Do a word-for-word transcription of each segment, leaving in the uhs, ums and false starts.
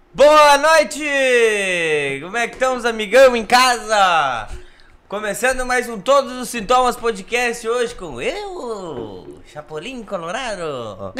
Boa noite! Como é que estão os amigão em casa? Começando mais um Todos os Sintomas Podcast hoje com eu, Chapolin Colorado.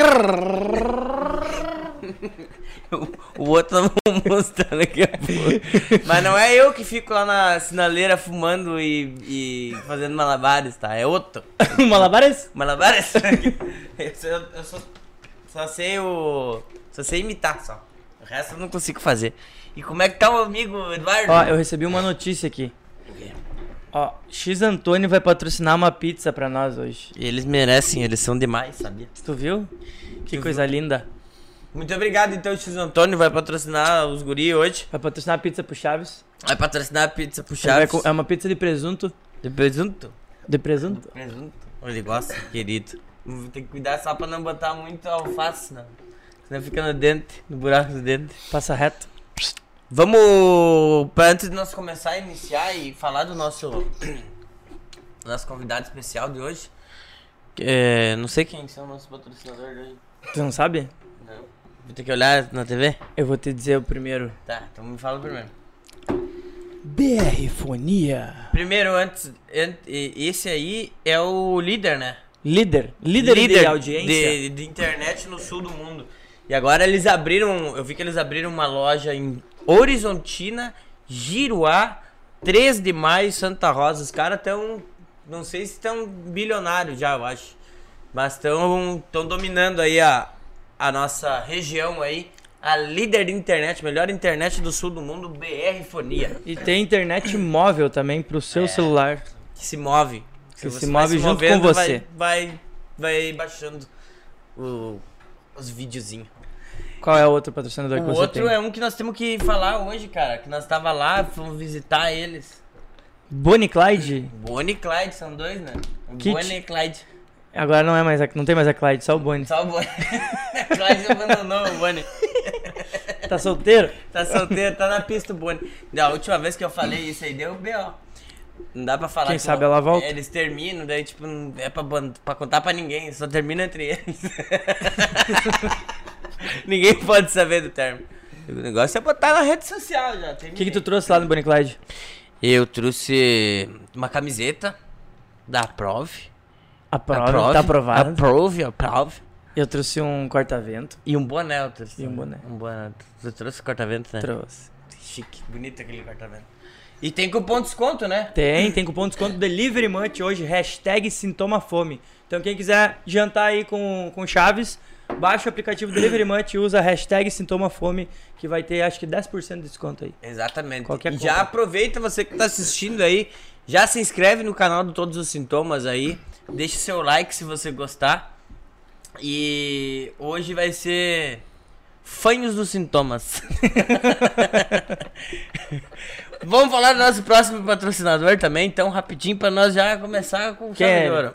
O, o outro tá mostrando aqui a pouco. Mas não é eu que fico lá na sinaleira fumando e, e fazendo malabares, tá? É outro. Malabares? Malabares? Eu, só, eu só, só sei o... Só sei imitar, só. O resto eu não consigo fazer. E como é que tá o amigo Eduardo? Ó, eu recebi uma notícia aqui. O quê? Ó, X Antônio vai patrocinar uma pizza pra nós hoje. Eles merecem, eles são demais, sabia? Tu viu? Que Tu coisa linda. Muito obrigado, então, o X Antônio vai patrocinar os guri hoje. Vai patrocinar a pizza pro Chaves. Vai patrocinar a pizza pro Ele vai Chaves. co- É uma pizza de presunto. De presunto? De presunto? Presunto. Ele gosta, querido. Tem que cuidar só pra não botar muito alface, não. Senão fica no dente, no buraco do dente. Passa reto. Vamos, pra antes de nós começar a iniciar e falar do nosso nosso convidado especial de hoje. É, não sei quem são nossos patrocinadores de hoje. Tu não sabe? Não. Vou ter que olhar na T V? Eu vou te dizer o primeiro. Tá, então me fala primeiro. B R Fonia. Primeiro, antes, an- e- esse aí é o líder, né? Líder. Líder, de audiência. de, de internet no sul do mundo. E agora eles abriram, eu vi que eles abriram uma loja em Horizontina, Giruá, três de maio, Santa Rosa. Os caras estão, não sei se estão bilionários já, eu acho. Mas estão dominando aí a, a nossa região aí. A líder de internet, melhor internet do sul do mundo, B R Fonia. E tem internet móvel também pro seu celular. Que se move. Que você se vai move junto movendo, com você. Vai, vai, vai baixando o- os videozinhos. Qual é o outro patrocinador O que você outro tem? é um que nós temos que falar hoje, cara. Que nós tava lá, fomos visitar eles. Bonnie Clyde? Bonnie e Clyde, são dois, né? O Kit. Bonnie e Clyde. Agora não é mais a, não tem mais a Clyde, só o Bonnie. Só o Bonnie. Clyde abandonou o Bonnie. Tá solteiro? Tá solteiro, tá na pista o Bonnie. Da última vez que eu falei isso aí, deu B O. Não dá pra falar. Quem que sabe não- ela volta. Eles terminam, daí tipo, não é pra, ban- pra contar pra ninguém, só termina entre eles. Ninguém pode saber do termo. O negócio é botar na rede social já. O que, que tu trouxe lá no Bonnie Clyde? Eu trouxe uma camiseta da Prove. Aprova, tá aprovado. Aprove, Aprove. Eu trouxe um corta-vento. E um boné eu trouxe. E um boné. Um boné. Tu trouxe corta-vento, né? Trouxe. Chique, bonito aquele corta-vento. E tem cupom de desconto, né? Tem, tem cupom de desconto Delivery Munch hoje, hashtag Sintoma Fome. Então quem quiser jantar aí com, com Chaves, baixa o aplicativo Delivery Munch e usa a hashtag Sintoma Fome, que vai ter acho que dez por cento de desconto aí. Exatamente. Qualquer e compra. já aproveita você que tá assistindo aí, já se inscreve no canal do Todos os Sintomas aí, deixa seu like se você gostar. E hoje vai ser Fanhos dos Sintomas. Vamos falar do nosso próximo patrocinador também, então rapidinho pra nós já começar com o Quem chave é de ele? ouro.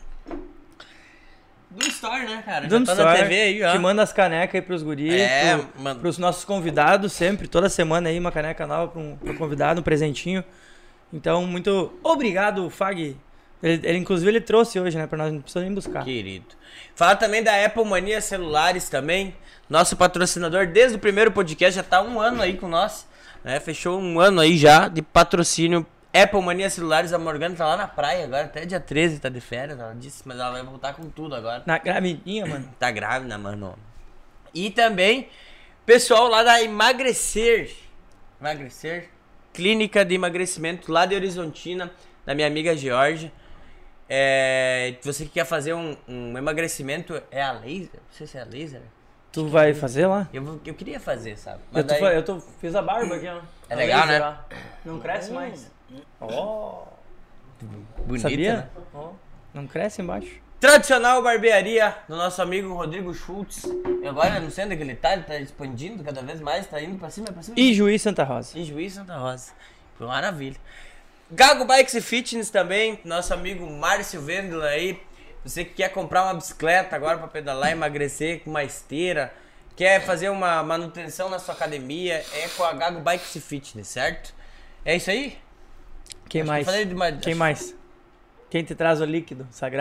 Do Store, né, cara? Dando já tá na sorte, T V aí, ó. que manda as canecas aí pros guris, É, pro, mano. pros nossos convidados sempre, toda semana aí uma caneca nova pro, um, pro convidado, um presentinho. Então, muito obrigado, Fag. Ele, ele, inclusive ele trouxe hoje, né, pra nós, não precisa nem buscar. Querido. Fala também da Apple Mania Celulares também. Nosso patrocinador desde o primeiro podcast, já tá um ano aí com nós. Né? Fechou um ano aí já de patrocínio. Apple Mania Celulares, a Morgana tá lá na praia agora, até dia treze tá de férias, ela disse, mas ela vai voltar com tudo agora. Na gravidinha, mano. Tá grávida, mano. E também, pessoal lá da Emagrecer. Emagrecer. Clínica de emagrecimento lá de Horizontina, da minha amiga Georgia. É, você que quer fazer um, um emagrecimento, é a laser? Não sei se é a laser. Tu vai fazer lá? Eu, vou- eu queria fazer, sabe? Eu, Mas tô, daí- fa- eu tô, fiz a barba aqui, ó. É A legal, laser né? lá. Não cresce mais. Ó. bonita, Sabia? né? Ó. Não cresce embaixo. Tradicional barbearia do nosso amigo Rodrigo Schultz. E agora, não sei onde é que ele tá, ele tá expandindo cada vez mais, tá indo pra cima, pra cima. E Juiz Santa Rosa. E Juiz Santa Rosa. Foi maravilha. Gago Bikes e Fitness também, nosso amigo Márcio Vendela aí. Você que quer comprar uma bicicleta agora pra pedalar, emagrecer com uma esteira, quer fazer uma manutenção na sua academia, é com a Gago Bikes e Fitness, certo? É isso aí? Quem Acho que mais? eu falei demais. Quem mais? Quem te traz o líquido sagrado?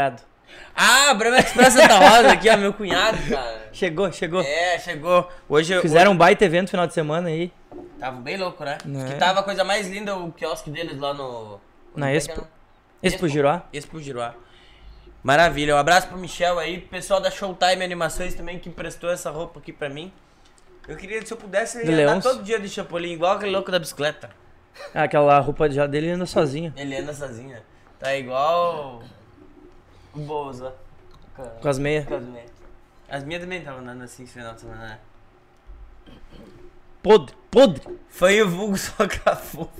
Ah, Brahma Express Santa Rosa aqui, ó, meu cunhado, cara. Chegou, chegou. É, chegou. Hoje eu- Fizeram hoje... um baita evento no final de semana aí. Tava bem louco, né? Né? Que tava a coisa mais linda o quiosque deles lá no... Na onde é Expo. que é, né? Expo Giroá. Expo Giroá. Maravilha. Um abraço pro Michel aí, pessoal da Showtime Animações também que emprestou essa roupa aqui pra mim. Eu queria, se eu pudesse, eu De ia andar Leões? todo dia de Chapolin, igual aquele louco da bicicleta. Ah, aquela roupa já dele anda sozinho. Ele anda sozinho. Tá igual o Bozo. Com as meias. Com as meias. As minhas também estavam andando assim esse final de semana, né? Podre, podre. Foi o vulgo soca fofo.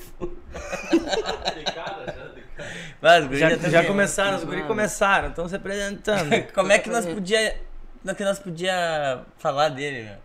Mas, os guris Já, tão já bem, começaram, os né? guris começaram, estão se apresentando. Como é que nós podia, como é que nós podia falar dele, meu?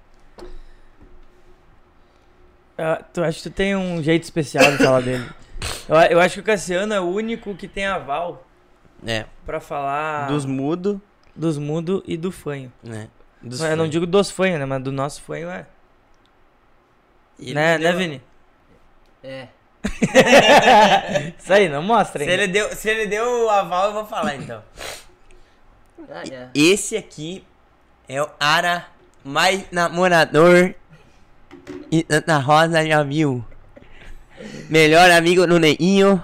Ah, tu acha que tu tem um jeito especial de falar dele? Eu, eu acho que o Cassiano é o único que tem aval É. pra falar Dos mudo, dos mudo e do fanho. né? Dos Não, eu não fãs. digo dos fanhos, né? Mas do nosso fanho é. Ele Né, deu- né, Vini? É. Isso aí, não mostra Se ainda. ele, deu, se ele deu o aval, eu vou falar então. Ah, é. Esse aqui é o Ara mais namorador e Santa Rosa já viu. Melhor amigo do Neinho.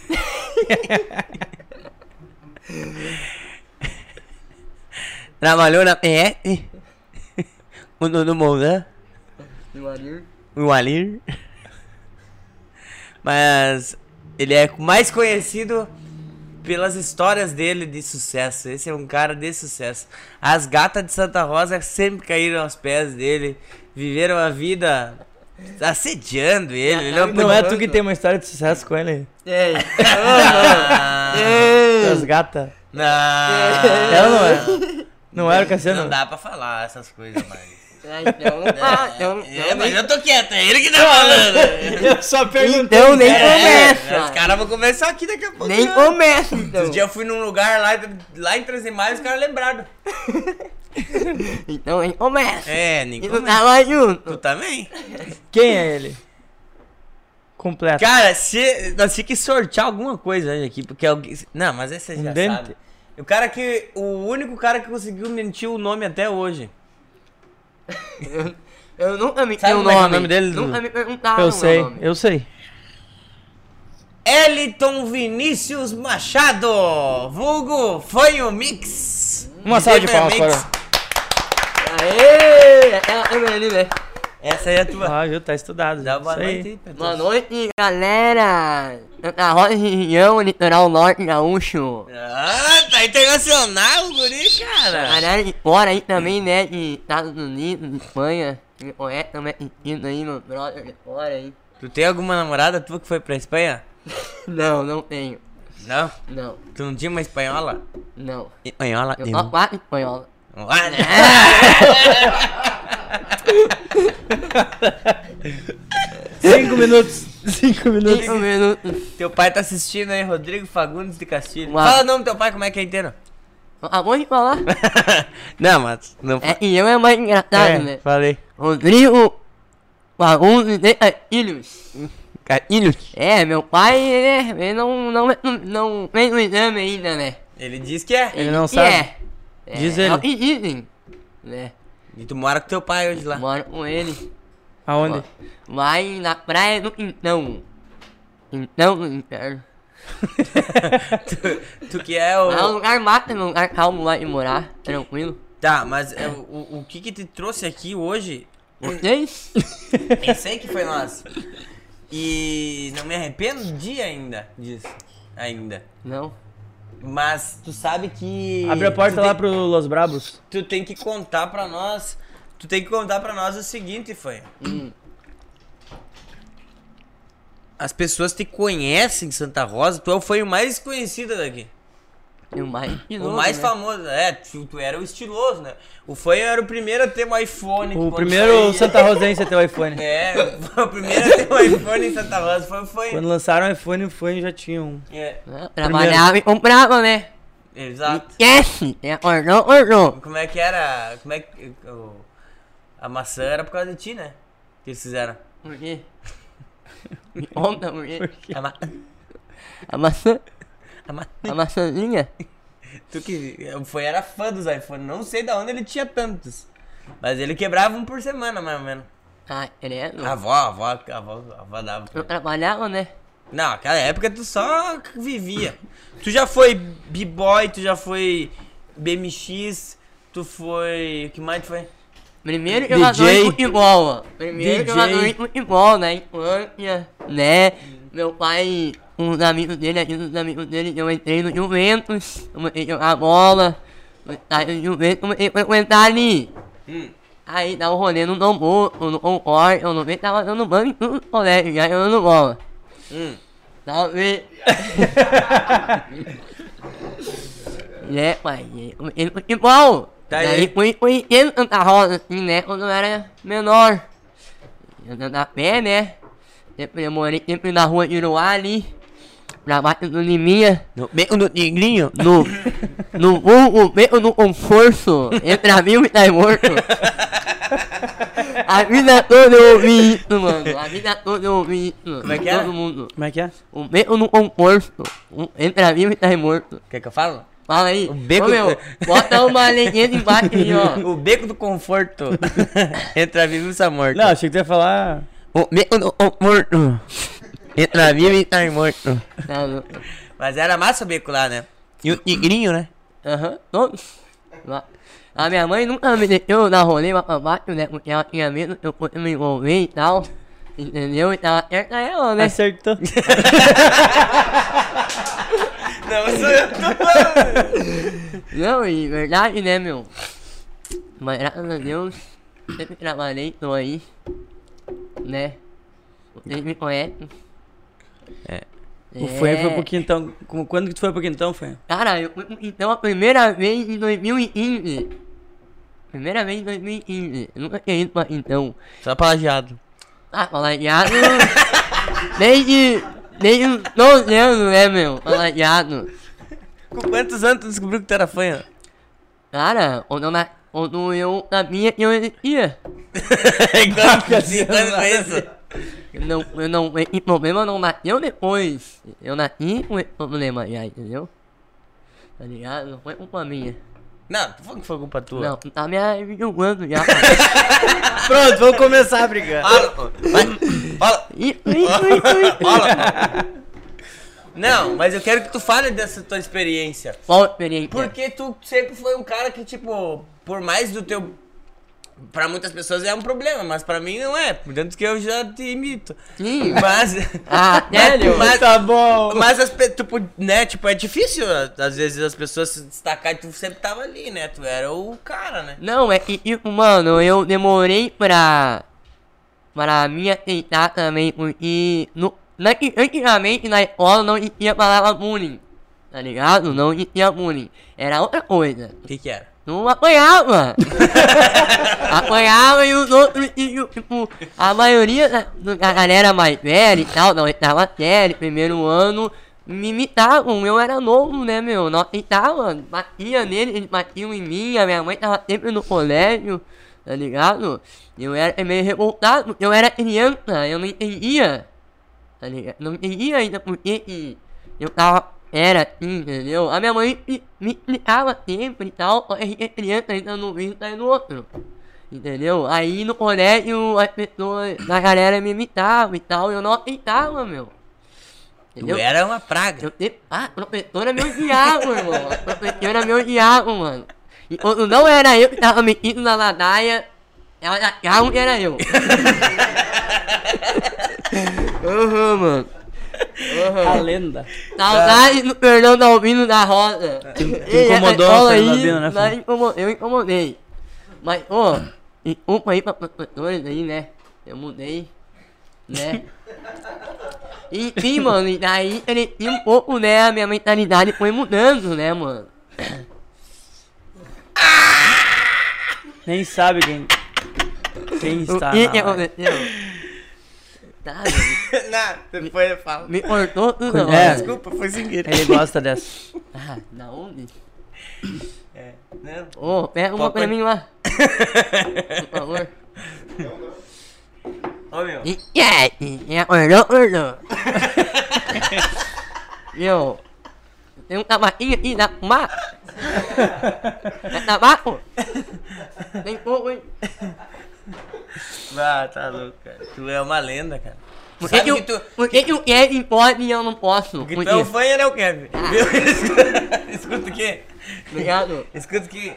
Trabalhou na P S. O Dudu Mouzan. Do Arir. O Alir. Mas ele é mais conhecido pelas histórias dele de sucesso. Esse é um cara de sucesso. As gatas de Santa Rosa sempre caíram aos pés dele. Viveram a vida assediando ele. Ele é um Não é tu poderoso. que tem uma história de sucesso com ele? Ei. Ah, Das gatas. não. Ela não é. Não era o Cassiano? Não dá pra falar essas coisas mais. É, então, ah, então, É, então, mas nem, eu tô quieto, é ele que tá falando. Eu só perguntei. então nem É, começa. os caras vão começar aqui daqui a pouco. Nem começa, então. Esses dias eu fui num lugar lá, lá em Trezemais, os caras lembraram. Então nem começa. É, E Nico. tu tava junto. Tu também? Quem é ele? Completo. Cara, se, nós tínhamos que sortear alguma coisa hoje aqui, porque alguém... Não, mas esse você Um já dente? sabe. O cara que... O único cara que conseguiu mentir o nome até hoje. Eu, eu nunca me Sabe o como é que é o nome. nome dele, Nunca Dudu? me perguntaram Eu o meu sei, nome. eu sei. Eliton Vinícius Machado, vulgo Fanho Mix. Uma salva de palmas Mix. para. Aê! Ela é ali, né? Essa aí é a tua. Ah, viu? Tá estudado. Dá boa Isso aí. noite aí, Pedro. Boa noite, galera. Na Rosa Região, Litoral Norte Gaúcho. Ah, tá internacional o guri, cara. Galera de fora aí também, né? De Estados Unidos, de Espanha. Me conhece também, sentindo aí, meu brother de fora aí. Tu tem alguma namorada tua que foi pra Espanha? Não, não tenho. Não? Não, Tu não tinha uma espanhola? não. Espanhola? Eu falo quatro espanhola. Ah, né? Cinco minutos. Cinco minutos. Cinco minutos. Teu pai tá assistindo aí, Rodrigo Fagundes de Castilho. Uau. Fala o nome do teu pai, como é que é inteiro? Acabou de falar. Não, mas não É que eu é mais engraçado, né? falei. Rodrigo Fagundes de Castilhos. Carinhos. É, meu pai, ele, ele não, não, não, não fez o exame ainda, né? Ele diz que é. Ele não que sabe. É. É, Diz é ele. o que dizem, né? E tu mora com teu pai hoje lá. Moro com ele. Aonde? Vai na praia do Quintão. Quintão do Inferno. tu, tu que é o... É um lugar mata, um lugar calmo lá de morar, tranquilo. Tá, mas é, o, o, o que que te trouxe aqui hoje? Vocês? Eu sei que foi nós. E não me arrependo de ainda disso. Ainda. Não. Mas tu sabe que... Abre a porta tu lá tem, pro Los Brabos. Tu tem que contar pra nós... Tu tem que contar pra nós o seguinte, foi. Hum. As pessoas te conhecem em Santa Rosa, tu é o fanho mais conhecido daqui. E o mais O estiloso, mais né? famoso, é, tu, tu era o estiloso, né? O fanho era o primeiro a ter um iPhone. O quando primeiro saía. Santa Rosense a ter o iPhone. É, foi o primeiro a ter um iPhone em Santa Rosa, foi o fanho. Quando lançaram o iPhone, o fanho já tinha um. É, Né? Trabalhava e comprava, né? exato. Esquece! É, acordou, acordou. Como é que era, como é que... o- a maçã era por causa de ti, né? Que eles fizeram. Por quê? Me conta por quê? A, ma... A maçã, a, ma... a maçãzinha. Tu que foi, era fã dos iPhones, não sei de onde ele tinha tantos. Mas ele quebrava um por semana, mais ou menos. Ah, credo. A avó, a avó, a avó, a avó dava. Eu trabalhava, né? Não, naquela época tu só vivia. Tu já foi B-boy, tu já foi B M X, tu foi... O que mais tu foi? Primeiro D J. jogador de futebol, ó. Primeiro D J. jogador de futebol, né? Infância, né? Meu pai, uns amigos dele, aqui, uns amigos dele, eu entrei no Juventus, comecei a jogar bola. Aí no Juventus, comecei a frequentar ali. Hum. Aí dá um rolê no Dom Bosco, no Concorde, eu não vi, tava dando banho em tudo no colégio, já jogando bola. Hum. Talvez. Né, pai? Comecei no futebol. Tá Daí aí. fui conhecendo Santa Rosa, assim, né? Quando eu era menor. Andando a pé, né? Sempre eu morei sempre na rua de Iruá ali. Pra baixo do Liminha. No beco do tigrinho? No. No vulgo, beco do conforto. Entre a mil e tá morto. A vida toda eu ouvi isso, mano. A vida toda eu ouvi isso. Como é que é? Todo mundo. Como é que é? O beco do conforto. Entre a mil e tá morto. Quer que eu fale? Fala aí. O beco Ô, meu, bota uma legenda embaixo aí, ó. O beco do conforto. Entre a viva e a morte. Não, achei que tu ia falar. O beco do conforto. Entre a viva e a morto. Tá, não. Mas era massa o beco lá, né? E o tigrinho, né? Aham, todos. Lá. A minha mãe nunca me deixou dar rolê lá pra baixo, né? Porque ela tinha medo que eu fosse me envolver e tal. Entendeu? E tava certa ela, né? Acertou. Não, sou eu que tô falando. Não, e verdade, né, meu? Mas graças a Deus, sempre trabalhei, tô aí. Né? Vocês me conhecem. É. O Fanho foi pro Quintão. Como- Quando que tu foi pro Quintão, Fanho? Cara, eu fui pro Quintão a primeira vez em dois mil e quinze. Primeira vez em dois mil e quinze. Eu nunca tinha ido pra Quintão. Só plagiado. Ah, plagiado. desde. Desde uns doze anos, né, meu? Plagiado. Com quantos anos tu descobriu que tu era fã? Cara, quando eu, na, quando eu sabia que eu existia. Quando cinco anos com isso? Eu não, eu não, esse problema não nasceu depois. Eu nasci com esse problema já, entendeu? Tá ligado? Não foi culpa minha. Não, tu falou que foi culpa tua. Não, tu tá me julgando já, cara. Pronto, vamos começar a brigar. Fala, pô. Vai, fala. Isso, isso, isso, isso. Fala. Não, mas eu quero que tu fale dessa tua experiência. Qual experiência? Porque tu sempre foi um cara que, tipo, por mais do teu... Pra muitas pessoas é um problema, mas pra mim não é. Portanto que eu já te imito. Sim. Mas... Ah, sério? Mas, Tá bom. mas as, pe- tipo, né, tipo, é difícil às vezes as pessoas se destacar e tu sempre tava ali, né? Tu era o cara, né? Não, é que, tipo, mano, eu demorei pra... Pra me aceitar também, porque... No, na, antigamente na escola não tinha palavra bullying, tá ligado? Não tinha bullying. Era outra coisa. O que que era? Não apanhava. Apanhava e os outros, tipo, tipo, a maioria da, da galera mais velha e tal, não oitava série, primeiro ano, me imitavam. Eu era novo, né, meu? Não aceitava, batia nele, eles batiam em mim, a minha mãe tava sempre no colégio, tá ligado? Eu era meio revoltado, porque eu era criança, eu não entendia, tá ligado? Não entendia ainda porque que eu tava... Era assim, entendeu? A minha mãe me, me explicava sempre e tal, a gente é criança, ainda no vídeo tá no outro. Entendeu? Aí no colégio as pessoas, a galera me imitavam e tal, eu não aceitava, meu. Tu era uma praga. Eu te... Ah, a professora me odiava, irmão. A professora me odiava, mano. E quando não era eu que tava metido na ladaia, ela achava que era eu. Aham, uhum, mano. Uhum. A lenda. Saudade do Fernando Albino da Rosa. Tu incomodou o Fernando Albino, né, Mas filho? incomo- eu incomodei. Mas, ô, desculpa aí pra professores aí, né? Eu mudei, né? Enfim, mano, e daí ele tinha um pouco, né? A minha mentalidade foi mudando, né, mano? Nem sabe quem. Quem está. O que na que live. aconteceu? Tá, velho. Não, depois eu falo. Me cortou tudo, É. mano. Desculpa, foi sem querer. Ele gosta dessa. Ah, da onde? É, né? Ô, pega uma Pode- pra mim lá. Por favor. Ó, meu. E é, e acordou, acordou. Meu, tem um tabaquinho aqui, dá pra fumar? É tabaco? Tem pouco, hein? Ah, tá louco, cara. Tu é uma lenda, cara. Por que, Sabe que, que tu... por que, que o Kevin pode e eu não posso? Porque Por tu é um quê? fanha, né, o Kevin? Viu? Escuta aqui. Obrigado. Escuta aqui.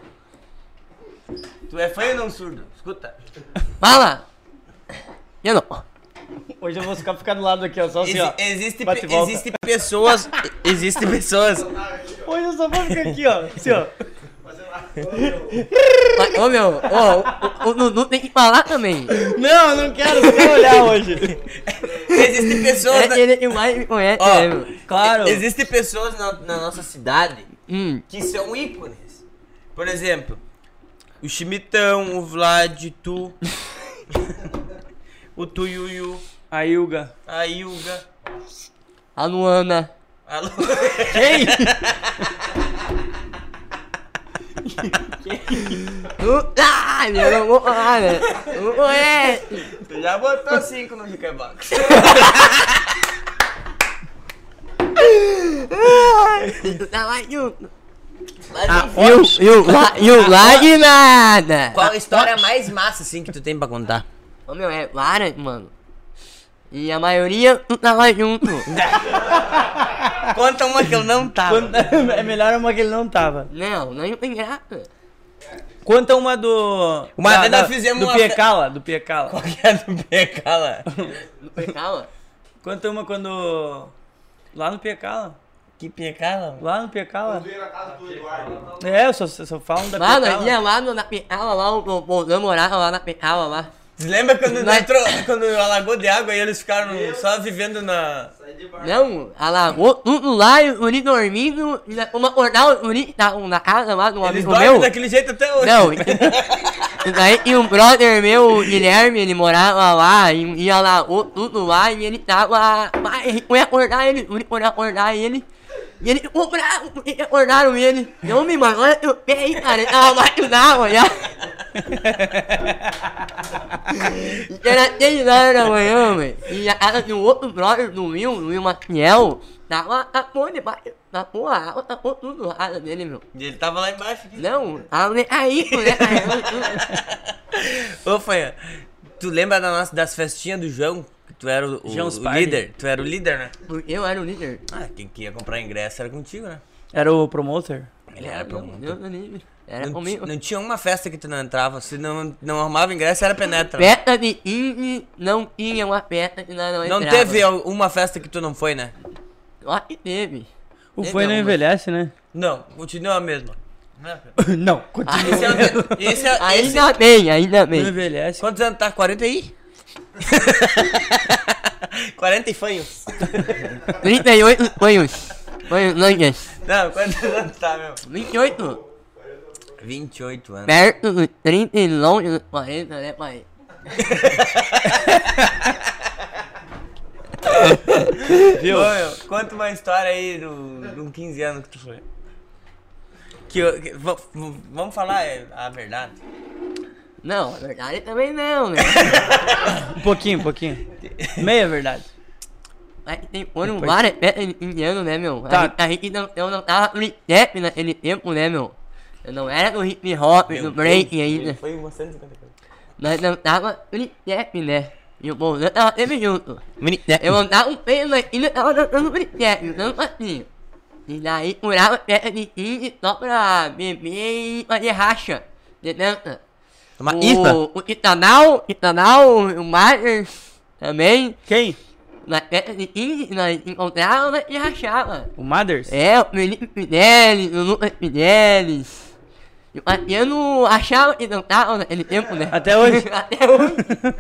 Tu é fanha ou não surdo? Escuta. Fala! Eu não. Hoje eu vou ficar, ficar do lado aqui, ó. Só assim, Exi ó. existe, Bate e pe volta. existe pessoas. Existem pessoas. Hoje eu só vou ficar aqui, ó. Assim, ó. Mas, ô meu, ô, o, o Dudu tem que falar também. Não, eu não quero, só quero olhar hoje. Existem pessoas. É ele que mais me conhece, Ó, né, meu? Claro. Existem pessoas na, na nossa cidade Hum. que são ícones. Por exemplo, o Chimitão, o Vlad, tu, o Tuyuyu, A Ilga. a Ilga, A Luana. a Lu... Quem? Tu- Ai, meu, eu não vou falar, né? Não conhece. Tu já botou cinco no Jukebox. Tu tá lá junto. Mas Ah, enfim, E o, e o, lá- e o lá de nada. qual a história mais massa assim que tu tem pra contar? Ô meu, é várias, mano. E a maioria tu tava junto. Conta uma que eu não tava. Conta- É melhor uma que ele não tava. Não, não tem graça. Conta uma do. Uma da- vez da- nós fizemos do uma Piecala, do Piecala. Qual que é do Pecala? Não tem calma. Conta uma quando. Lá no Piecala. Que Pecala? Lá no Piecala. É, eu só, só falo da Mano, Piecala. ia lá no, na Pecala, lá, o o- eu morava lá na Pecala, lá. Você lembra quando Nós- entrou, quando alagou de água e eles ficaram só vivendo na... Não, alagou tudo lá, e o Uri dormindo, e nós fomos acordar o Uri tá na casa lá de um Eles amigo dormem meu. daquele jeito até hoje. Não, e daí tinha um brother meu, o Guilherme, ele morava lá, e ia lá, o- tudo lá, e ele tava. Pai, a gente foi acordar ele, o Uri foi acordar ele. E ele ficou bravo, porque acordaram ele. Eu me mano, olha teu pé aí, cara, ele tava batendo na água já. E era seis horas da manhã, velho. E a casa do outro brother do Will, do Will Maciel, tava tapou debaixo, tapou a água, tapou tudo a casa dele, meu. E ele tava lá embaixo. Aqui. Não, tava nem aí, né? Ô, Fanha, tu lembra da nossa, das festinhas do João? Que tu era o, o, João's o Party. líder? Tu era o líder, né? Porque eu era o líder. Ah, quem que ia comprar ingresso era contigo, né? Era o promoter. Ele era Não, promotor. Deus do livre. Era Não, comigo. ti- não tinha uma festa que tu não entrava. Se não, não arrumava ingresso, era penetra. Festa de indie não tinha uma festa que nós não Não entrava. teve al- uma festa que tu não foi, né? Só que teve. O Teve foi não algumas. envelhece, né? Não, continua a mesma. Né? Não, continua. Esse é, o- esse é, esse, Ainda bem, ainda Não bem. envelhece. quantos anos tá? quarenta aí? quarenta e fanhos. trinta e oito banhos. Banhos longas. Não, quantos anos tá, meu? vinte e oito. vinte e oito anos. Perto dos trinta e longe dos quarenta, né, pai? Viu? Ô, meu, conta uma história aí do- de um quinze anos que tu foi. Que, eu- que- v- v- vamos falar é, a verdade. Não, na verdade também não, né? Um pouquinho, um pouquinho. Meia verdade. Mas tem, foram Depois- várias festas de fim de ano, né, meu? Tá. A, gente, a gente não, eu não tava no rap naquele tempo, né, meu? Eu não era do hip hop, do break ainda. Foi uma cento e cinquenta coisas. Nós não tava no rap, né? E o povo tava sempre junto. Eu andava um peso aqui e tava dançando brinquedo, dançando assim. E daí curava peça de quinze só pra beber e fazer racha de dança. Uma ispa? O, o Titanal, Titanal, o Marcos também. Quem? Na peça de quinze nós encontrávamos e rachava. O Mothers? É, o Felipe Fidelis, o Lucas Fidelis. E o Marciano achava que dançava naquele tempo, né? Até hoje. Até hoje.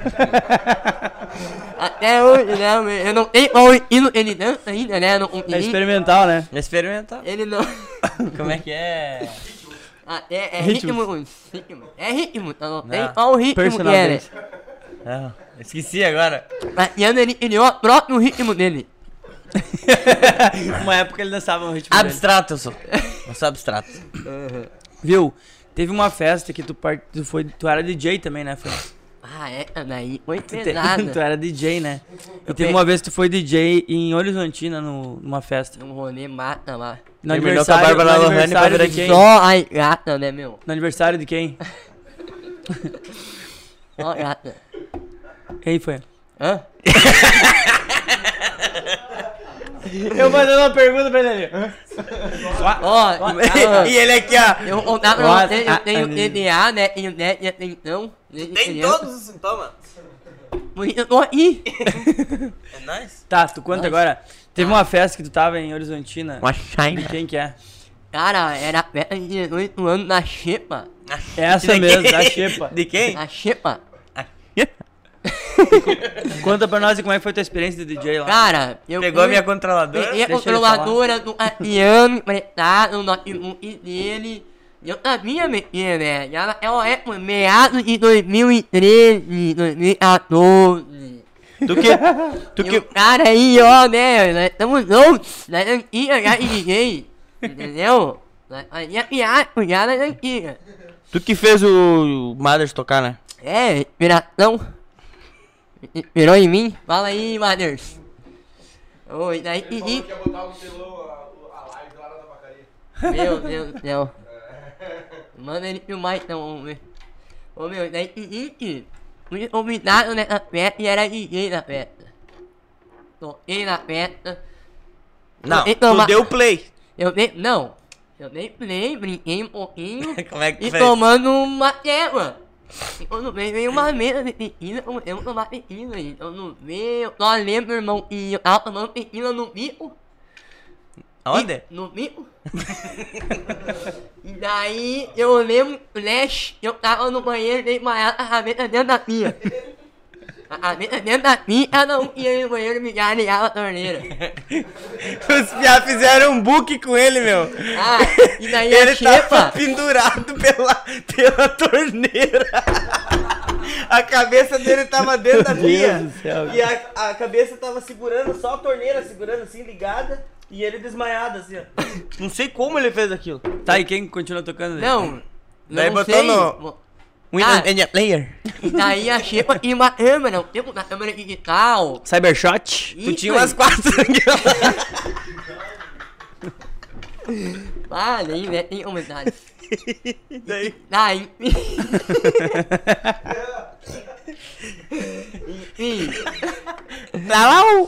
Até hoje, né? meu? Eu não sei qual estilo ele dança ainda, né? Eu não É consegui. experimental, né? Experimental. Ele não. Como é que é? Até é Ritmos. ritmo. ritmo. É ritmo, eu não sei Não. qual o ritmo Personal que é, né? dance. Não, esqueci agora. Marciano, ele criou o próprio ritmo dele. Uma época ele dançava no ritmo dele. Abstrato eu sou. Eu sou abstrato. Viu? Teve uma festa que tu, part... tu foi. Tu era D J também, né, Fran? Ah, é, daí foi Tu, te- pesada. tu era D J, né? E Eu teve pe- uma vez que tu foi D J em Horizontina, no, numa festa. Um rolê mata lá. No Terminou com a aniversário, no Bárbara Lohane pra aniversário virar de quem? Só ai gata, né, meu? No aniversário de quem? Só gata. Quem foi? Hã? Eu mandando uma pergunta pra ele ali. Ó, ah, E ele aqui, ó. eu vou contar pra Nossa, você, eu ah, tenho ah, T D A, né? Tenho né, e atenção. desde Tem criança. todos os sintomas. Por isso eu tô aqui. É nóis. Tá, tu conta agora. Teve uma festa que tu tava em Horizontina. Uma De shine. quem que é? Cara, era festa de dezoito anos na Xepa. Essa mesmo, da Xepa. De quem? Na Xepa. Conta pra nós como é que foi tua experiência de D J lá. Cara, eu Pegou a fui- minha controladora? Peguei a Deixa ele controladora do piano emprestado, no notebook dele. Eu sabia mexer, né? Ela, ela é por meados de dois mil e treze, dois mil e quatorze. Tu que... Tu E o que... cara aí, ó, né? Nós estamos juntos, nós antiga já de D J. Entendeu? Nós fazia piada com já nas antigas. Tu que fez o Mothers tocar, né? É, inspiração. Inspirou em mim? Fala aí, Mathers. Oi, daí Ele falou e que ia botar o telão, a, a live lá na tabacaria. Meu Deus do céu. Manda ele filmar então, vamos ver. Ô meu, daí seguinte, fui convidado nessa festa e era D J na festa. Toquei na festa. Não, Então, tu ma- deu play. Eu dei. Não. Eu dei play, brinquei um pouquinho. Como é que tu E fez? tomando uma tela. E quando veio, veio uma mesa de tequila, eu eu vou tomar tequila, gente. Eu não vejo, eu só lembro, irmão, que eu tava tomando tequila no bico. Aonde? No bico. E daí eu lembro, flash, eu tava no banheiro, dei uma a cabeça dentro da pia. A cabeça dentro da pia, cada um ia no banheiro me ligava a torneira. Os piá fizeram um book com ele, meu. Ah, e daí Ele a tava xepa. pendurado pela, pela torneira. A cabeça dele tava dentro da pia. Deus do céu. E a, a cabeça tava segurando só a torneira, segurando assim, ligada. E ele desmaiado, assim, ó. Não sei como ele fez aquilo. Tá, e quem continua tocando? Não, Daí não botou sei. no- Windows Ah. Media Player. E daí a xepa tinha uma câmera, um tempo da câmera digital. Cybershot? Tu Isso tinha aí. umas quatro. Ah, nem, né? Tem comentário. Daí. Daí. Enfim. Não!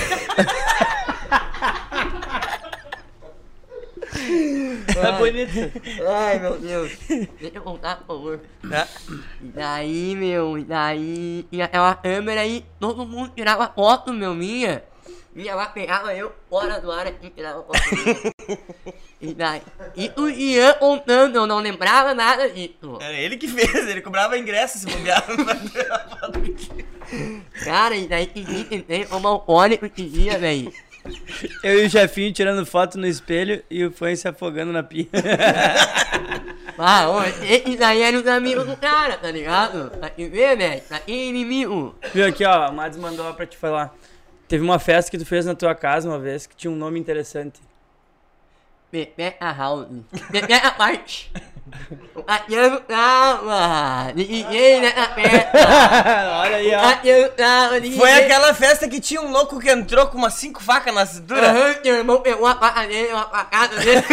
Tá bonito. Ai, meu Deus. Deixa eu contar, por favor. E daí, meu, e daí tinha aquela câmera aí, todo mundo tirava foto, meu, minha. Ia lá, pegava eu fora do ar aqui, tirava foto minha. E daí, e o Ian contando, eu não lembrava nada disso. Era ele que fez, ele cobrava ingresso se bobeava pra tirar foto. Cara, e daí que tentei uma alcoólico que dia, velho. Eu e o chefinho tirando foto no espelho e o fã se afogando na pia. Ah, ô, esse daí era os amigos do cara, tá ligado? Pra te ver, velho, pra que inimigo. Viu aqui, ó, o Mads mandou pra te falar. Teve uma festa que tu fez na tua casa uma vez que tinha um nome interessante. Pepeca House. Pepeca Parte. O Catiano tava. Ninguém nessa festa. Olha aí, O ó. Catiano tava. ninguém- Foi aquela festa que tinha um louco que entrou com umas cinco facas na cintura. Aham, teu irmão pegou a faca dele, a facada dele.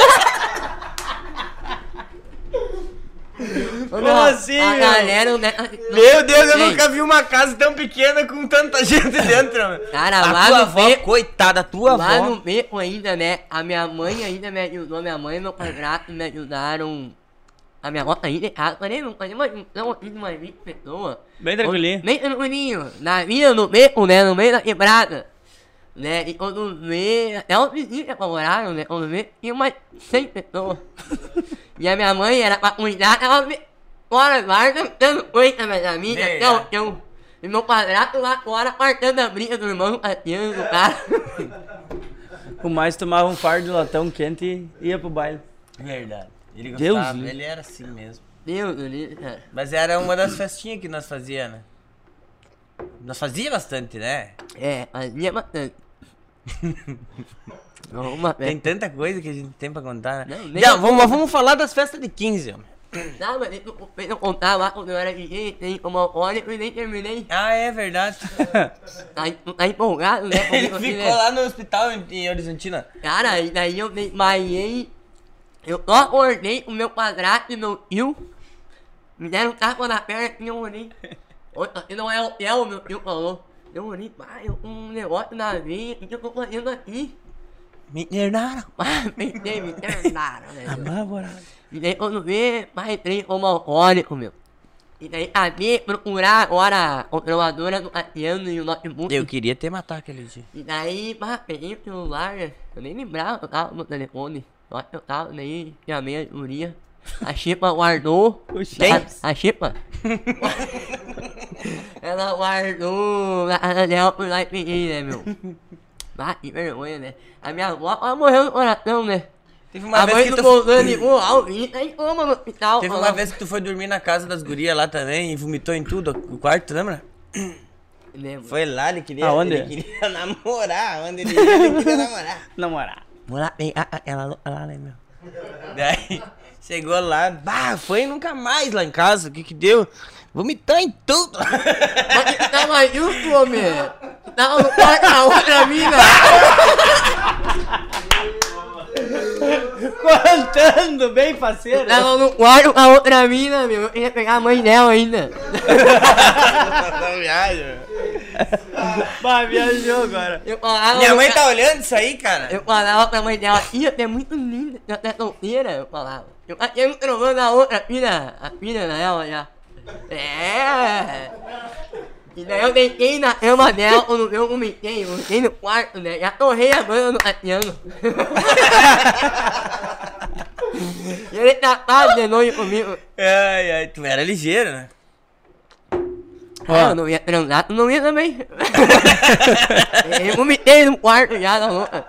Como assim, a meu? galera, né? Meu Deus, eu Ei, nunca vi uma casa tão pequena com tanta gente dentro. meu. Cara, a lá tua no avó, beco- coitada, a tua Lá avó. no beco ainda, né? A minha mãe ainda me ajudou, minha mãe e meu padrasto me ajudaram. A minha avó ainda em casa, falei, não fazer uma junção aqui de umas vinte pessoas. Bem tranquilinho. Bem tranquilinho. Na minha, no beco, né? No meio da quebrada. Né? E quando vê, até os vizinhos apavoraram, né? Quando vê, tinha umas cem pessoas. E a minha mãe era pra cuidar, ela vê fora do ar, cantando coisa, mas a minha até o chão. E meu padrasto lá fora, partando a briga do irmão, pateando do cara. O mais tomava um fardo de latão quente e ia pro baile. Verdade. Ele Deus gostava, livre. ele era assim mesmo. Deus do livro, cara. Mas era uma das festinhas que nós fazia, né? Nós fazia bastante, né? É, fazia bastante. Uma Tem tanta coisa que a gente tem pra contar, né? Não, nem Já, eu- vamos, vamos falar das festas de quinze, homem. Não, mas tu fez eu contar lá quando eu era D J, tem uma hora e eu nem terminei. Ah, é verdade. Tá, tu tá empolgado, né? Ele comigo aqui, ficou né? lá no hospital em, em Horizontina. Cara, e daí eu desmaiei. Eu só acordei o meu padrasto e meu tio. Me deram um tapa na perna e eu olhei. Oi, aqui não é hotel, meu tio falou. Eu olhei, pai, eu com um negócio na veia, o que eu tô fazendo aqui? Me internaram. Ah, pensei, me internaram, né? Apavorado. E daí quando vê, pai, entrei como alcoólico, meu. E daí acabei procurar agora a controladora do Tatiano e o notebook. Eu queria ter matado aquele dia. E daí, pá, peguei o celular, eu nem lembrava que eu tava no telefone. Só que eu tava, daí chamei a Juria. A Chipa guardou. Quem? A, a Chipa. Ela guardou a anel por lá e peguei, né, meu? Ah, que vergonha, né? A minha avó ela morreu no coração, né? Teve uma A vez mãe que do tu... Bolsonaro ligou, Alvin, aí como no hospital. Teve uma vez que tu foi dormir na casa das gurias lá também e vomitou em tudo, o quarto, lembra? Lembro. Foi lá, ele queria, Aonde? ele queria namorar, onde ele ia, ele queria namorar. Namorar. Morar bem, ah, ah, ela lá, lembra? Daí, chegou lá, bah, foi nunca mais lá em casa, o que que deu? Vomitou em tudo. Mas que tava justo, homem. Tava no quarto da outra mina. Contando, bem parceiro. Tava no quarto com a outra mina, meu. Eu ia pegar a mãe dela ainda. Não viaja. Bah, viajou agora. Eu falava, Minha mãe tá olhando isso aí, cara. Eu falava pra mãe dela, ia é muito linda, ela é solteira, eu falava. Eu ia trovando a outra filha, a filha dela já. É. E daí eu deitei na cama dela, quando eu vomitei, eu vomitei no quarto, né? Já torrei a banda no Tatiano. E ele tratava de noite comigo. Ai, ai, tu era ligeiro, né? Ah, eu não ia transar, tu não ia também. Eu vomitei no quarto já, na louca.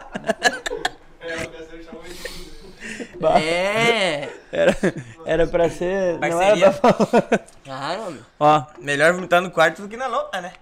É. Era, era pra ser. Não Parceria. era pra falar. Claro, meu. Ó, Melhor vomitar no quarto do que na louca, né?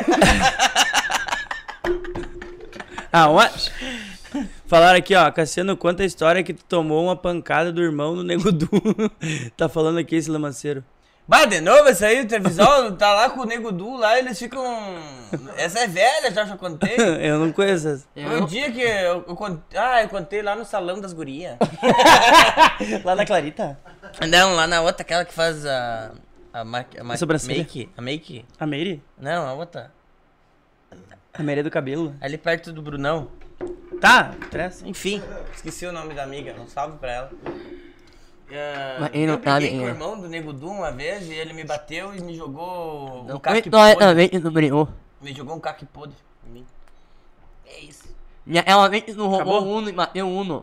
ah, uma... Falaram aqui, ó, Cassiano, conta a história que tu tomou uma pancada do irmão do Nego Du. Tá falando aqui esse lamanceiro. Bah, de novo esse aí, o televisor tá lá com o Nego Du lá, eles ficam... Essa é velha, já já contei. Eu não conheço essa. Foi um dia que eu, eu contei... Ah, eu contei lá no salão das gurias. Lá na Clarita? Não, lá na outra, aquela que faz a... A, ma a, ma A sobrancelha? make. A make. A Meire? Não, a outra. A Meire do cabelo. Ali perto do Brunão. Tá, interessa. Enfim, esqueci o nome da amiga, um salve pra ela. Ah, Mas ele não eu sabe briguei com o quem é. irmão do Nego Du uma vez e ele me bateu e me jogou um Não foi caque nós podre. também que tu brigou. Me jogou um caque podre em mim. É isso. E ela vem que tu roubou Acabou? o Uno e bateu o Uno.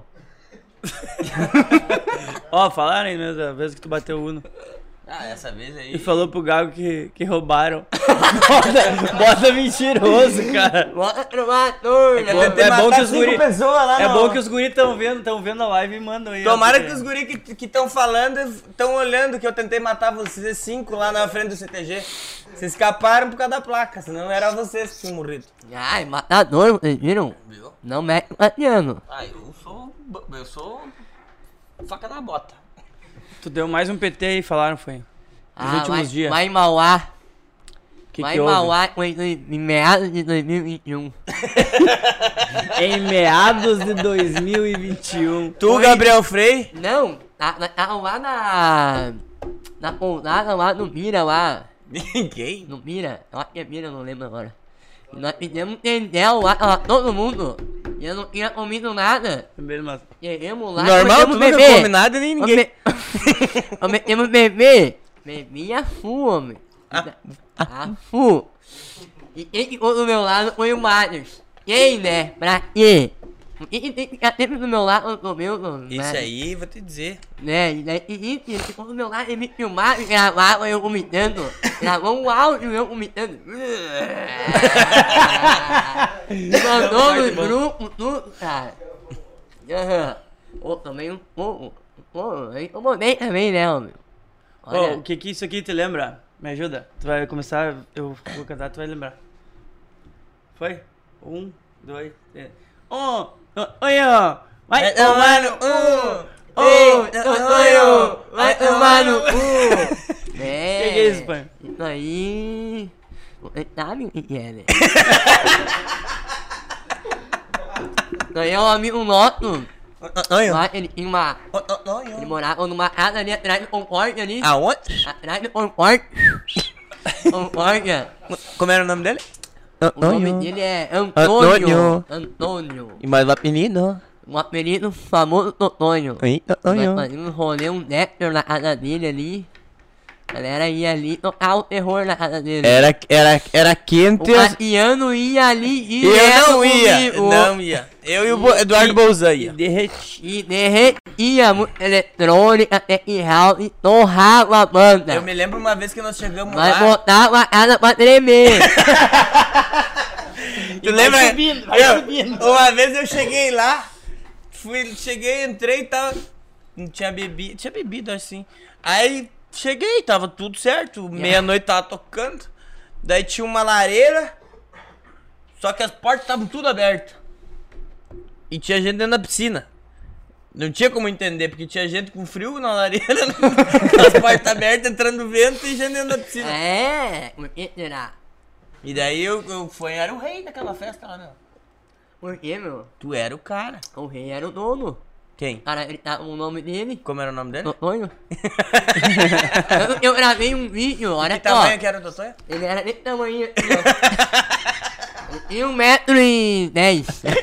Ó, falaram aí mesmo, a vez que tu bateu o Uno. Ah, essa vez aí. E falou pro Gago que, que roubaram. bota, bota mentiroso, cara. Bota trovador, É, bom- tentei é bom matar que os cinco guri- pessoas lá É no- bom que os guris tão vendo, tão vendo a live e mandam aí. ó, Tomara porque- que os guri que estão falando estão olhando que eu tentei matar vocês cinco lá na frente do C T G. Vocês escaparam por causa da placa, senão era vocês que tinham morrido. Ai, matador, vocês viram? Viu? Não mete o Tatiano. Ah, eu sou. Eu sou. Faca na bota. Tu deu mais um P T aí, falaram, foi. Nos Ah, últimos vai, dias. vai em Mauá. Que vai que em houve? Mauá foi em meados de dois mil e vinte e um. Em meados de dois mil e vinte e um. Tu, Oi. Gabriel Frei? Não, tá, tá, tá lá na... Na pousada lá no Mira lá. Ninguém. No Mira, eu acho que é Mira, não lembro agora. E nós fizemos um tendel lá, tava todo mundo. E eu não tinha comido nada. Mas... Chegamos lá, Normal, tu começamos nunca beber. come nada nem ninguém. Cometemos bebê. Bebia full, homem. Ah, full. E quem ficou do meu lado foi o Matheus. Quem, né? Pra quê? Quem que tem que ficar sempre do meu lado no meu, mano? Isso aí, vou te dizer. Né? E daí, e ele ficou do meu lado, ele me filmava e gravava eu vomitando. Gravou um áudio eu vomitando. Mandou no grupo, tudo, cara. Aham. Ô, também um pouco. Pô, aí eu mandei também, né, homem? Olha, Ô, o que que isso aqui te lembra? Me ajuda. Tu vai começar, eu vou cantar, tu vai lembrar. Foi? Um, dois, três. Um, olha, vai Vai tomar tomar no no cu. Ô, Tonho, vai tomar no cu. É. Que que é isso, pai? Isso aí... Você sabe o que que é, né? Isso aí é um amigo nosso. Tonho. Lá ele tinha uma... Ele morava numa casa ali atrás do Concórdia ali. Aonde? Atrás do Concórdia. Concórdia. Como era o nome dele? O nome dele é Antônio. Antônio. E mais o apelido? Um apelido famoso Totonho. Oi, Nós Tonho. fazíamos um rolê, um Nectar na casa dele ali. A galera ia ali tocar o terror na casa dele. Era, era, era O quente. Cassiano ia ali Eu direto não ia. comigo. Não ia. Eu e o Bo- Eduardo Bolzan ia. Derreti. E derretia música eletrônica, tech house e torrava a banda. Eu me lembro uma vez que nós chegamos Mas lá. botava a casa pra tremer. Tu lembra? subindo, vai Eu- subindo. Uma vez eu cheguei lá, fui, cheguei, entrei e tava. Não tinha bebido. Tinha bebido assim. Aí cheguei, tava tudo certo. Meia-noite tava tocando. Daí tinha uma lareira. Só que as portas estavam tudo abertas. E tinha gente dentro da piscina. Não tinha como entender, porque tinha gente com frio na lareira, as portas abertas, entrando vento e gente dentro da piscina. É, por que será? E daí eu, eu fui, era o rei daquela festa lá, meu. Por que, meu? Tu era o cara. O rei era o dono. Quem? Cara, ele tá com o nome dele. Como era o nome dele? Totonho. eu, eu gravei um vídeo, olha Que só. tamanho que era o Totonho? Ele era desse tamanho aqui, ó. Ele tinha um metro e dez.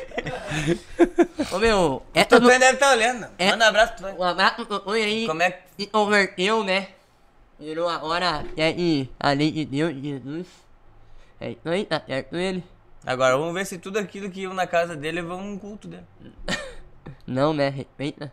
Ô meu, O essa do... Totonho deve estar olhando. É. Manda um abraço pro Totonho. O abraço do Totonho aí Como é que... se converteu, né? Virou agora, segue a lei de Deus, de Jesus. É isso aí, tá certo ele? Agora vamos ver se tudo aquilo que iam na casa dele vão um culto dele. Não, né? Respeita.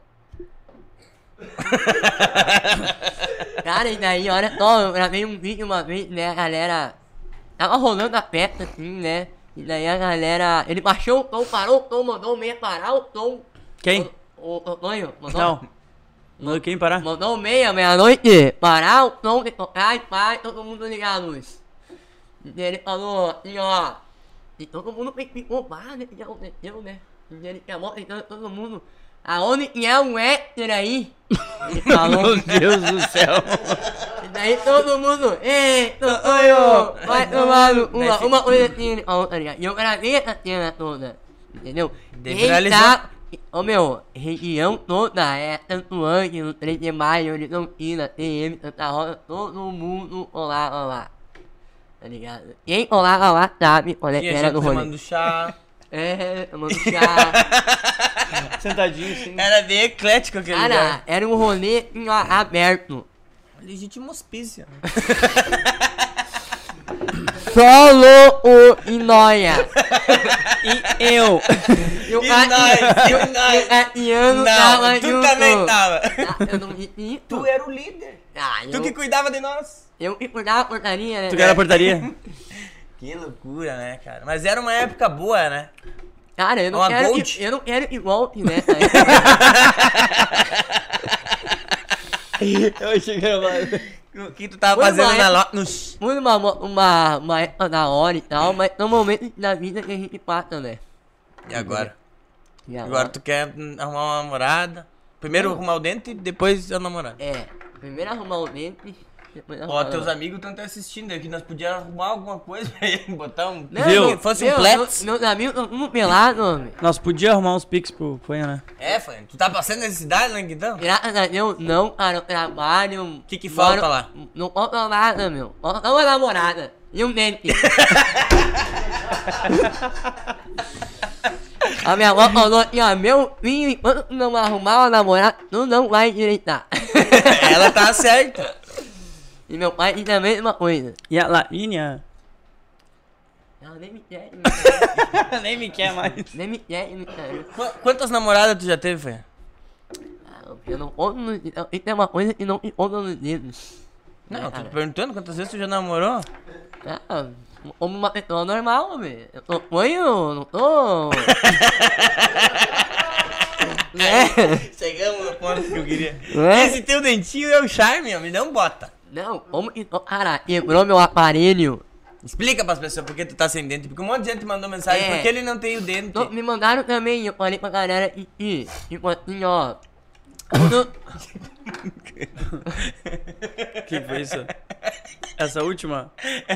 Cara, e daí, olha só, eu gravei um vídeo uma vez, né? A galera tava rolando a festa, assim, né? E daí a galera. Ele baixou o tom, parou o tom, mandou o meia parar o tom. Quem? O Totonho, mandou. Não. Não, quem parar? Mandou o meia, meia-noite, parar o tom de tocar e pá, e todo mundo ligar a luz. E ele falou assim, ó. E todo mundo ficou, pá, né? O que aconteceu, né? E ele chamou então todo mundo. Aonde que é um hétero aí? Ele falou. Meu Deus do céu. E daí todo mundo, ei, Totonho, vai tomar no cu, uma, uma coisa assim, a outra, e eu gravei essa cena toda, entendeu? Viralizou. Eita, ô meu, região toda, é Santuante, no três de maio, Horizontina, T M, Santa Rosa, todo mundo olá, olá, tá ligado? Quem olá, olá sabe qual é que Tinha era gente do rolê. tomando chá. É, tomando chá. Sentadinho assim. Era bem eclético aquele Cara, lugar. era um rolê assim, ó, aberto. Legítimo hospício. Solo o Inoia. E eu. E o E Ca- nós, e o- e nós. e o Cassiano tava Não, tu junto. também tava. Ah, eu não disse isso. Tu era o líder. Ah, Tu eu, que cuidava de nós. eu que cuidava da portaria, né? Tu quer na portaria? Que loucura, né, cara? Mas era uma época boa, né? Cara, eu não Uma quero Gold. que, eu não quero que volte, né? Eu achei que era uma... O que tu tava Foi fazendo uma na época- lo... nos... Foi uma, uma, uma época da hora e tal, mas no momento da vida que a gente passa, né? E agora? E Agora tu quer arrumar uma namorada? Primeiro Não. arrumar o dente e depois a namorada. É, primeiro arrumar o dente, depois Ó, arrumar teus a- amigos estão até assistindo aqui, nós podíamos arrumar alguma coisa pra ele, botar um... Não, Viu? meu- Que fosse meu, um Plex. meu- Meus amigos estão tudo pelados, homem. Nós podíamos arrumar uns pics pro Cunha, né? É, foi. Tu tá passando necessidade, né, então? Graças a Deus, não, cara, eu trabalho. O Que que falta lá? Não falta nada, meu. Falta uma namorada e um dente. A minha avó falou assim, ó, meu filho, enquanto tu não arrumar uma namorada, tu não vai endireitar. Ela tá certa. E meu pai diz a mesma coisa. E a Lavínia? Ela nem me quer, me quer. Nem me quer mais. Nem me quer, me quer. Qu- Quantas namoradas tu já teve, Fê? Ah, eu não conto nos dedos. Isso é uma coisa que não me conta nos dedos. Não, tô cara. te perguntando quantas vezes tu já namorou? Ah, como uma pessoa normal, homem. Eu tô banho, não tô. Né? Chegamos no ponto que eu queria. É? Esse teu dentinho é o charme, homem, não bota. Não, como que. Cara, quebrou meu aparelho. Explica pras pessoas por que tu tá sem dente, porque um monte de gente mandou mensagem, É. porque ele não tem o dente. Então, me mandaram também, eu falei pra galera que, que, tipo assim, ó. O que foi isso? Essa última?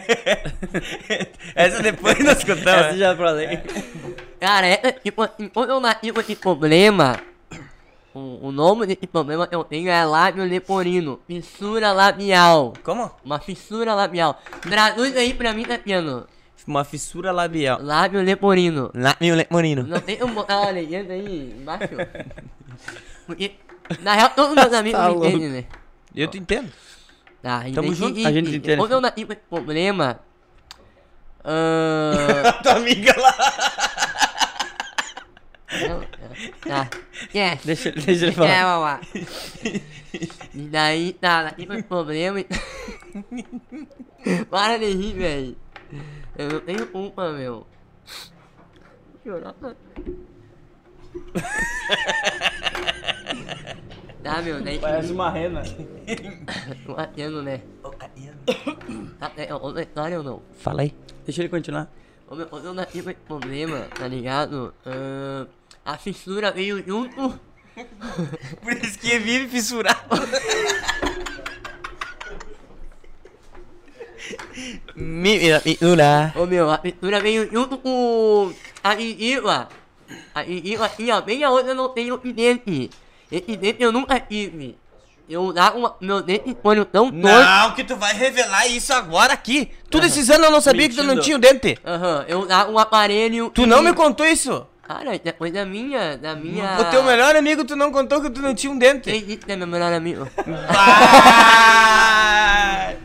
Essa depois nós escutamos. Essa já falei. Cara, é, tipo assim, quando eu nasci com esse problema, o, o nome desse problema que eu tenho é lábio leporino, fissura labial. Como? Uma fissura labial. Traduz aí pra mim, Tatiano. Uma fissura labial. Lábio leporino. Lábio leporino. Não tem como botar uma legenda aí embaixo? Porque, na real, todos os meus amigos Tá me louco. entendem, né? Eu te entendo. Tá, e Tamo daí- junto, e- a gente e- entende. Quando eu nasci com esse problema... ahn, Tua amiga lá. não, tá. Yes. Deixa, deixa ele É, falar. mamá. E daí, tá, nasci com esse problema e... Para de rir, velho. Eu não tenho culpa, meu. Chorar. Tá, meu, daí... Parece uma rena. Tô atendo, né? Tá, é outra história ou não? Fala aí. Deixa ele continuar. Ô, meu, quando eu nasci com esse problema, tá ligado? Ahn, a fissura veio junto. Por isso que vive fissurado. Mira, mira. Ô, meu, a fissura veio junto com a gengiva. A gengiva aqui, ó, bem aonde eu não tenho dente. Esse dente eu nunca tive. Eu usava uma, meu dente foram tão torto. Não, que tu vai revelar isso agora aqui. Todos esses anos eu não sabia que tu não Mentindo. tinha o dente. Aham, eu usava um aparelho. Tu que- não me contou isso. Cara, depois da minha, da minha... O teu melhor amigo, tu não contou que tu não tinha um dente. Quem disse que é meu melhor amigo? Vai.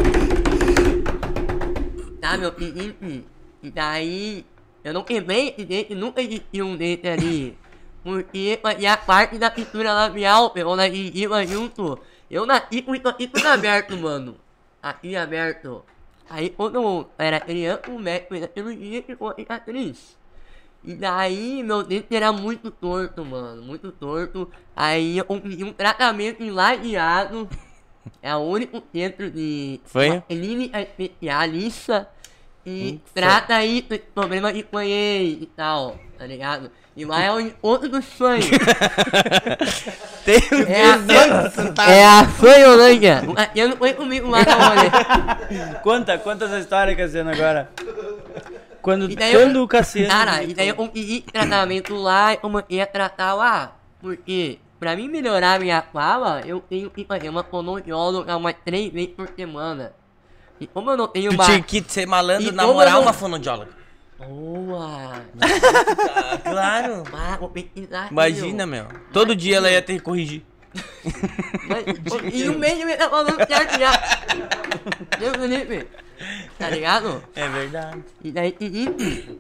Tá, meu, seguinte, e daí, eu não quebrei esse dente, nunca existia um dente ali. Porque fazia parte da pintura labial, pegou na gengiva junto. Eu nasci com isso aqui tudo aberto, mano. Aqui aberto. Aí quando eu era criança, o médico fez a cirurgia e ficou cicatriz. E daí, meu dente era muito torto, mano, muito torto. Aí eu consegui um tratamento enladeado. É o único centro de Foi? uma clínica especialista e trata aí esse problema de banheiro e tal, tá ligado? E lá é o encontro dos sonhos. Tem um É a, desenho sentado. é a sonholândia. O Cassiano foi comigo lá na rolê. Conta, conta essa história, Cassiano, agora. Quando, E daí eu- quando o Cassiano... Cara, e daí eu consegui tratamento lá e comecei a tratar lá. Porque pra mim melhorar minha fala, eu tenho que fazer uma fonoaudióloga umas três vezes por semana. E como eu não tenho Tu uma... tinha que ser malandro, E namorar como eu não- uma fonoaudióloga. Boa! Ah, claro. Ah, vou pesquisar aqui, Imagina, meu. Todo dia ela ia ter que corrigir. Mas, e um mês ele tá falando certo já. Deus me livre. Tá ligado? É verdade. E daí, seguinte.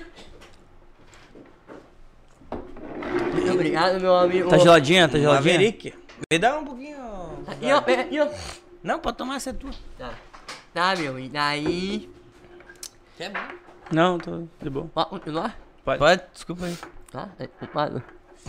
Muito obrigado, meu amigo. Tá geladinha? Tá geladinha? Maverick. Me dá um pouquinho. Aqui, ó, pega aqui, ó. Não, pode tomar essa é tua. Tá. Tá, meu, e daí. É bom. Não, tô de boa. Pode continuar? Pode. Pode, desculpa aí. Tá, tá desculpado.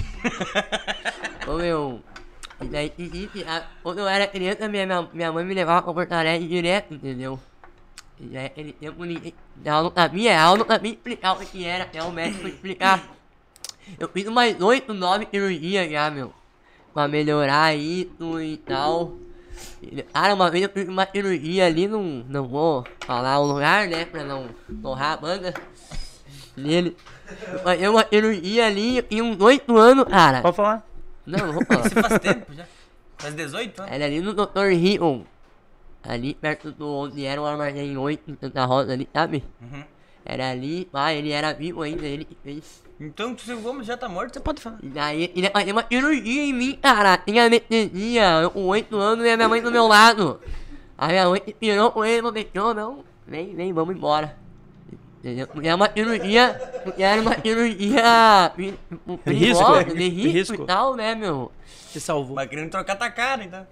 Ô, meu. E daí, seguinte, a- quando eu era criança, minha, minha, minha mãe me levava pra Porto Alegre direto, entendeu? E daí, aquele tempo, ninguém- ela não sabia, ela não sabia explicar o que era, até o médico explicar. Eu fiz umas oito, nove cirurgias já, meu. Pra melhorar isso e tal. E, cara, uma vez eu fiz uma cirurgia ali, não, não vou falar o lugar, né? Pra não torrar a banda. Nele. Eu fazer uma cirurgia ali em uns oito anos, cara. Pode falar? Não, não vou falar. Isso faz tempo já. Faz dezoito anos. Era ali no doutor Rion. Ali perto do onde era o armazém oito em Santa Rosa ali, sabe? Uhum. Era ali, ah, ele era vivo ainda, ele que fez. Então, se o Gomes já tá morto, você pode falar. E daí ele fazia uma cirurgia em mim, cara. Tinha anestesia, eu com oito anos e a minha mãe do meu lado. A minha mãe se pirou com ele, não deixou, não. Vem, vem, vamos embora. Entendeu? Porque era uma cirurgia, porque era uma cirurgia de risco, né? de De risco risco. e tal, né, meu? Te salvou. Mas querendo trocar tua cara, então.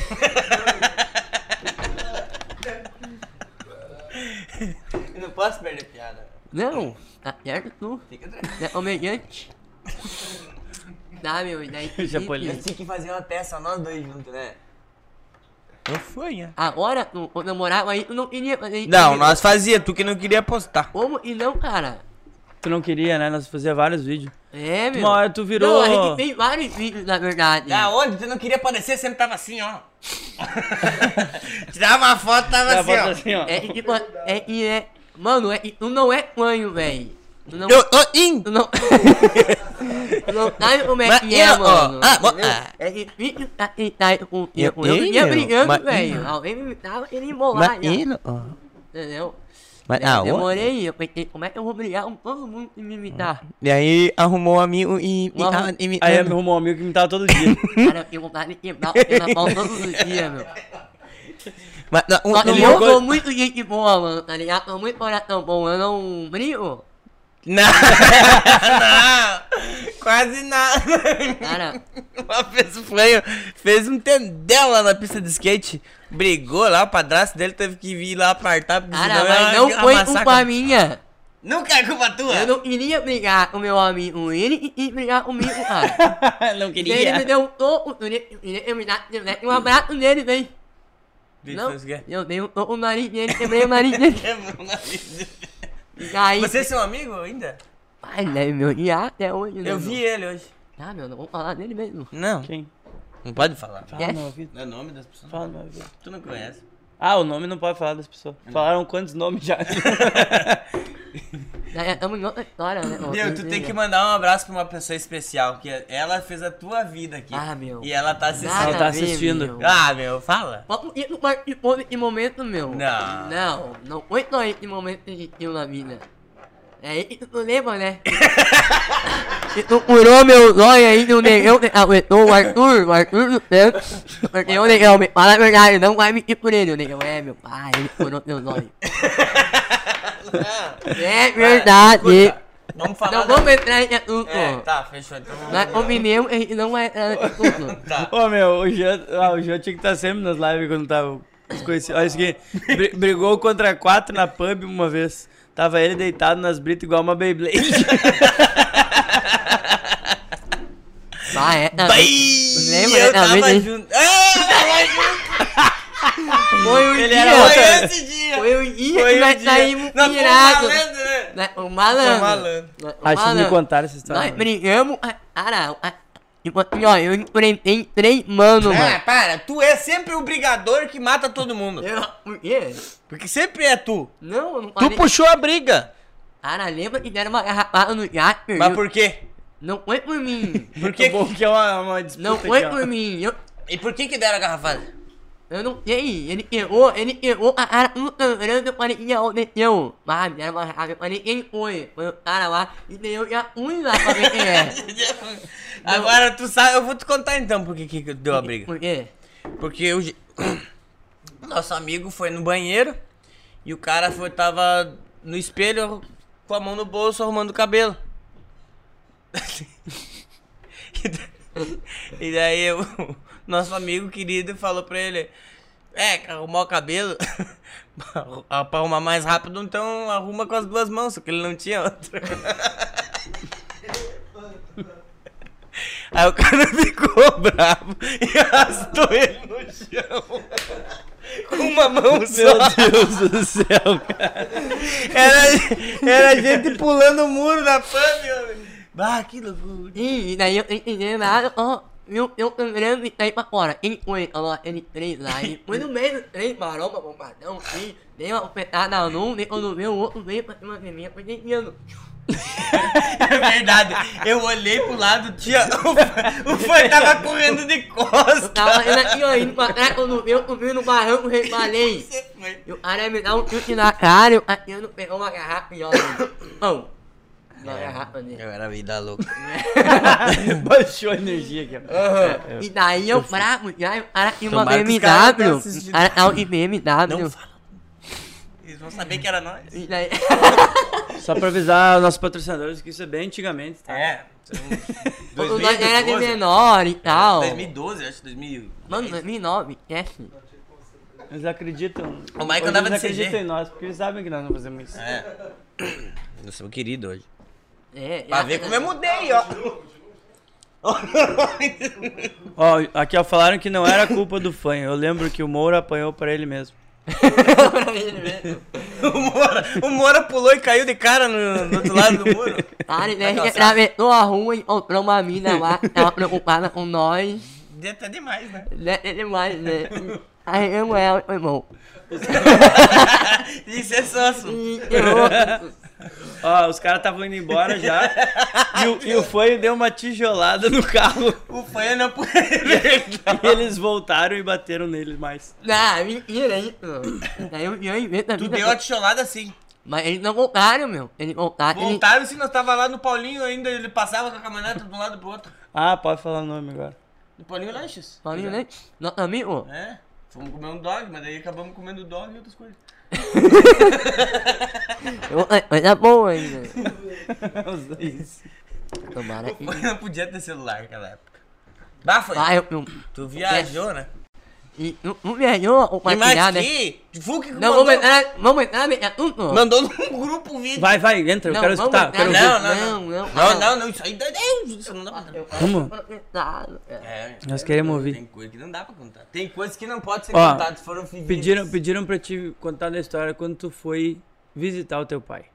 Eu não posso perder piada. Não, tá certo tu. Fica tranquilo. É comediante. Tá, meu, e daí... Japonês. Nós tinha que fazer uma peça nós dois juntos, né? Não foi, né? Agora, tu, quando eu morava aí, tu não queria fazer isso. Não, comigo. nós fazia, tu que não queria postar. Como? E não, cara. Tu não queria, né? Nós fazia vários vídeos. É, meu. Uma hora tu virou... Não, a gente fez vários vídeos, na verdade. Da onde? Tu não queria aparecer, sempre tava assim, ó. Tirava uma foto, tava Ela assim, bota ó. assim, ó. É que, tipo, é que é... Mano, é que tu não é fanho, velho. Tu não... Eu tô indo. Tu não... tu não sabe como é Mas que é, eu, ó, mano. ah, mo- entendeu? ah. É difícil tá tentando com o Eu- tempo. Eu ei, vivia meu, brigando, mas- velho. Alguém me tava querendo embolar já. Entendeu? Mas, É, ah, ó. demorei, eu pensei, como é que eu vou brigar com todo mundo que me imitar? E aí arrumou um amigo e... Não. tava Aí imitando. me arrumou um amigo que me tava todo dia. Cara, eu vontade de quebrar o pé na pau todos os dias, meu. Mas, não, um- Só que ele eu jogou- sou muito gente boa, mano, tá ligado? Sou muito coração bom, eu não brigo. Não, não, quase nada. Cara, Uma vez o Flanho fez um tendel lá na pista de skate, brigou lá, o padrasto dele teve que vir lá apartar, porque cara, senão mas ia não foi amassar culpa a- minha. Nunca é culpa tua. Eu não queria brigar com meu amigo, ele e brigar comigo, cara. Não Ele me deu um toco, eu queria me dar um abraço nele, velho. Não, Fez o quê? eu dei um toco no nariz dele, quebrei o nariz dele. Quebrou o nariz. E aí, Você é seu amigo ainda? ai, né, meu, e até hoje, né, Eu meu? vi ele hoje. Ah, meu, não vou falar dele mesmo. Não, Quem? não pode falar. Fala É? no meu ouvido. Não é o nome das pessoas? Fala no meu ouvido. Tu não conhece. Ah, o nome não pode falar das pessoas. Falaram quantos nomes já? Já estamos em outra história, né? Meu, tu tem que mandar um abraço pra uma pessoa especial, que ela fez a tua vida aqui. Ah, meu. E ela tá assistindo. Nada Ela tá a ver, assistindo. meu. Ah, meu, fala. Por que tu participou desse momento, meu? Não. Não, não foi só esse momento que a gente tinha na vida. É aí que tu lembra, né? E tu curou meu zóio aí do negão que aguentou o Arthur, o Arthur do tempo. Porque o negão, me fala a verdade, não vai mentir por ele. O negão, é meu pai, ele curou meu zóio. É verdade. Escuta, vamos falar. Não da- vamos entrar em assunto. É, tá, fechou. Então vamos. Nós combinamos que a gente não vai entrar nesse assunto. Tá. Ô, meu, o Jean, ah, o Jean tinha que estar sempre nas lives quando tava desconhecido. Olha isso aqui. Bri- brigou contra quatro na pub uma vez. Tava ele deitado nas britas igual uma Beyblade. Ah, é, Vai! também. Lembra, Eu né? tava Também tem- junto. Ah, tava junto. Foi o Ele dia. era Foi outra- esse dia. Foi o dia Foi que o nós dia. saímos Nós fomos pirados. malandro, né? Nós- O malandro. Foi malandro. Nós- o Acho que me malandro. contaram essa história. Nós brigamos. a- Cara, a- tipo assim, ó, eu enfrentei três manos, Ah, mano. para. Tu é sempre o brigador que mata todo mundo. Eu, por quê? Porque sempre é tu. Não, eu não Tu falei. puxou a briga. Cara, lembra que deram uma garrafada no Jasper? Mas Eu- por quê? Não foi por mim. Por que? bom que é uma, uma disputa Não foi aqui, ó. por mim. Eu, E por que que deram a garrafada? eu não sei. Ele pegou, ele pegou a cara no sangrando. Eu falei, e aconteceu? Mas deram uma garrafa. Eu falei, quem foi? Foi o cara lá. E daí eu já fui lá pra ver quem é. Agora tu sabe, eu vou te contar então por que que deu a briga. Por quê? Porque o ge- nosso amigo foi no banheiro e o cara foi, tava no espelho com a mão no bolso arrumando o cabelo. E da- E daí o nosso amigo querido falou pra ele: É, que arrumar o cabelo pra arrumar mais rápido, então arruma com as duas mãos, só que ele não tinha outra. Aí o cara ficou bravo e arrastou ele no chão. Com uma mão só. Meu Deus do céu, cara. Era, era gente pulando o muro da pub, homem. Bah, que loucura. E daí eu não entendi nada, ó. Eu, eu sangrando e saí pra fora. Quem foi? Ó, ele três lá. Ele foi no meio dos três, parou pra bombadão, assim. Deu uma petada num, daí quando veio o outro, veio pra cima de mim, eu fui desviando. É verdade. Eu olhei pro lado, tinha. O, o fã tava correndo de costas. Tava indo aqui, ó, indo pra trás, quando veio, eu vi no barranco, rebalei. Você foi. E o cara me dá um chute na cara, eu atendo, pegou uma garrafa e olha. Pão. Uma garrafa dele. Eu era vida louca. Baixou a energia aqui, ó. E daí eu bravo, já, o cara tinha uma Tomara que B M os caras W. não assistindo. O cara tava de B M W. Não fala. Eles vão saber que era nós. E daí... Só pra avisar os nossos patrocinadores que isso é bem antigamente, tá? É. O nós era de menor e tal. dois mil e doze, acho, dois mil. Mano, dois mil e nove, esquece. Eles acreditam. O Michael hoje andava eles de C G. acreditam em nós, porque eles sabem que nós não fazemos isso. É. Eu sou querido hoje. É, Pra ver como eu mudei, ó. Ó, aqui ó, falaram que não era culpa do fã. Eu lembro que o Moura apanhou pra ele mesmo. O Moura, o Moura pulou e caiu de cara no, no outro lado do muro. Cara, ele atravessou a rua e encontrou uma mina lá, tava preocupada com nós. Até demais, né? Né, é demais, né? Aí eu ela, foi bom. Isso é sócio. E eu... Ó, os caras estavam indo embora já. E o, e o Fanho deu uma tijolada no carro. O Fanho não pôde. E eles voltaram e bateram neles mais. Não, mentira, isso. Daí eu eu invento a Tu vida. deu a tijolada assim. Mas eles não voltaram, meu. Eles voltaram. Eles... Voltaram se nós tava lá no Paulinho ainda, ele passava com a caminhonete de um lado pro outro. Ah, pode falar o nome agora. No Paulinho Lanches. Paulinho, né? Nosso amigo. É, fomos comer um dog, mas daí acabamos comendo dog e outras coisas. Coisa boa ainda. Isso. Tomara O que... Fanho não podia ter celular naquela época. Bah, foi. Ah, eu... eu... Tu viajou, né? E não, não viajou o E mais compartilhar, né? que? Fulk que Não, mandou, vamos entrar, vamos entrar no assunto. mandou num grupo um vídeo. Vai, vai, entra, eu Não, quero vamos escutar. entrar Quero no- ver. Não, não, não. não, Não, não, não, isso aí dá Deus, isso não dá pra contar. Vamos. É. É, Nós queremos ouvir. tem coisa que não dá pra contar. Tem coisas que não pode ser Ó, contadas, foram vividas. Pediram, pediram pra te contar da história quando tu foi visitar o teu pai.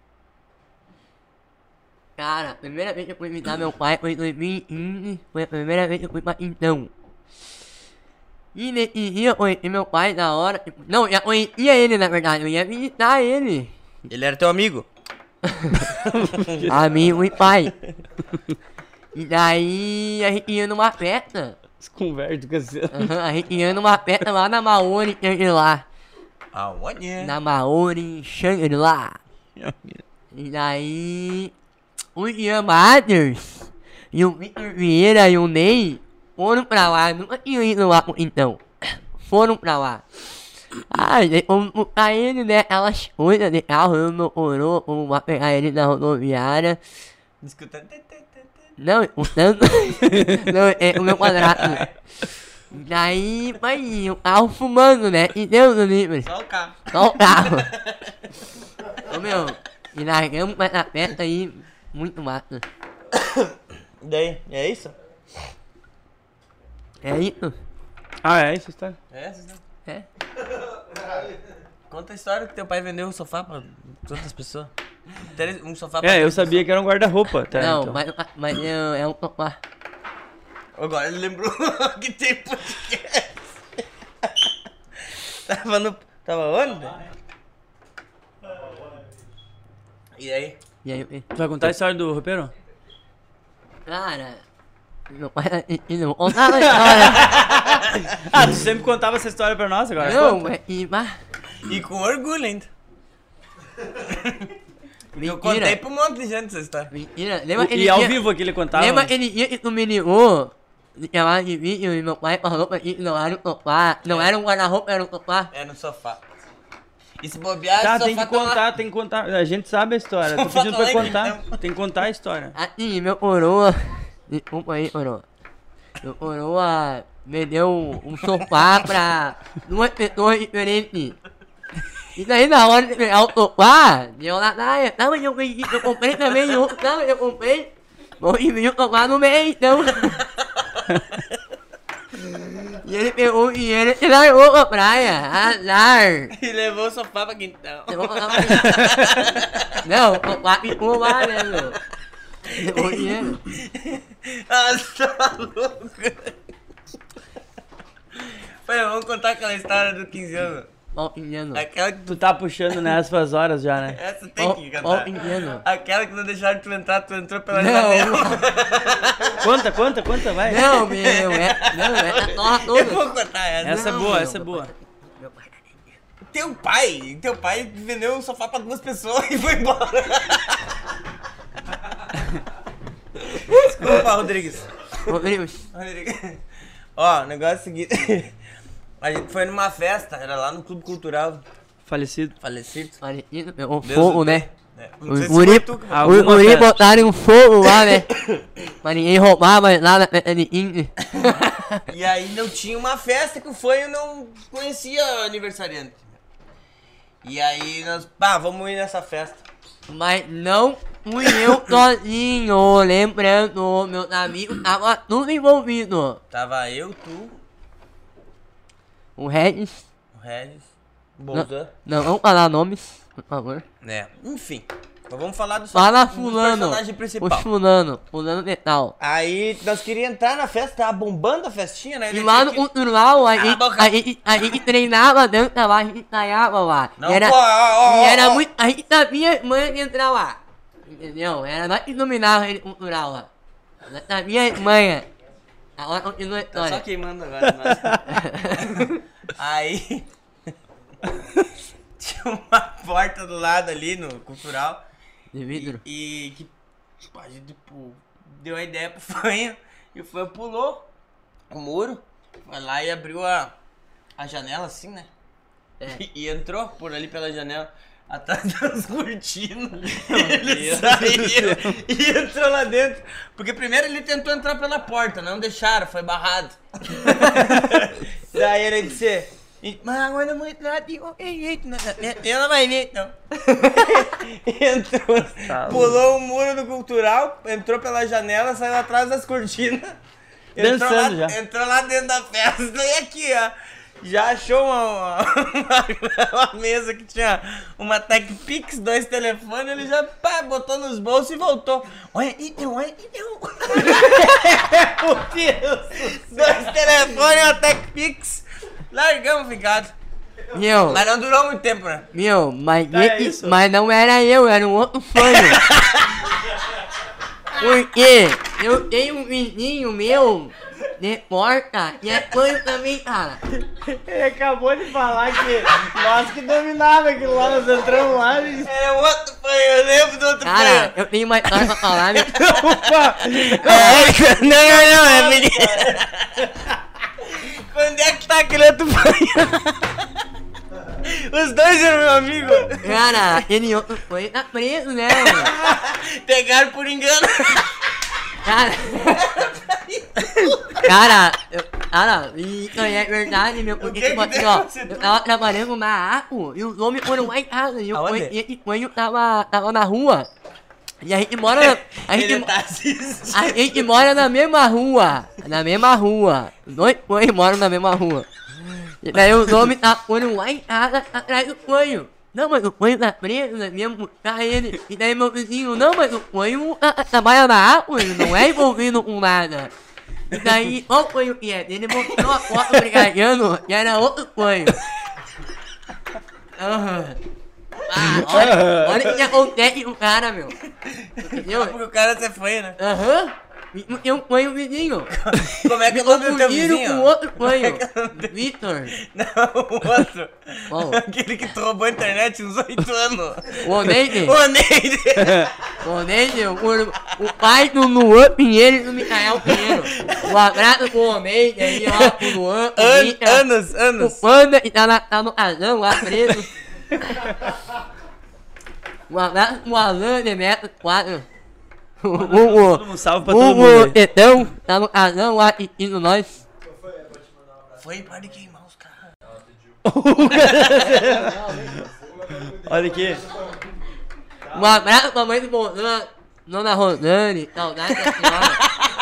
Cara, a primeira vez que eu fui visitar meu pai foi em dois mil e quinze. Foi a primeira vez que eu fui pra então. E nesse dia eu conheci meu pai da hora. Tipo, não, eu já conhecia ele na verdade. Eu ia visitar ele. Ele era teu amigo? Amigo e pai. E daí a gente ia numa festa. Conversa com você. Aham, a gente ia numa festa lá na Maori, Shangri-La. Aonde? Na Maori, Shangri-La. E daí, o Ian Mathers e o Victor Vieira e o Ney foram pra lá, nunca tinham ido lá então. Foram pra lá. Ah, daí fomos buscar ele, né? Aquelas coisas de carro, eu não orou, fomos lá pegar ele na rodoviária. Escutando. Não, o tanto. Não, é o meu quadrado. Daí, vai o carro fumando, né? E Deus do livre. Só o carro. Só o carro. Ô meu, e largamos com essa festa aí, muito massa. E daí? É isso? É isso? Ah, é isso, tá? É essa? Né? É? Conta a história que teu pai vendeu um sofá pra outras pessoas. Três- Um sofá pra É, eu três sabia que era um guarda-roupa, tá? Não, então. mas, mas eu, é um topar. pessoas. Agora ele lembrou que tem podcast. Tava no. Tava onde? E aí? E aí, Tu vai contar a história do roupeiro? cara, meu pai e não contava a história. Ah, tu sempre contava essa história pra nós agora. Não, conta. mas e mas, E com orgulho ainda. Eu mentira. contei pra um monte de gente essa história. Mentira, lembra E aquele ao dia- vivo que ele contava? Lembra aquele dia que tu me ligou? De chamar de vídeo e meu pai falou pra ti que não era um sofá. Não era um guarda-roupa, era um sofá. É no sofá. E se bobear, Tá, o tem sofá que tá lá. contar, tem que contar. A gente sabe a história. Tô Sofá pedindo tá pra lá, contar. então. Tem que contar a história. Assim, meu coroa. Desculpa aí, coroa. Meu coroa me deu um sofá pra duas pessoas diferentes. E daí na hora de pegar o sofá, deu lá, ah, tava eu, peguei, eu comprei também outro, tava eu comprei. Bom, e veio o sofá no meio, então. E ele pegou o dinheiro e largou pra praia. Azar. E levou o sofá pra quintal. Eu vou falar pra ele. Não, o sofá ficou lá, né, meu? Levou o dinheiro. Ah, você tá louco. Foi, vamos contar aquela história do quinze anos. Ó, indiano. Aquela que tu... Tu tá puxando nessas horas já, né? Essa tem Ó, que ó, cantar. indiano. Aquela que não deixaram tu entrar, tu entrou pela Não, janela. Conta, conta, conta, vai. não, meu, é, não, é, torra Eu vou toda. contar essa. Essa é Não, boa, meu, essa é boa. Meu pai tá nem Teu pai, teu pai vendeu um sofá pra duas pessoas e foi embora. Desculpa, Rodrigues. Rodrigues. Rodrigues. Ó, o negócio é o seguinte. A gente foi numa festa, era lá no Clube Cultural Falecido. falecido. Falecido, meu, o Deus fogo, do- né? É, O não sei se guri, foi tu que- o Alguma guri festa. botaram um fogo lá, né? Pra ninguém roubar, mas lá na festa de quinze. E aí não tinha uma festa que o Fanho não conhecia aniversariante. E aí nós, pá, vamos ir nessa festa. Mas não fui eu sozinho, lembrando, meus amigos tava tudo envolvido. Tava eu, tu, O Regis, o Regis, Bolzan. Não, vamos falar nomes, por favor. É, enfim. Mas vamos falar do, Fala do fulano, personagem o principal. fulano, fulano de tal. Aí nós queríamos entrar na festa, tava bombando a festinha, né? E Ele lá no tinha que- cultural, a Cala a gente, boca. a gente, a gente treinava dentro lá, a gente ensaiava lá. Não, E era, pô, ó, ó, e ó, era ó. muito, a gente sabia manha de entrar lá. Entendeu? Era nós que dominava ele cultural lá. Nós sabia manha. Agora continua a Tá história. só queimando agora. Mas... Aí... Tinha uma porta do lado ali no cultural. De vidro. E que tipo, a gente tipo, deu a ideia pro Fanha. E o Fanha pulou o muro. Foi lá e abriu a, a janela assim, né? É. E, e entrou por ali pela janela. Atrás das cortinas. Ele saiu e entrou lá dentro. Porque primeiro ele tentou entrar pela porta, não deixaram, foi barrado. Daí ele disse, mas agora não vou entrar de qualquer jeito, né? Ela vai ver então. Entrou, pulou o muro do cultural, entrou pela janela, saiu atrás das cortinas. Entrou Dançando lá, já. entrou lá dentro da festa e aqui, ó. Já achou uma, uma, uma mesa que tinha uma Tech Pix, dois telefones, ele já pá, botou nos bolsos e voltou. Olha, então, olha, então. Meu Deus! Dois telefones e uma Tech Pix. Largamos, ficado. Meu, Mas não durou muito tempo, né? meu, mas, Tá, é esse- isso. mas não era eu, era um outro fã. Porque eu tenho um vizinho meu de porta e é fã também, cara. Ele acabou de falar que nós que dominava aquilo lá, nós entramos lá e... É outro pai, eu lembro do outro Cara, pai. eu tenho uma história pra falar, meu. Opa! É, não, não, não, é menino. Quando é que tá aquele outro pai? Os dois eram meu amigo. Cara, aquele outro fã tá preso, né, mano? Pegaram por engano. Cara. Cara, eu, cara, isso aí é verdade, meu. Porque, O que tipo que assim, ó, deu? eu tava trabalhando no barraco e os homens foram lá em casa. E eu Aonde? fui- e esse sonho tava, tava na rua. E a gente mora na. A gente, Ele mo- tá assistindo. a gente mora na mesma rua. Na mesma rua. Os dois sonhos moram na mesma rua. E daí os homens tá, foram lá em casa atrás do sonho. Não, mas o sonho tá preso, né? Mesmo buscar ele. E daí meu vizinho, não, mas o sonho tá- tá- trabalha na água, ele não é envolvido com nada. E daí, qual foi o que é? Ele mostrou a foto brigadiano e era outro sonho. Aham. Ah, olha, olha o que acontece com o cara, meu. Entendeu? Porque o cara você foi, né? Aham. E tem um sonho vizinho. Como é que é o nome do teu Confundiram com vizinho? outro sonho. Vitor. Não, o outro. Qual? Aquele que tu roubou a internet uns oito anos. O Oneide. O Neide. O Oneide, o, o pai do Luan Pinheiro e do Micael Pinheiro. Um abraço pro Oneide aí, ó, pro Luan, pro An Mica, anos, o anos. Panda que tá, na, tá no casão lá preso. Um abraço pro Alan Demetrio quatro. O, o, Todo o, mundo salve pra todo o, mundo o aí. Tetão tá no casão lá assistindo nós. Foi para de queimar os caras. Olha aqui. Um abraço pra mãe do Bolzan, Dona Rosane, saudade da senhora.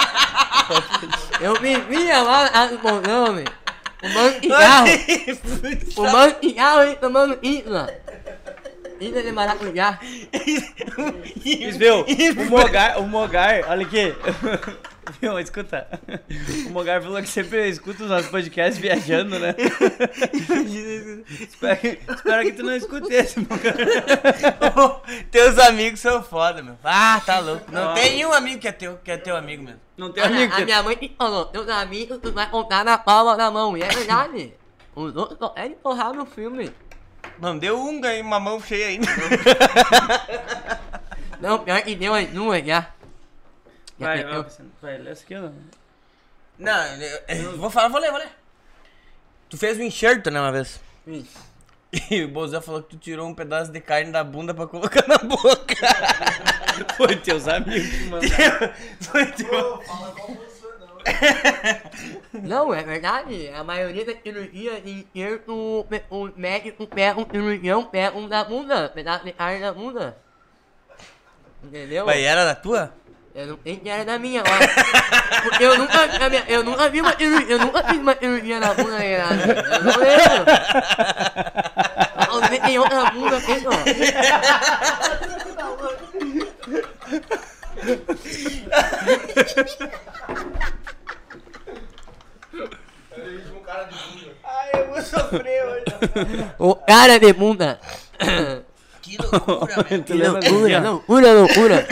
Eu vivia lá na casa do Bolzan, velho. Fumando cigarro. Fumando cigarro e tomando isla. Isla de maracujá. Viu? O Mogar, o Mogar, olha aqui. Viu, escuta. O Mogar falou que sempre escuta os nossos podcasts viajando, né? espero, que, espero que tu não escute esse, Mogar. Teus amigos são foda, meu. Ah, tá louco. Não tem nenhum amigo que é teu, que é teu amigo mesmo. Não tem Olha, amigo a que... minha mãe que falou, teus amigos tu vai contar na palma da mão. E é verdade. Os outros só querem porrar no filme. Não, deu um, ganhei uma mão cheia ainda. Não, pior que deu as duas já. Já Vai, pegou. vai, vai, lê essa aqui, não. Não, eu, eu vou falar, vou ler, vou ler. Tu fez um enxerto, né, uma vez? Isso. E o Bolzão falou que tu tirou um pedaço de carne da bunda pra colocar na boca. Foi teus amigos que mandaram. Foi teu. Fala qual foi não. Não, é verdade. A maioria das cirurgias de enxerto, o, o médico pega um cirurgião, pega um da bunda, pedaço de carne da bunda. Entendeu? Mas era da tua? Eu não sei que era da minha, ó. Porque eu nunca, a minha, eu nunca vi uma cirurgia, eu nunca fiz uma cirurgia na bunda nem nada. Eu não lembro. tem outra bunda aqui, ó. Um cara de bunda. Ai, eu vou sofrer hoje. O cara de bunda. Que loucura, velho. Tu Que lembra assim, loucura, ó? loucura, loucura.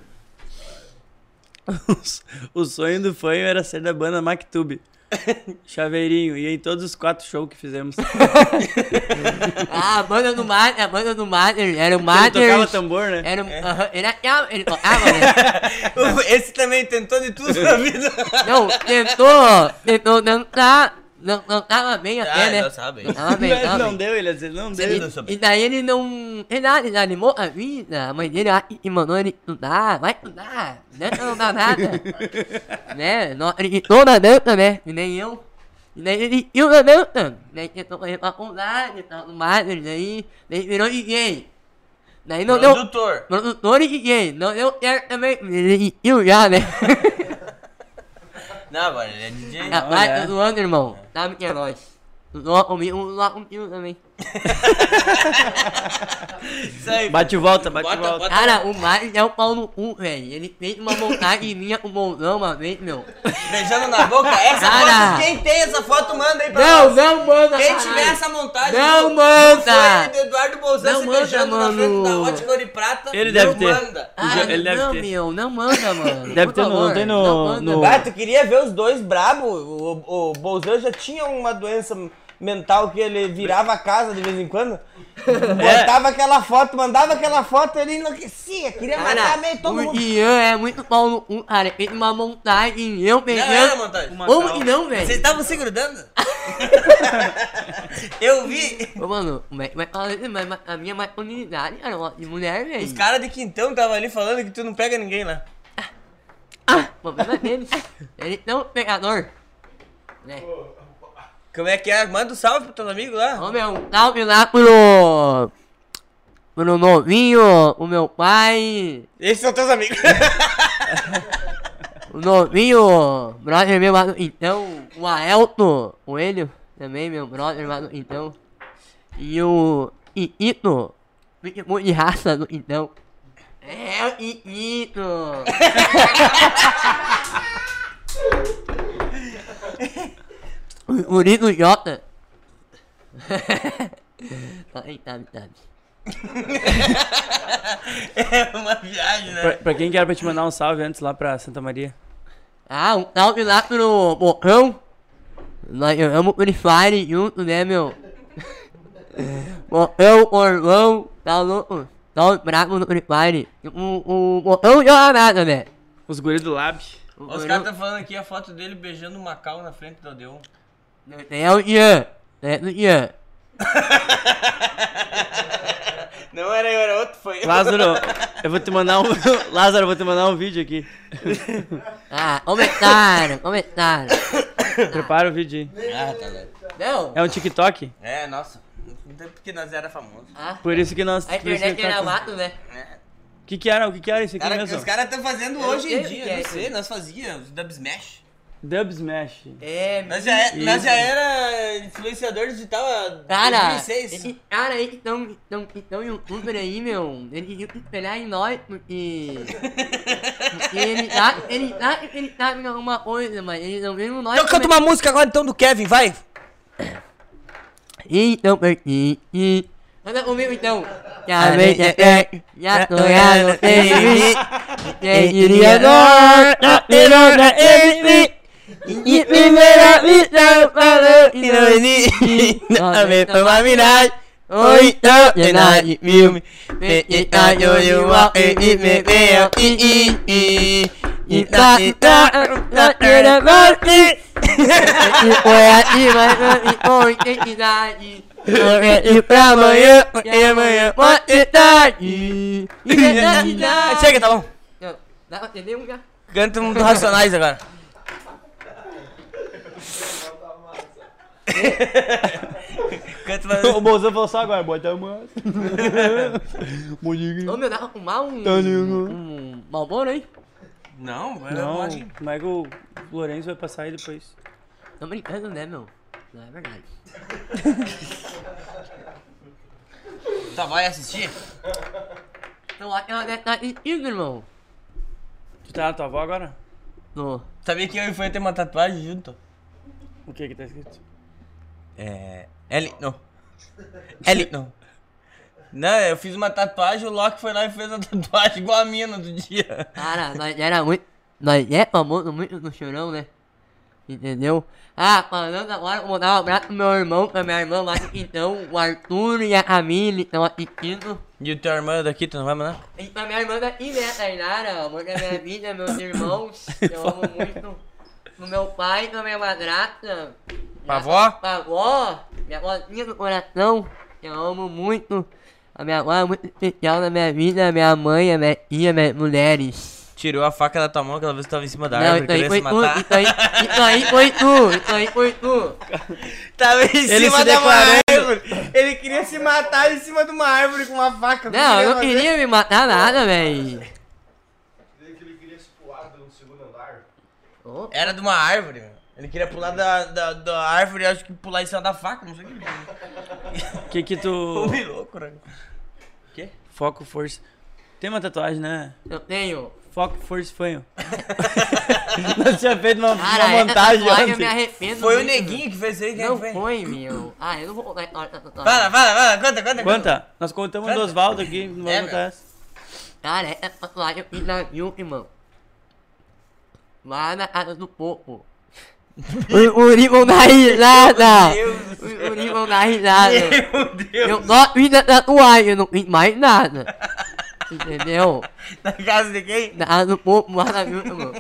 O sonho do Fanho era ser da banda Mactube. Chaveirinho, ia em todos os quatro shows que fizemos. Ah, a banda do Mater, a banda do Mater, era o Ele Mater. tocava tambor, né? Era, um- aham, ele, era- ele tocava, né? Esse também tentou de tudo na vida. Não, tentou, tentou dançar, não, não tava bem até, Ah, né? não sabe. Não tava bem, Mas tava não bem. deu, ele ia dizer, não Sim. deu. não soube. E daí ele não, ele não ele animou a vida, a mãe dele lá e mandou ele estudar, vai estudar, né? Não dá nada, né? Não acreditou na dança, né? E nem eu. E daí ele viu na dança, daí tentou ir pra faculdade, tal, no Mater, daí, daí virou D J. Daí não deu... Produtor. Produtor e D J, não deu certo também, ele viu já, né? Não, agora ele é D J. Rapaz, é. tô zoando, irmão, sabe que é nóis. Zoa comigo, zoa comigo também. Isso aí. Bate e volta, bate Bota, e volta. bota. Cara, o Mário é o pau no cu, velho. Ele fez uma montagem minha com o bolsão uma vez, meu. Beijando na boca. Essa Cara. foto, quem tem essa foto, manda aí pra Não, nós. não manda, Quem caralho. tiver essa montagem Não do- manda. do Foi do Eduardo Bolzan Não se manda, beijando mano. na frente da Ótica Ouro e Prata. Ele não deve ter. manda. Ah, Ele deve não, ter. meu, não manda, mano. Deve Por ter no- favor, não tem no- não manda. no- Ah, tu queria ver os dois brabo? O, o Bolzan já tinha uma doença mental que ele virava a casa de vez em quando. Botava aquela foto, mandava aquela foto, ele enlouquecia, queria matar Cara, meio todo o mundo. Ian é muito pau no cu, cara. Ele fez uma montagem, eu Não era beijando. montagem. Como que não, Vocês velho? estavam se grudando? Eu vi. Ô, mano, como é que vai falar isso? Mas mas a minha masculinidade, cara, eu gosto de mulher, velho. Os caras de Quintão estavam ali falando que tu não pega ninguém lá. Ah, o problema é deles. Ele é um pegador. Né? Como é que é? Manda um salve pro teu amigo lá. Ô meu, salve lá pro. Pro novinho, o meu pai. Esses são teus amigos. O novinho, brother meu lá do então. O Aelto, o Enio, também meu brother lá do então. E o Iito, muito de raça do então. É o Iito. O Nito Jota. Ai, tá, tá. É uma viagem, Pra, né? pra quem que era pra te mandar um salve antes lá pra Santa Maria? Ah, um salve lá pro Bocão. Nós jogamos Free Fire junto, né, meu? Bocão, Orlão, tá louco? Salve bravo no Free Fire. O, o Bocão joga nada, né? Os guris do Lab. O Os Orlão- caras estão falando aqui a foto dele beijando o Macau na frente do Odeon. É o Ian. É o Ian. Não era eu, era outro, foi eu. Lázaro, eu vou te mandar um. Lázaro, eu vou te mandar um vídeo aqui. Ah, comentário, comentário. Prepara o vídeo aí. Ah, tá louco. Não. É um TikTok? É, nossa. Até porque nós era famoso. Ah, Por isso que nós. a por isso internet que era tá- mato, né? É. O que que era? O que que era isso aqui Cara, mesmo? os caras estão fazendo Eu hoje sei em o que dia, é não isso sei, aí. nós fazíamos Dub Smash. Dub Smash. É, Nós já, é, nós Isso. já era influenciador digital há Cara, dois mil e seis. esse cara aí que tão, tão, que tão youtuber aí, meu, ele tinha que espelhar em nós, porque... porque ele tá, ele tá, ele tá em alguma coisa, mas ele não viu nós... Então canta uma música agora então do Kevin, vai! Então, porque... Canta comigo então. Já vem, já vem, já tô, já não tem limite. Quem iria dar, na terra da ele e primeira vida falou e não existe. Não vem tomar miragem. Oi, então, cena de filme. Peita, yo, yo, wa, e, e, me, veo, i, i, i. E tá, e tá, na terra da ele. E foi assim, mas não me com identidade. E pra amanhã, e amanhã pode ser tarde. Identidade. Chega, tá bom. Não, dá pra entender um já? Canta um do Racionais agora. Canta uma... O Bolsão falou só agora, bota a mão. Ô meu, dá pra fumar um... Tá ligado. Um Malboro aí? Não, era Não, uma... como é que o Lourenço vai passar aí depois? Tô brincando, né, meu? Não é verdade. Tá, vai assistir? Eu acho que ela deve estar assistindo, irmão. Tu tá na tua avó agora? Tô. Sabia que eu e o Fanho tem uma tatuagem junto? O que que tá escrito? É... L... Não. L... Não. Não, eu fiz uma tatuagem, o Loki foi lá e fez uma tatuagem igual a minha no outro dia. Cara, nós era muito... Nós é famoso muito no chorão, né? Entendeu? Ah, falando agora, vou dar um abraço pro meu irmão, pra minha irmã lá. Então, o Arthur e a Camille estão assistindo. E o teu irmão daqui, tu não vai mandar? E pra minha irmã daqui, né, Tainara, amor da minha vida, meus irmãos. Eu amo muito. Pro meu pai, pra minha madrasta. Pra avó? Pra avó, minha avózinha do coração. Eu amo muito. A minha avó é muito especial na minha vida, a minha mãe, a minha tia, minhas mulheres. Tirou a faca da tua mão aquela vez que tava em cima da Não, árvore, isso aí queria foi se tu, matar. isso aí, isso aí foi tu, isso aí foi tu. Tava em Ele cima se de uma declarando. árvore. Ele queria se matar em cima de uma árvore com uma faca. Não, eu não fazer. queria me matar nada, véi. Dizem que ele queria se pular do segundo andar. Oh, Era de uma árvore, meu. Ele queria pular da, da, da árvore, acho que pular em cima da faca, não sei o que. O que que tu... Ô, louco, né? Quê? Foco, força... Tem uma tatuagem, né? eu tenho. Foco, força e fanho. Nós tinha feito uma, Cara, uma essa montagem tatuagem eu me ontem. arrependo Foi o muito, neguinho que fez isso aí, quem Não que fez? foi, meu. Ah, eu não vou contar a história da tatuagem. Fala, fala, fala, conta, conta. Quanta? Nós contamos Quanta? do Osvaldo aqui, não vai É, contar essa. Cara, essa tatuagem eu fiz na Vilma, irmão. Lá na casa do Popo. O Uri vão dar risada. Meu Deus do O Uri vão dar risada. Meu Deus. Eu só fiz a tatuagem, eu não fiz mais nada. Entendeu? Na casa de quem? Na casa do Popo, lá na Vilma, irmão.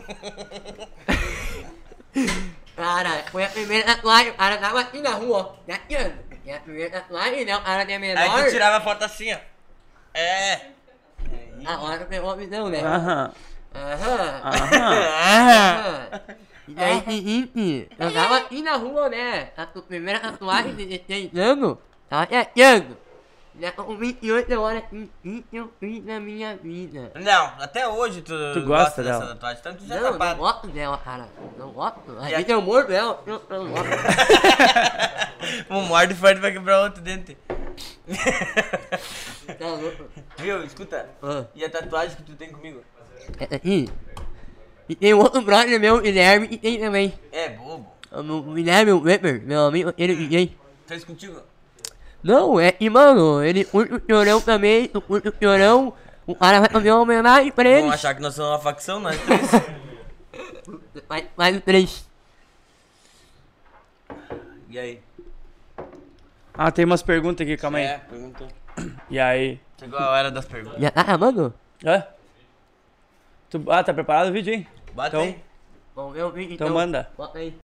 Cara, foi a primeira tatuagem, o cara tava aqui na rua, ó. Daqui, ó. E a primeira tatuagem, né? O cara tem menor. Aí tu tirava a foto assim, ó. É. Agora pegou a visão, né? Aham. Aham. Aham. Aham. E daí, seguinte, eu tava aqui na rua, né? A tu- primeira tatuagem de dezesseis anos, tava testando. Já tô com vinte e oito horas aqui, o que eu fiz na minha vida? Não, até hoje tu, Tu gosta dessa dela? tatuagem, tanto tu já Não, tá eu não tapado. gosto dela, cara. Não gosto. Às Já- vezes eu mordo ela, eu eu não gosto. Um morde forte vai quebrar outro dente. Tá louco. Viu, escuta. Ah. E a tatuagem que tu tem comigo? Essa aqui. E tem outro brother meu, Guilherme, que tem também. É bobo. O meu- o Guilherme, o Weber, meu amigo, ele D J. Fez contigo? Não, é que, mano, ele curte o chorão também, tu curte o chorão, o cara vai fazer uma homenagem pra Vão ele. achar que nós somos uma facção, nós três. Faz, faz o três. E aí? Ah, tem umas perguntas aqui, calma aí. É, perguntou. E aí? Chegou a hora das perguntas. Já tá acabando? Hã? Tu... Ah, tá preparado o vídeo, hein? Bate Então- aí. Vamos ver o vídeo Então então. manda. Bota aí.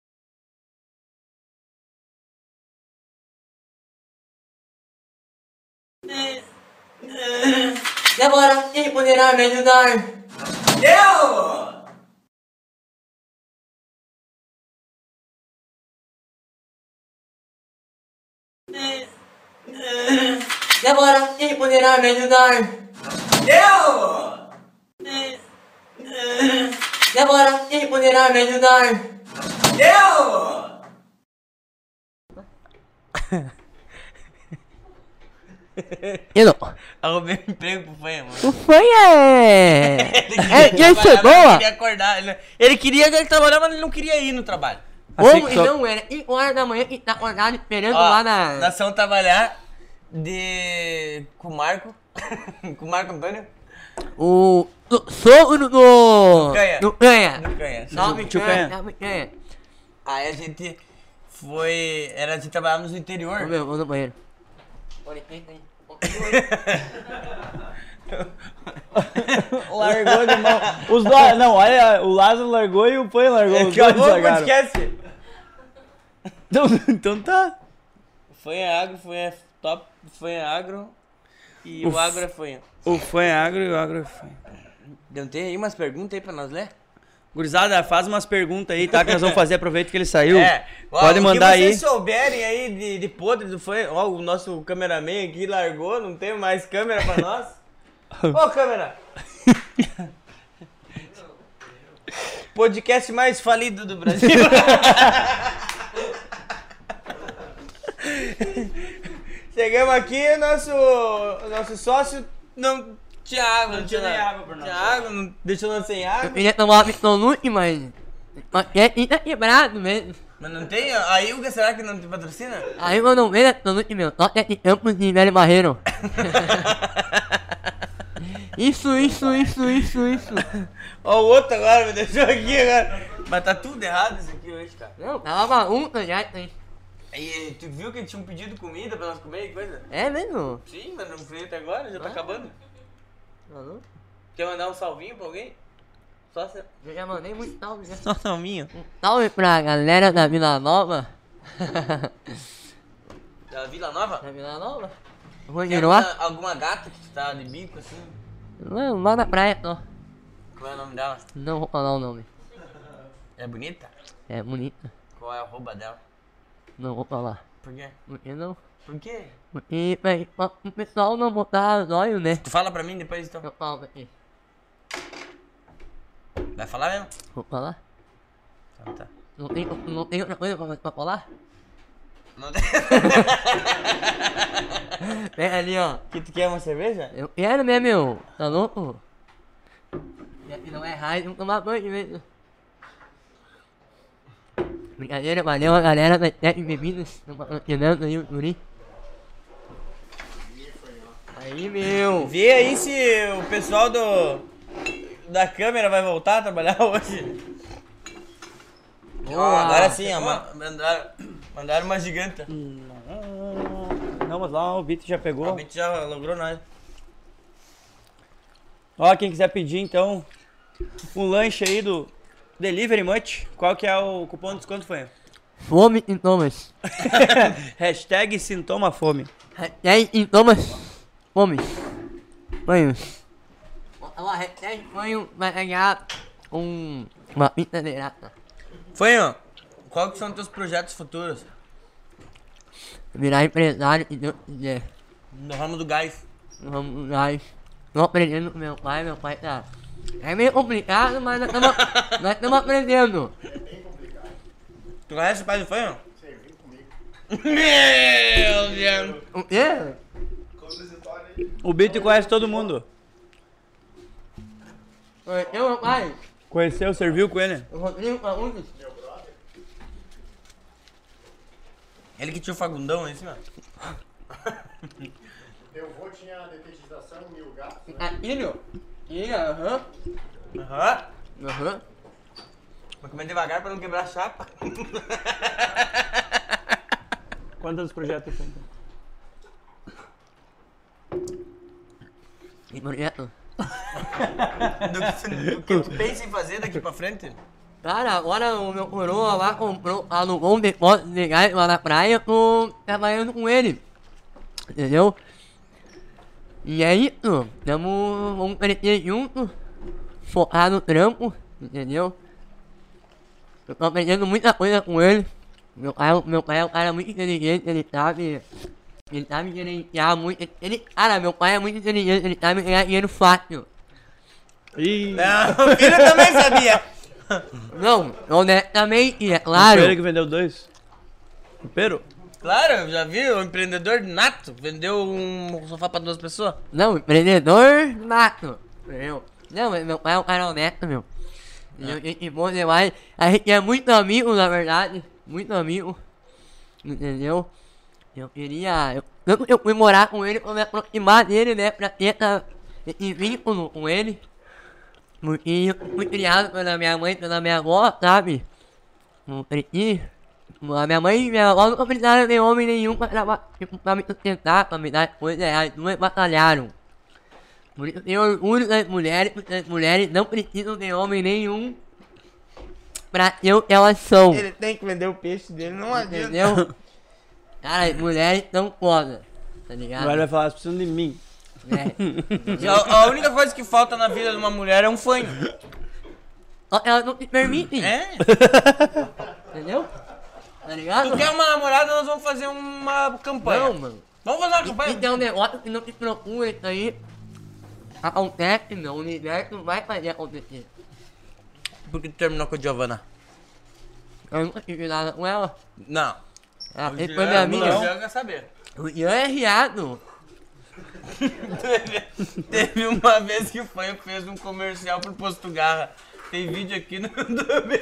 E agora, quem poderá me ajudar? Eu! E agora, quem poderá me ajudar? Eu! E agora, quem poderá me ajudar? Eu! Eu não. Arrumei um emprego pro Fanha, mano. O foi é... É, quem foi Trabalhar, mas boa? Ele queria acordar. Ele, ele queria ele trabalhar, mas ele não queria ir no trabalho. Assim Como que só- então era cinco horas da manhã que tá acordado esperando Ó, lá na... nós vamos trabalhar de... com o Marco. com o Marco Antônio. O o sogro do... Canha. Do Canha. Do Canha. Salve, Tio Canha. Canha. Salve, Canha. Aí a gente foi... Era de trabalhávamos no interior. Ô, meu, vou no banheiro. Olha, vem aí. Largou de mão. Os dois. Não, olha, o Lázaro largou e o Panho largou. Os dois Acabou o largaram. podcast. Então, então tá. Fanha Agro, Fanha Top, Fanha Agro. E o Uf. Agro é Fanha. O Fã é agro e o agro é fã. Não tem aí umas perguntas aí pra nós ler? Gurizada, faz umas perguntas aí, tá? Que nós vamos fazer. Aproveita que ele saiu. É, ó, Pode mandar o que aí. vocês souberem aí de, de podre do fã, ó, o nosso cameraman aqui largou, não tem mais câmera pra nós. Ô, câmera! Podcast mais falido do Brasil. Chegamos aqui, nosso, nosso sócio não tinha água. Não tinha nem nada. água pra nós. Tinha água, não deixou nós sem Eu água. queria tomar uma absolute, mas. Mas é tá quebrado mesmo. Mas não tem? A Ilga, será que não te patrocina? Aí eu não vejo absolute, meu. Só que é de Campos de Velho Barreiro. Isso, isso, isso, isso, isso. Ó, o outro agora me deixou aqui agora. Mas tá tudo errado isso aqui hoje, cara. Não, tava bagunça já. Hein? Aí, tu viu que tinha um pedido de comida pra nós comer e coisa? É mesmo? Sim, mas não fui até agora, já tá Ah. acabando. Maluco. Quer mandar um salvinho pra alguém? Só se... Eu já mandei muito salve, né? Só salvinho. Um salve pra galera da Vila Nova. Da Vila Nova? Da Vila Nova? Tem Rogiroá? alguma, alguma gata que tu tá de bico assim? Não, lá na praia, não. Qual é o nome dela? Não vou falar o nome. É bonita? É bonita. Qual é a arroba dela? Não vou falar. Por quê? Por que não? Por quê? Porque pra, pra, o pessoal não botar zóio, né? Tu fala pra mim depois então. Eu falo aqui. Vai falar mesmo? Vou falar? Então tá. Não tem, não tem outra coisa pra, pra falar? Não tem... Vem ali, ó. Que tu quer uma cerveja? Eu quero, né, meu? Tá louco? E não é raio, não tomar banho mesmo. Brincadeira, valeu a galera da Tec Bebidas. Estão patrocinando aí o Turi. Aí, meu. Vê aí se o pessoal do da câmera vai voltar a trabalhar hoje. Boa. Agora sim, ó, ma- mandaram, mandaram uma giganta. Vamos lá, o Vitor já A pegou. gente já logrou nós. Ó, quem quiser pedir então um lanche aí do Delivery Much, qual que é o cupom de desconto, foi? Fome e sintomas. Hashtag sintoma fome. Hashtag sintomas. Fome. Banhos. Bota lá, hashtag banho vai ganhar um, uma pizza de graça. Foi, ó. Qual que são os teus projetos futuros? Virar empresário e Deus quiser. No ramo do gás. Vamos lá. Tô aprendendo com meu pai, meu pai tá. É meio complicado, mas nós estamos nós estamos aprendendo. Tu conhece o pai do Fanho? Sim, vim comigo. Meu Deus! O quê? O Vitor conhece todo mundo. Eu, meu pai. Conheceu, serviu com ele. O Rodrigo Fagundes. Ele que tinha o Fagundão aí em cima. Meu avô tinha detetização mil gatos. Filho? Filho, aham. Aham. Aham. Mas comer devagar pra não quebrar a chapa. Quantos projetos tem? Então? Que projeto? Do que, tu- do que tu pensa em fazer daqui pra frente? Cara, agora o meu coroa lá comprou, alugou um depósito de gás lá na praia, tô trabalhando com ele. Entendeu? E é isso, tamo, vamos crescer junto, focar no trampo, entendeu? Eu tô aprendendo muita coisa com ele. Meu pai, meu pai é um cara muito inteligente, ele sabe, ele sabe gerenciar muito, ele, cara, meu pai é muito inteligente, ele sabe ganhar dinheiro fácil. Ih, Não, o filho também sabia. Não, honestamente, é o claro. Pedro que vendeu dois. O Pedro? Claro, eu já vi o empreendedor nato. Vendeu um sofá pra duas pessoas. Não, empreendedor nato. Entendeu? Não, mas meu pai é um cara honesto, meu. Entendeu? Gente boa demais. A gente é muito amigo, na verdade. Muito amigo. Entendeu? Eu queria. Eu, tanto que eu fui morar com ele pra me aproximar dele, né? Pra ter essa, esse vínculo com ele. Porque eu fui criado pela minha mãe e pela minha avó, sabe? Não cresci. A minha mãe e minha avó nunca precisaram de homem nenhum pra, traba- tipo, pra me sustentar, pra me dar coisa, as duas batalharam. Por isso eu tenho orgulho das mulheres, porque as mulheres não precisam de homem nenhum pra ser o que elas são. Ele tem que vender o peixe dele, não adianta. Entendeu? Cara, as mulheres são foda, tá ligado? Agora vai falar, vocês precisam de mim. É. A, a única coisa que falta na vida de uma mulher é um fanho. Só que elas não se permitem, É? entendeu? Tá ligado? Tu quer uma namorada, nós vamos fazer uma campanha. Não, mano. Vamos fazer uma E campanha. tem um negócio que não te procura, isso aí acontece, meu, o universo vai fazer acontecer. Por que tu terminou com a Giovanna? Eu nunca tive nada com ela. Não. Ela O sempre foi Jean- minha o amiga. Jean quer saber. O Ian é riado. teve, teve uma vez que o Fanho fez um comercial pro Posto Garra. Tem vídeo aqui no YouTube.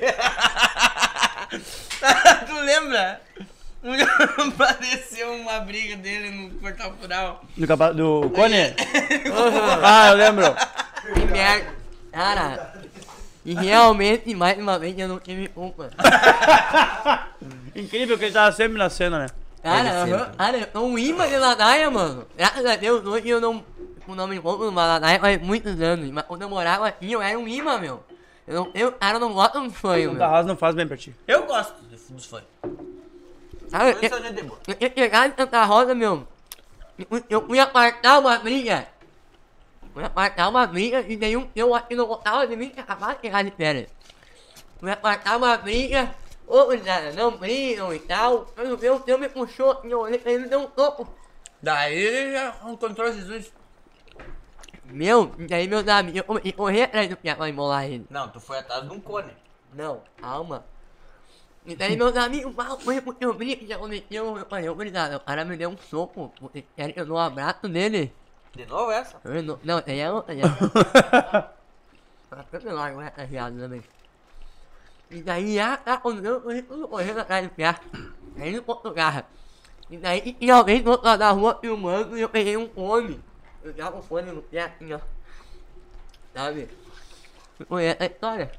Tu lembra? Apareceu uma briga dele no Portal Fural. Do, capa... do Cone? Ah, eu lembro. Que merda. Cara, e realmente, mais uma vez, eu não tive culpa. Incrível que ele tava sempre na cena, né? Cara, Ele aham, sempre. cara, eu tô um imã de ladaia, mano. Graças a Deus, hoje eu não, eu não me encontro numa ladaia faz muitos anos. Mas quando eu morava aqui, eu era um imã, meu. Eu não, eu, cara, não gosto de sonho, Santa meu. Rosa não faz bem pra ti. Eu gosto dos Fanho. Cara, Isso eu, é gente boa. eu tinha chegado em Santa Rosa, meu. Eu, eu fui apartar uma briga. Fui apartar uma briga e daí um, eu acho que não gostava de mim, que acabava de chegar de férias. Fui apartar uma briga. Ô, cara, não brigam e tal. Quando veio, eu me puxou, eu olhei pra ele e deu um toco. Daí ele já encontrou Jesus. Meu, e daí meus amigos, eu comecei a correr atrás do piá pra embolar ele. Não, tu foi atrás de um cone. Não, calma. E daí meus amigos, mal, foi porque eu vi que já aconteceu. Eu falei, obrigado, o cara me deu um soco. Vocês querem que eu dou um abraço nele? De novo essa? Eu não, não, tem a outra já. Ah, tanto largo, né, tá viado também. E daí já tá acontecendo, eu fui tudo correndo atrás do piá. Aí no ponto garra. E daí tinha alguém do outro lado da rua filmando e eu peguei um fone. Eu já com o fone no pé assim, ó. Sabe? Você conhece a história?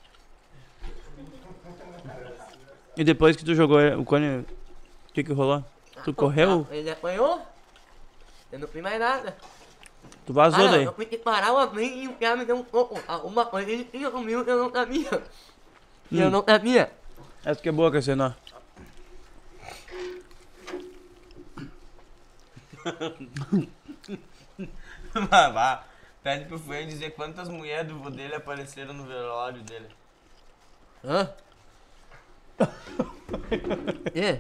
E depois que tu jogou o Cone, o que que rolou? Tu correu? Ele apanhou? Eu não fiz mais nada. Tu vazou Ah, daí? eu fui que parar uma vez e o cara me deu um soco. Alguma coisa ele tinha comigo que eu não sabia. E eu Hum. não sabia. Essa que é boa, Cassiano, ó. Mas vá, pede pro Fanho dizer quantas mulheres do vô dele apareceram no velório dele. Hã? E?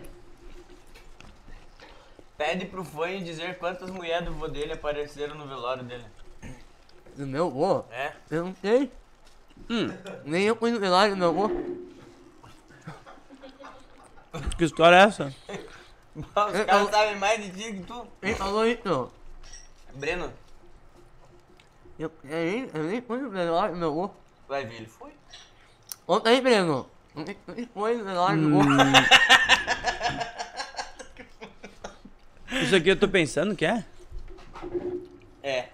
Pede pro Fanho dizer quantas mulheres do vô dele apareceram no velório dele. Do meu vô? É? Eu não sei. Hum, Nem eu fui no velório do meu vô. que história é essa? Os caras sabem mais de ti que tu. Quem falou isso? Breno, Eu, eu, nem, eu nem fui no velório do meu vô. vai ver, ele foi. Conta aí, Breno. Quem quem foi no velório do vô? Isso aqui eu tô pensando que é? É.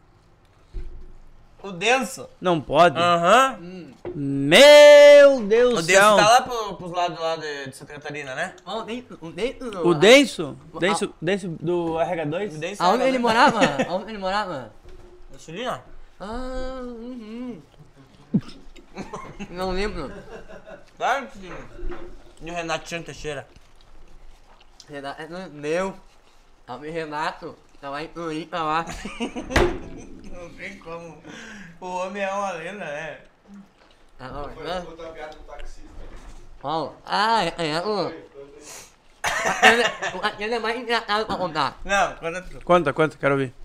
O Denso. Não pode. Aham. Meu Deus O do Denso céu. tá lá pro, pros lados lá de, de Santa Catarina, né? Ó, o dentro, o dentro do... O Denso? Denso, Denso do R H dois? O Denso Aonde era, ele né? morava? Aonde ele morava? Na Sulina? Ah, uhum. Não lembro. Claro que sim. E o Renato Chan Teixeira? Renato é do meu. Salve Renato. Tá lá em Floripa lá. Não tem como. O homem é uma lenda, né? Tá bom, Foi né? contar a piada do taxista. Ó, ah, é, é, ó. O aquele é mais engraçado pra contar. Não, conta tu. Conta, conta, quero ouvir.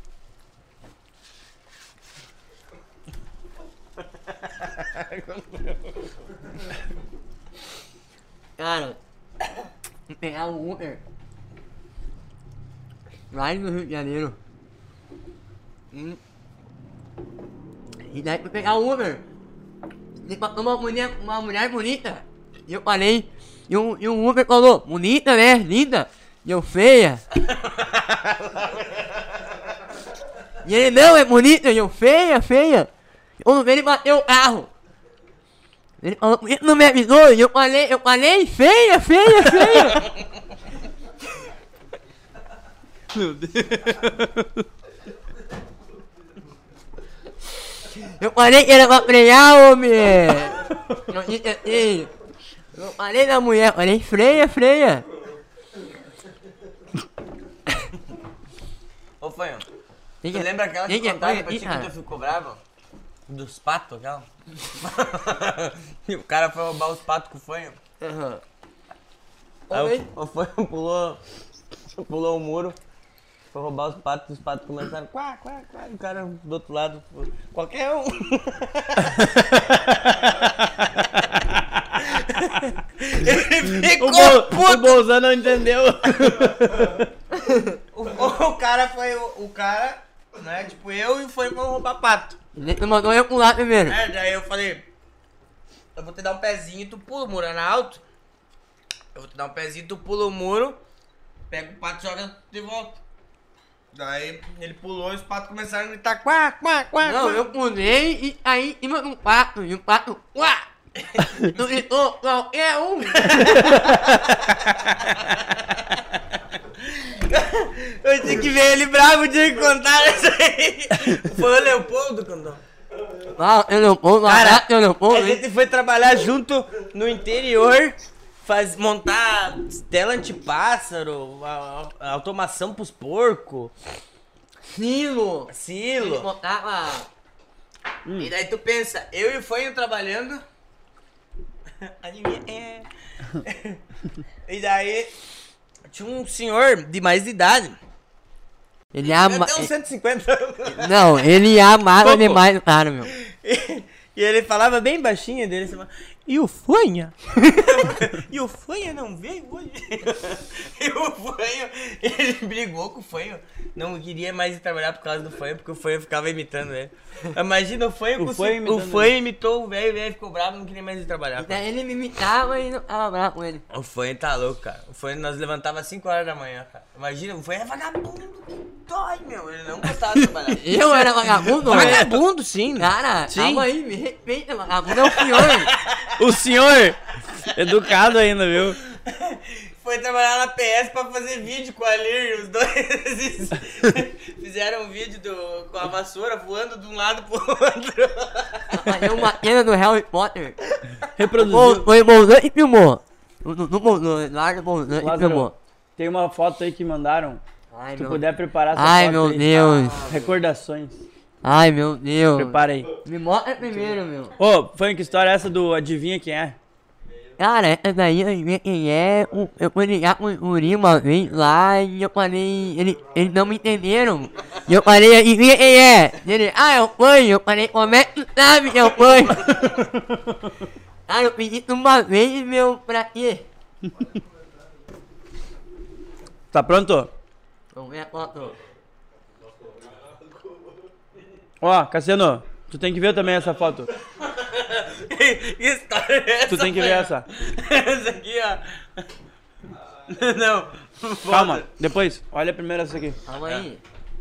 Cara, fui pegar o Uber lá no Rio de Janeiro. Hum. E daí fui pegar o Uber. E passou uma mulher, uma mulher bonita. E eu falei, e o, e o Uber falou, bonita né, linda. E eu, feia. E ele, não, é bonita. E eu, feia, feia. Quando ele bateu o carro. Ele falou, por que não me avisou? E eu falei, eu falei, feia, feia, feia. Meu Deus. Eu falei que era pra frear, homem. Eu disse assim. Eu falei da mulher, falei, freia, freia. Ô, Fanho, Que tu que- lembra aquela que que que é? contaram Olha pra aqui, ti que cara. tu ficou bravo? Dos patos, aquela? E o cara foi roubar os patos com o Fanho. Aham. Aí Oi? o, o Fanho pulou, pulou o muro, foi roubar os patos, os patos começaram quá, quá, quá, e o cara do outro lado, qualquer um. Ele O, ficou Bol o puto. Bolsonaro não entendeu. o cara, né? Tipo, eu e o Fanho vamos roubar pato. Ele mandou eu pular primeiro. É, daí eu falei, eu vou te dar um pezinho e tu pula, o muro era alto. Eu vou te dar um pezinho e tu pula o muro, pega o pato e joga de volta. Daí ele pulou e os patos começaram a gritar quá, quá, quá, Não, quá. eu pulei e aí em cima de um pato, e o pato, uá! Tu gritou qualquer um! Eu tinha que ver ele bravo de contar isso aí. Foi o Leopoldo, cantor. Ah, eu não vou, Cara, eu não vou, a gente foi trabalhar junto no interior, faz, montar tela antipássaro, a, a automação pros porcos, Silo! Ele silo. botava... E daí tu pensa, eu e o Fanho trabalhando. Adivinha? É. E daí tinha um senhor de mais de idade. Ele ama... Até uns cento e cinquenta anos. Não, ele amava Pouco. demais o cara, meu. E, e ele falava bem baixinho dele, assim, e o Fanha? E o Fanha não veio hoje? E o Fanho, ele brigou com o Fanho. Não queria mais ir trabalhar por causa do Fanho, porque o Fanho ficava imitando ele. Imagina o Fanho, O com Fanho o imitando Fanho imitou o velho, o velho ficou bravo, não queria mais ir trabalhar. Daí ele me imitava e não tava bravo com ele. O Fanho tá louco, cara. O Fanho nós levantava às cinco horas da manhã, cara. Imagina, o Fanho é vagabundo que dói, meu. Ele não gostava de trabalhar. Eu era vagabundo? Vagabundo, sim. Cara, Sim. calma aí, me respeita, vagabundo é o senhor. O senhor, educado ainda, viu? Foi trabalhar na P S pra fazer vídeo com a Lir, os dois fizeram um vídeo do, com a vassoura voando de um lado pro outro. Fazer uma cena do Harry Potter. Reproduziu. Foi Bolzan e filmou. No, no, no, no Eduardo Bolzan e Lázaro, filmou. tem uma foto aí que mandaram. Ai, Se tu meu, puder preparar essa ai, foto meu aí. Deus. Recordações. Ai, meu Deus. Prepara aí. Me mostra primeiro, meu. Ô, Fanho, que história é essa do adivinha quem é? Cara, essa daí eu vi quem é. o- Eu fui ligar com o Uri uma vez lá e eu falei. Ele, eles não me entenderam. E eu falei, adivinha quem é? Ele, ah, é o Fanho. Eu falei, como é que tu sabe que é o Fanho? Ah, eu pedi uma vez, meu, pra quê? Tá pronto? Vamos ver a foto. Ó, Cassiano, tu tem que ver também essa foto. Que história é essa? Tu tem que ver essa. Essa aqui, ó. Não. Calma, depois. Olha primeiro essa aqui. Calma aí.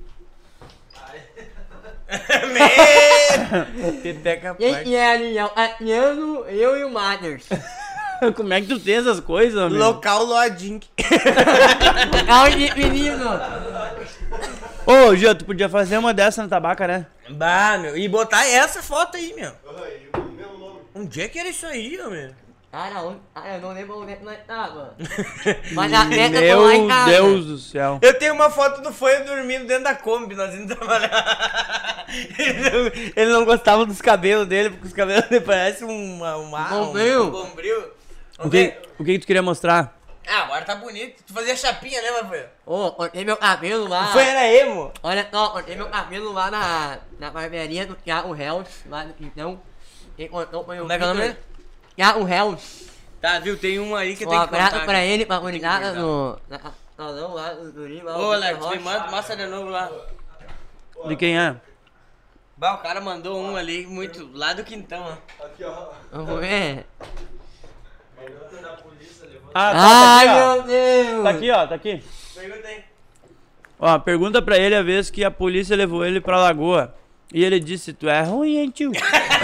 Me... Pepeca Quem parte. que é ali? É o Atiano, eu e o Mathers. Como é que tu tem essas coisas, amigo? Local Lodink. Calma aí, menino. Ô, Gil, tu podia fazer uma dessa na tabaca, né? Bah, meu. E botar essa foto aí, meu. Ai, o mesmo nome. Onde é que era isso aí, ô, meu? Cara, onde... ah, eu não lembro onde é que nós tava. Mas a meta Meu foi lá em casa. Deus do céu. Eu tenho uma foto do Fanho dormindo dentro da Kombi, nós indo trabalhar. Ele não, ele não gostava dos cabelos dele, porque os cabelos dele parecem um, uma, uma, Bombril. um bombril. O Vamos que, ver? o que que tu queria mostrar? Ah, agora tá bonito. Tu fazia chapinha, lembra, Fanho? Ô, cortei meu cabelo lá. O Fanho era emo. Olha só, cortei meu cabelo lá na, na barbearia do Thiago Hells, lá no Quintão. Quem cortou foi o Como é que é o nome Vitor- dele? Thiago Hells. Tá, viu? Tem um aí que Um tem que abraço contar. pra ele, pra Tem que unidade contar. no... Na salão lá do Durinho. lá, Ô, o Alex, Vitor me Rocha. manda, mostra de novo lá. De quem é? Bah, o cara mandou um ali, muito, lá do quintão, ó. Aqui, ó. Vamos ver. Ah, tá, Ai, tá aqui, ó. meu Deus. Tá aqui, ó, tá aqui. Pergunta aí. Ó, pergunta pra ele a vez que a polícia levou ele pra lagoa. E ele disse, tu é ruim, hein, tio?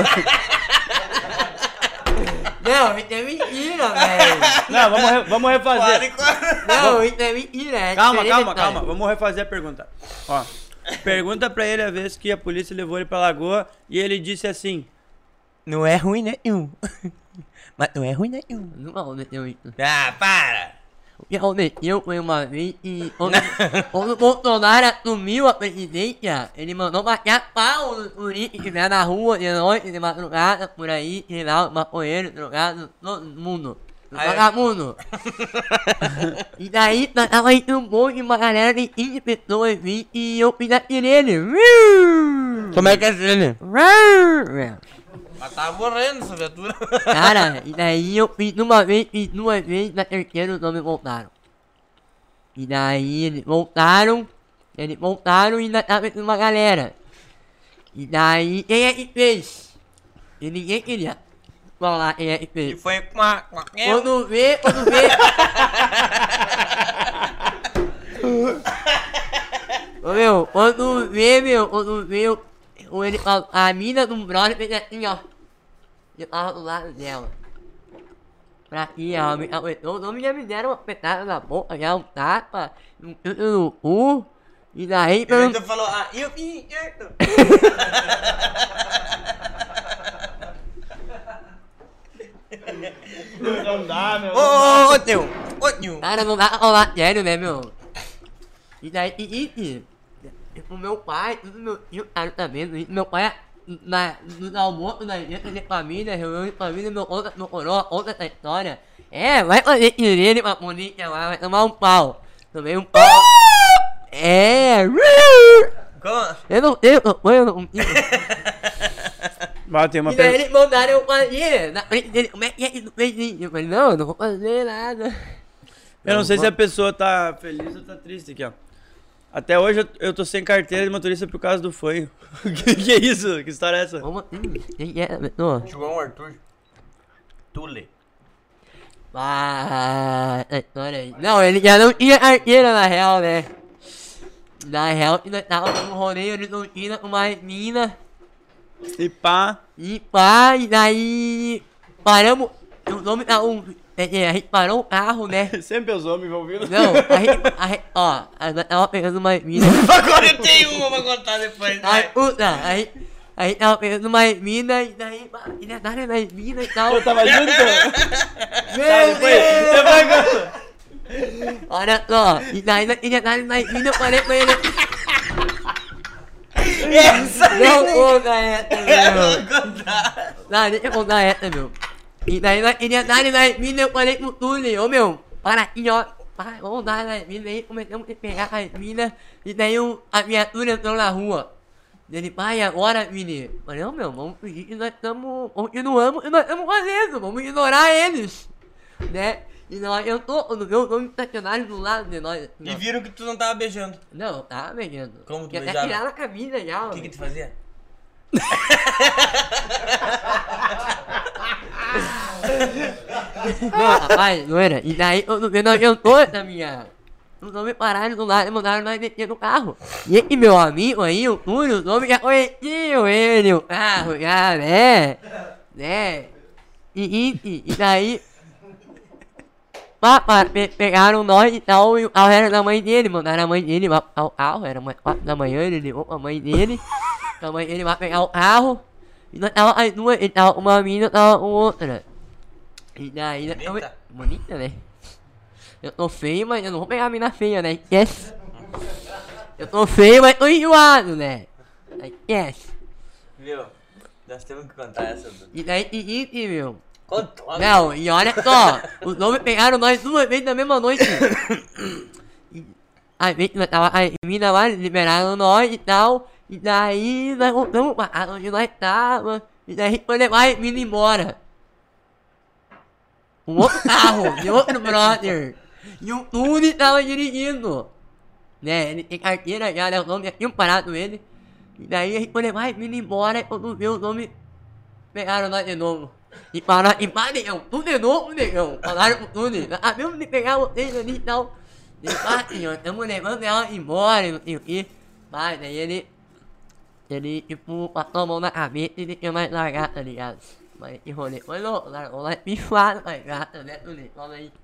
Não, isso é mentira, velho. Não, vamos, re- vamos refazer. Não, isso é mentira. É Calma, diferente, calma, cara. calma. Vamos refazer a pergunta. Ó, pergunta pra ele a vez que a polícia levou ele pra lagoa e ele disse assim. Não é ruim nenhum. Mas não é ruim nenhum. Não aconteceu isso. Ah, para! O que aconteceu foi uma vez que quando, quando o Bolsonaro assumiu a presidência, ele mandou matar pau no turistas que estiver na rua de noite, de madrugada, por aí, tirar o maconheiro, drogado, todo mundo. Aí- Vagabundo. E daí, nós tava aí um monte de uma galera de quinze pessoas, vinte, e eu fiz a sirene. Como é que é esse né? Mas tava morrendo essa viatura. Cara, e daí eu fiz uma vez, fiz duas vezes, na terceira os homens voltaram. E daí eles voltaram, Eles montaram e ainda tava com uma galera. E daí, quem é que fez? E ninguém queria falar quem é que E fez. foi com a... com a- Quando vê, quando vê. Ô meu, quando vê, meu, quando vê, o- ele, a, a mina do brother fez assim, ó. Eu tava do lado dela. Pra que ela me aguentou, não me me deram uma petada na boca, já um tapa, um chute no cu. E daí, E pelo... ele falou, ah, eu vi, certo? Não dá, meu. Ô, ô, ô, teu, ô, teu. Cara, não dá pra falar sério, né, meu? E daí, e, e, e, o meu pai, o meu tio, cara, tá vendo? E meu pai, na, no almoço, na dieta de família, reunião de família, meu outra, meu coroa, outra essa história. É, vai fazer direito pra bonita lá, vai tomar um pau. Tomei um pau. É, Como? eu não tenho, eu não tenho. Vai, tem uma E daí pergunta. eles mandaram eu fazer, na frente dele, como é que é que tu fez isso? Eu falei, não, eu não vou fazer nada. Eu não sei se a pessoa tá feliz ou tá triste aqui, ó. Até hoje eu, eu tô sem carteira de motorista por causa do fanho. que, que é isso? Que história é essa? Como assim? Quem é, pessoa? João Arthur. Tule. Ah, olha aí. Não, ele já não tinha carteira na real, né? Na real, nós tava no rodeio de Doutina com uma mina. E pá. E pá, e daí paramos. O nome da um. A gente parou o carro, né? Sempre os homens envolvidos. Não, a gente. A gente ó, a gente tava pegando uma mina. Agora eu tenho uma pra contar depois, Ai, vai. puta, a gente. A gente tava pegando uma mina e daí. E daí na mina e tal. Eu tava junto? Meu Foi. Deus! Olha só, e daí na mina eu falei pra ele. Essa Não conta essa, eu meu. vou contar. Não, deixa eu contar essa, meu. E daí nós queríamos dar na mina, eu falei pro Tule, ô meu, para aqui, ó. Vai, vamos dar na mina aí, começamos a pegar a mina. E daí o, a viatura entrou na rua. Ele, pai, agora, menino? Eu falei, ô meu, vamos fingir que nós estamos, continuamos e nós estamos fazendo, vamos ignorar eles. Né? E nós, eu tô, quando eu tô estacionário do lado de nós. E viram que tu não tava beijando. Não, tava beijando. Como tu Quer até beijava? tirar a camisa já, O que que tu fazia? Não, rapaz, não era. E daí, quando nós adiantou essa minha. Os homens pararam do lado e mandaram nós descer do carro. E esse meu amigo aí, o Túlio, os homens já conheciam ele, o carro já, né? Né? E, e, e daí. Pá, pá, pe pegaram nós e tal, e o carro era da mãe dele, mandaram a mãe dele lá ao carro, era umas quatro da manhã, ele ligou pra mãe dele, a mãe dele vai pegar o carro, e nós tava as duas, ele tava com uma mina, eu tava com outra. E daí, nós tava- Bonita? bonita, né? Eu tô feio, mas eu não vou pegar a mina feia, né? Yes. Eu tô feio, mas tô enjoado, né? Yes. Viu? Nós temos que contar essa. Dudu. E daí, e, e, meu. Conta. Não, e olha só, os homens pegaram nós duas vezes na mesma noite. E, aí, nós tava, aí, mina lá, liberaram nós e tal. E daí, nós voltamos pra casa onde nós tava. E daí, foi levar a mina embora. Um outro carro, de outro brother. E o Tune tava dirigindo. Né, ele tem carteira já, né, os homens já tinham parado ele. E daí, a gente foi levar a mina embora. E quando viu, os homens pegaram nós de novo. E pararam, e pá, negão, tudo de novo, negão. Falaram pro Tune, acabamos de pegar vocês ali e tal. E pá, senhor, estamos levando ela embora, não sei o que. Pá, daí ele, ele, tipo, passou a mão na cabeça e deixou mais largar, tá ligado? Mas que rolê foi louco, largou lá pifado, tá ligado, né, Tune? Fala aí.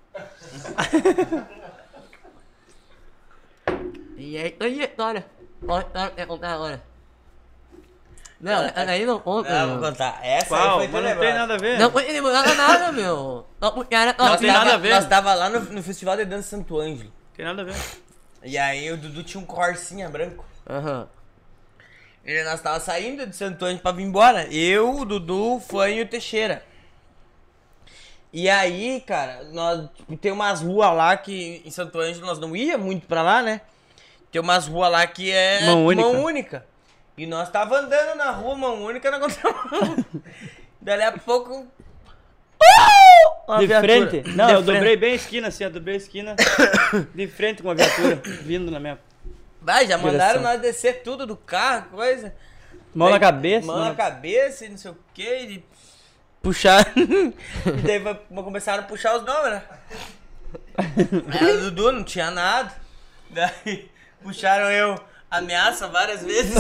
E aí, tem história. Qual história quer contar agora? Não, essa aí não conta, Ah, meu. vou contar. Essa Qual? aí Mas foi não tem nada a ver. Não foi demorado nada, meu. Só porque era Não Nós tem tava, nada a ver. Nós tava lá no, no Festival de Dança Santo Ângelo. Tem nada a ver. E aí o Dudu tinha um Corsinha branco. Aham. E nós tava saindo de Santo Ângelo pra vir embora. Eu, o Dudu, o Fanho e o Teixeira. E aí, cara, nós tipo, tem umas ruas lá que em Santo Ângelo nós não ia muito pra lá, né? Tem umas ruas lá que é Mão única. única. E nós tava andando na rua, mão única, na contramão. Dali a pouco. Uma De viatura. frente? Não, De eu frente. dobrei bem a esquina assim, eu dobrei a esquina de frente com a viatura vindo na minha. Vai, já mandaram Direção. nós descer tudo do carro, coisa. Mão Daí- na cabeça. Mão mão na na- cabeça e não sei o que. E puxar. E daí vai- começaram a puxar os nomes, né? Aí o Dudu não tinha nada. Daí puxaram eu. Ameaça várias vezes.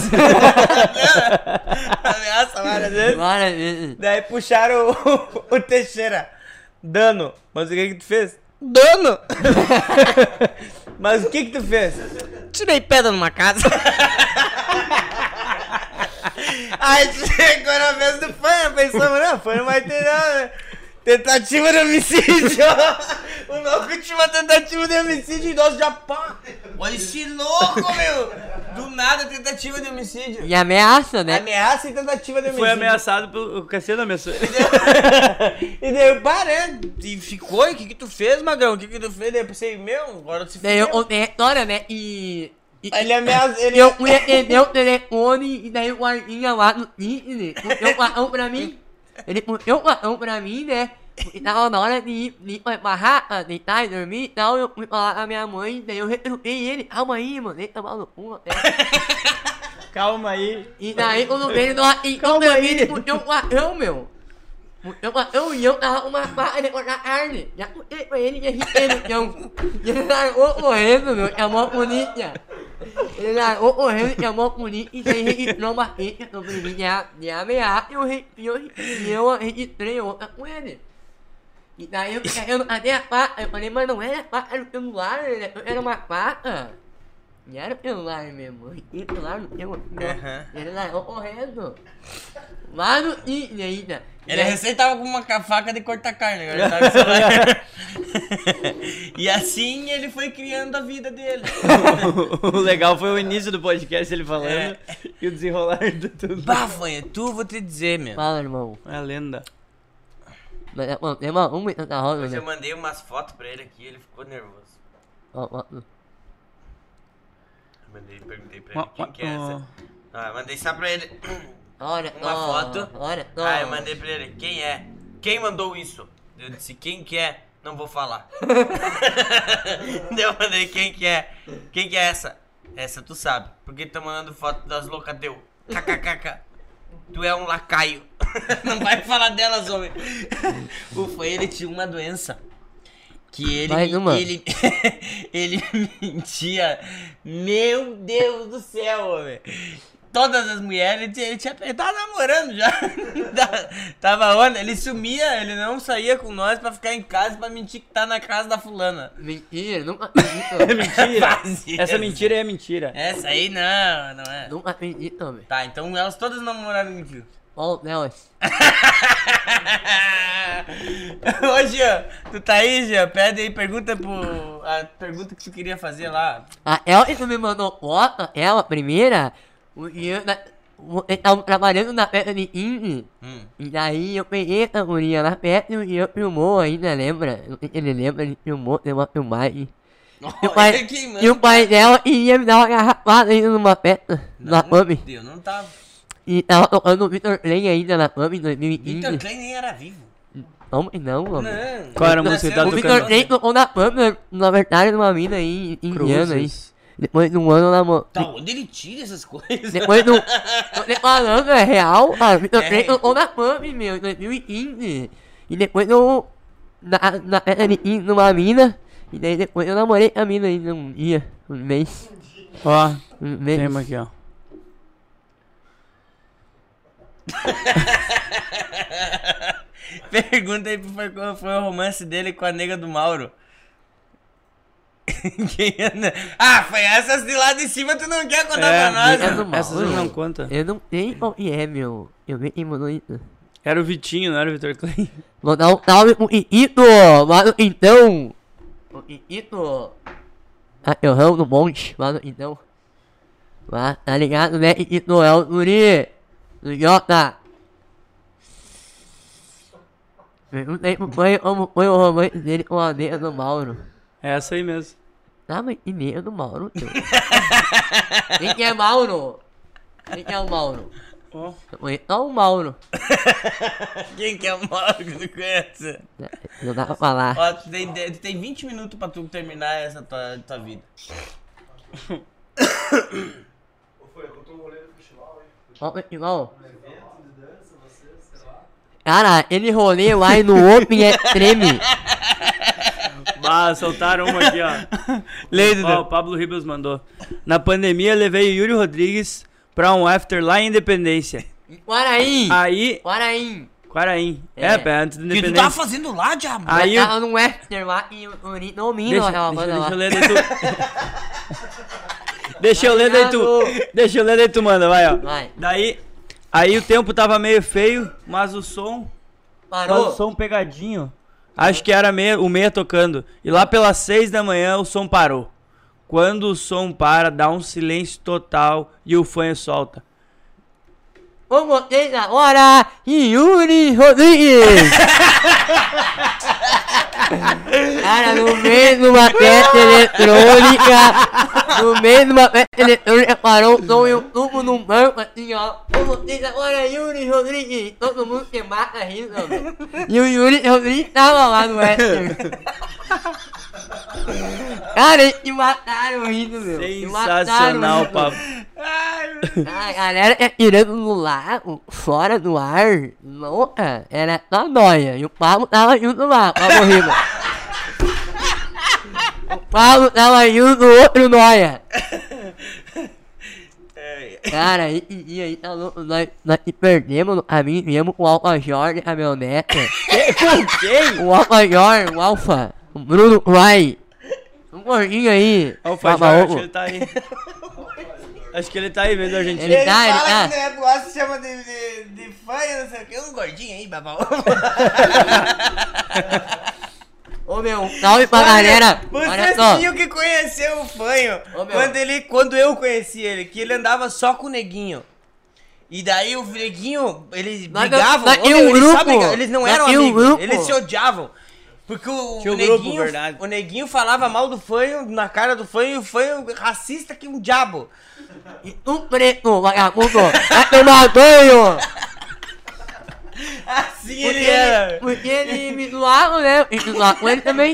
Ameaça várias vezes. Várias vezes. Daí puxaram o, o Teixeira. Dano. Mas o que que tu fez? Dano! Mas o que que tu fez? Tirei pedra numa casa. Aí chegou na vez do Fanha, pensamos, não, Fanha não vai ter nada, né? Tentativa de homicídio! O louco tinha uma tentativa de homicídio e nós já pá! Olha esse louco, meu! Do nada, tentativa de homicídio. E ameaça, né? Ameaça e tentativa de homicídio. Foi ameaçado pelo Cassiano ameaçou. E daí eu parei. E ficou, e o que que tu fez, Magrão? O que que tu fez? Daí eu pensei, meu, agora tu se Daí eu fudeu. contei a história, né? E. e Aí ele ameaça, ele... eu fui atender o telefone e daí o guardinha lá no Disney puxou o cartão pra mim. Ele puxou o cartão pra mim, né? E tava na hora de ir, de ir pra barraca, deitar e dormir e tal. Eu fui falar com a minha mãe, daí eu retruquei ele. Calma aí, mano, ele tá maluco até. Calma aí. E daí quando veio no então pra mim, ele puxou o cartão, meu. Puxou o cartão e eu tava com uma faca de cortar carne. Já puxei pra ele e arrisquei no chão. E ele largou correndo, meu, chamou a polícia. Ele largou correndo, chamou a polícia e daí registrou uma ficha sobre mim de a- de ameaça e eu re- e eu re- e eu registrei outra com ele. E daí eu querendo cadê a faca? Eu falei, mas não era faca, era o celular, né? Era uma faca. E era o celular mesmo, eu registrei o celular no meu. Aham. Ele largou correndo. Lá no Disney ainda. Ele recém tava com uma ca- faca de cortar carne, agora ele tava com o celular. E assim ele foi criando a vida dele. O legal foi o início do podcast, ele falando, É. e o desenrolar de tudo. Bah, Fanha, tu vou te dizer, meu. Fala, irmão. É a lenda. Mas, mano, tem uma uma e na roda, Hoje eu né? mandei umas fotos pra ele aqui, ele ficou nervoso. Ó, ó, ó. Eu mandei, perguntei pra ele quem que é essa. Ah, eu mandei só pra ele Olha, uma ó, foto. Olha, ó. Ah, eu mandei pra ele, quem é? Quem mandou isso? Eu disse, quem que é? Não vou falar. Daí eu mandei, quem que é? Quem que é essa? Essa tu sabe, porque tá mandando foto das locadeu. Kkkk. Tu é um lacaio. Não vai falar delas, homem. Ufa, ele tinha uma doença. Que ele, Mais uma. ele, ele mentia. Meu Deus do céu, homem. Todas as mulheres, ele tinha, ele tinha ele tava namorando já. Tava onde? Ele sumia, ele não saía com nós pra ficar em casa pra mentir que tá na casa da fulana. Mentira, nunca É acredito. mentira. Fazia Essa isso. mentira é mentira. Essa aí não, não é. Nunca acredito, velho. Tá, então elas todas namoraram contigo. Ó, delas. Ô, Jean, tu tá aí, Jean? Pede aí, pergunta pro... A pergunta que tu queria fazer lá. A ela que me mandou foto, ela, primeira, o dia da... Ele tava trabalhando na festa de Indy. Hum. E daí eu peguei essa guria na festa e o Ian filmou ainda, lembra? Não sei se ele lembra, ele filmou, tem uma filmagem. E o Olha pai, quem e manda. o pai dela iria me dar uma garrafada ainda numa festa, na Não, pub. eu não tava. E tava tocando o Victor Clay ainda na pub em dois mil e Victor quinze. Clay nem era vivo. Não, não, mano. Não. Qual era a Nasceu- música que tava O Victor tocando? Clay tocou na pub, na- na verdade, numa mina aí, indiana aí. Cruzes. Depois de um ano na mão. Tá, onde ele tira essas coisas? Depois do. Tô te falando, é real, cara. O Victor É. Clay tocou na pub, meu, em dois mil e quinze. E depois eu. Na, na festa de quinze numa mina. E daí depois eu namorei a mina ainda um dia, um mês. Ó, Um mês. tem uma aqui, ó. Pergunta aí foi qual foi o romance dele com a nega do Mauro. Quem anda... Ah, foi essas de lá de cima, tu não quer contar É, pra nós, nega mano? do essas ele Mauro. não conta. Eu não sei qual que é, meu. Eu vi quem mandou isso. Era o Vitinho, não era o Victor Clay? Vou dar um salve pro Iquito, mano, então. O Iquito. Cachorrão no monte, mano, então. Mas, tá ligado, né, Iquito? É o Guri. Do Jota. Perguntei pro pai como foi o romance dele com a nega do Mauro. É essa aí mesmo. Ah, mas que nega do Mauro, tio? Quem que é Mauro? Quem que é o Mauro? Ó. Eu conheço só o Mauro. Quem que é o Mauro que tu conhece? Não dá pra falar. Ó, tu tem, tu tem vinte minutos pra tu terminar essa tua, tua vida. Foi, contou um rolê do festival, hein? Ó, festival. Um evento de dança, vocês, sei lá. Cara, ele rolê lá e no Open é treme. Bah, soltaram uma aqui, ó. Lê, Ó, Dudu. o Pablo Ribas mandou. Na pandemia, levei o Yuri Rodrigues pra um after lá em Independência. Quaraim. Aí... Quaraim. Quaraim. É. É, pé, antes do O que tu Independência. tava fazendo lá, diabo? Aí Eu eu... tava no after lá e o Uri domina Deixa, aquela deixa, banda deixa eu lá. ler, daí tu... Deixa eu ler, daí tu... Deixa eu ler, daí tu manda, vai, ó. Vai. Daí... Aí o tempo tava meio feio, mas o som... Mas o Parou. som pegadinho. Acho que era meia, o meia tocando. E lá pelas seis da manhã o som parou. Quando o som para, dá um silêncio total e o fanho solta. Com vocês agora, Yuri Rodrigues. Cara, no meio de uma festa eletrônica, no meio de uma festa eletrônica, parou o som e o tubo num banco assim, ó. Com vocês agora, Yuri Rodrigues. Todo mundo se mata rindo, velho. E o Yuri Rodrigues tava lá no after. Cara, eles se mataram rindo, meu. Se mataram Sensacional, rindo. Pablo. A galera é tirando no lago, fora do ar, louca, era só nóia. E o Pablo tava junto lá, Pablo Riba. O Pablo tava junto no outro nóia. Cara, esse dia aí tá louco, nós, nós se perdemos no caminho, viemos com o Alfajor de caminhonete. Com quem? O Alfajor, o Alfa, o Bruno Vai. Um gordinho aí. Alfajor, Baba acho que ovo. ele tá aí. Acho que ele tá aí vendo a gente. Ele tá, ele tá. que o negócio chama de, de, de fanho, não sei o que. Um gordinho aí, babá. Ô meu, salve pra galera. Olha Vocês só. tinham que conhecer o fanho. Ô, meu. Quando, ele, quando eu conheci ele, que ele andava só com o neguinho. E daí o neguinho, eles Nós- brigavam. nós Ô, tinha meu, um eles só grupo. brigavam, eles não Nós eram tinha um amigos, grupo. eles se odiavam. Porque o, Tinha o um grupo, neguinho, verdade. o neguinho falava mal do fanho, na cara do fanho, e o fanho racista que um diabo. E tu preto, vagabundo. Vai tomar banho. Assim Porque ele era. ele, porque ele me zoava, né? E tu zoava com ele também.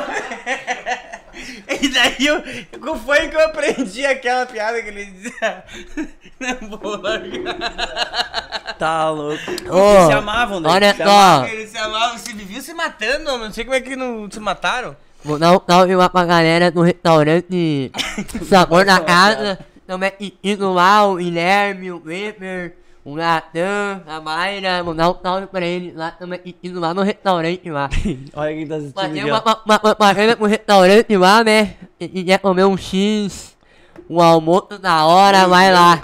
E daí eu, com o fanho que eu aprendi aquela piada que ele dizia. Não vou largar. Tá louco. Ô, Eles se amavam, né? olha Se só. Eles se amavam, se viviam se matando, eu não sei como é que não se mataram. Vou dar um salve lá pra galera do restaurante Sabor da Casa. Também indo lá, o Guilherme, o Weber, o Natan, a Mayra. Vou dar um salve pra eles lá também, indo lá no restaurante lá. Olha quem tá assistindo Fazer aqui, uma, ó. uma, uma propaganda pro restaurante lá, né? Se quiser comer um X, um almoço da hora, vai lá.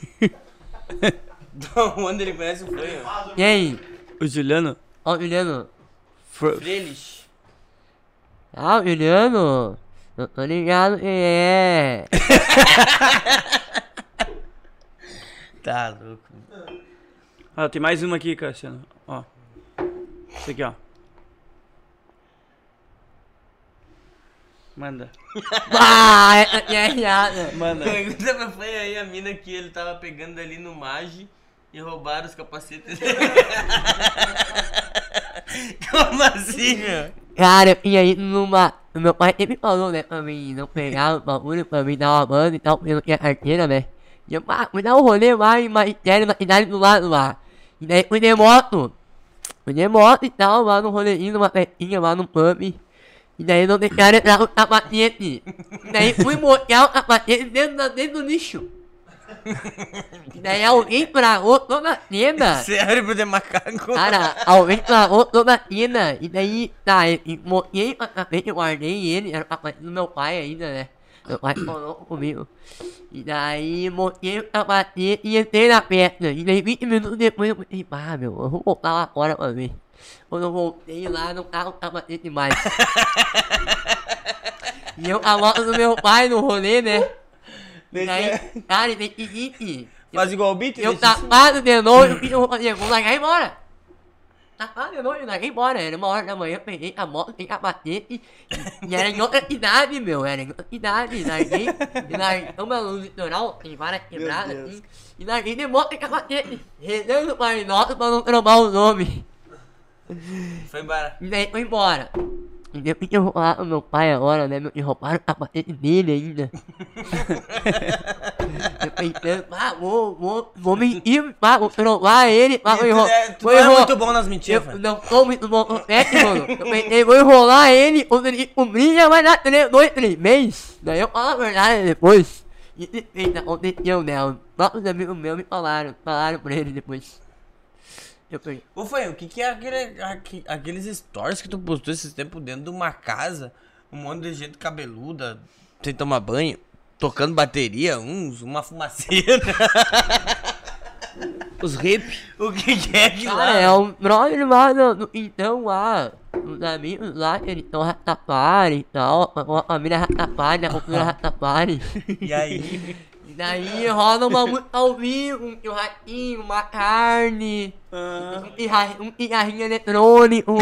Onde ele conhece o fanho? E aí? O Juliano? Ó, o Juliano. Fr- Freles. Ah, o Juliano. Eu tô ligado quem é. Tá louco. Ó, tem mais uma aqui, Cassiano. Ó. Esse aqui, ó. Manda. Ah, essa aqui é piada. Manda. Pergunta pra fanho aí a mina que ele tava pegando ali no Mage e roubaram os capacetes dele. Como assim, meu? Cara, e aí numa. Meu pai sempre falou, né, pra mim não pegar o bagulho, pra mim dar uma banda e tal, porque eu não tinha carteira, né? E eu, ah, me dá um rolê lá em Magistério, na cidade do lado lá. E daí fui de moto. Fui de moto e tal, lá no rolezinho, numa festinha, lá no pub. E daí não deixaram entrar o capacete. E daí fui botar o capacete dentro, da- dentro do lixo. E daí alguém tragou toda a cena. Cérebro de macaco. Cara, alguém tragou toda a cena. E daí, tá, eu montei o capacete, eu guardei ele, era o capacete do meu pai ainda, né? Meu pai falou comigo. E daí, montei o capacete e entrei na festa. E daí, vinte minutos depois, eu falei, ah, meu, eu vou voltar lá fora pra ver. Quando eu voltei lá, não tava o capacete mais. E eu, a moto do meu pai no rolê, né? E daí, cara, tem que ir. Faz igual o Beat, Eu deixa- tapado de noite, o que eu vou fazer? Vou largar embora. Tapado de noite, larguei embora. Era uma hora da manhã, peguei a moto, peguei capacete. E, e era em outra cidade, meu. Era em outra cidade. Larguei. E larguei. Uma no litoral, tem várias quebradas assim. E larguei de moto e capacete. Rezando para nota pra não trombar o nome. Foi embora. E daí foi embora. E eu que roubar o meu pai agora, né? Me roubaram o capacete dele ainda. Eu pensei, ah, vou, vou, vou mentir, pá, vou roubar ele, pá, vou enrolar. É, tu não é muito bom nas mentiras, Eu Fã. não tô muito bom com sexo, mano. Eu pensei, vou enrolar ele, quando ele cobrir, já vai dar três, dois, três meses. Daí eu falo a verdade depois. E de feito, aconteceu dela. Nossos amigos meus me falaram, falaram pra ele depois. Eu falei, Ô, Fã, o que que é aquele, aque- aqueles stories que tu postou esses tempos dentro de uma casa? Um monte de gente cabeluda, sem tomar banho, tocando bateria, uns, uma fumaceira. Os hip. O que que é aquilo cara, lá? é um brother lá no, no, então lá, os amigos lá, eles estão ratapari e tal, a família ratapari, a cultura ratapari. E aí? E daí rola uma música ao vivo, um churrasquinho, uma carne, Ah. um pirra- um cigarrinho eletrônico.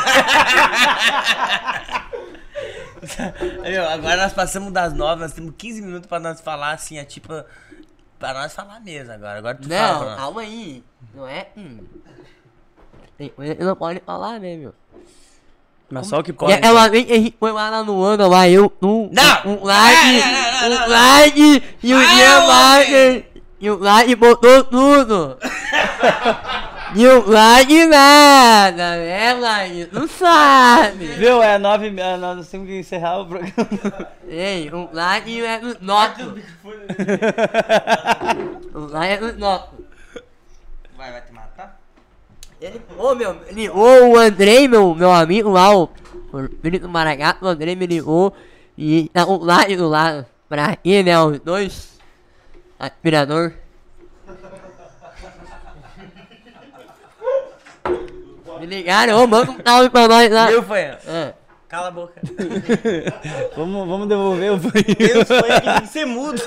Aí, ó, agora nós passamos das nove, nós temos quinze minutos pra nós falar assim, é tipo. Pra nós falar mesmo agora. Agora tu fala pra Não, nós. calma aí, não é? Hum. Tem coisa que não pode falar, né, meu? Mas só o que E pode. aquela vez que a gente foi lá no ano, lá eu, tu, Não! um like, Não, não, não, não, um like, e o Vai, Ian homem! Wagner, e o like botou tudo. E o like nada, né, like, não sabe. Viu? É nove. É, nós temos que encerrar o programa. Ei, o like é do nosso. O like é do nosso. Vai, vai te matar? Ele, ô meu, ele ligou o Andrei, meu, meu amigo lá, o, o filho do Maragato, o Andrei me ligou e tá com o like do lado. Pra ele, né, os dois aspirador. Me ligaram, ô, manda um salve pra nós lá. Viu, Fanha? Ah. Cala a boca. vamos, vamos devolver o banheiro. Deus, Fanha, que tem que ser mudo.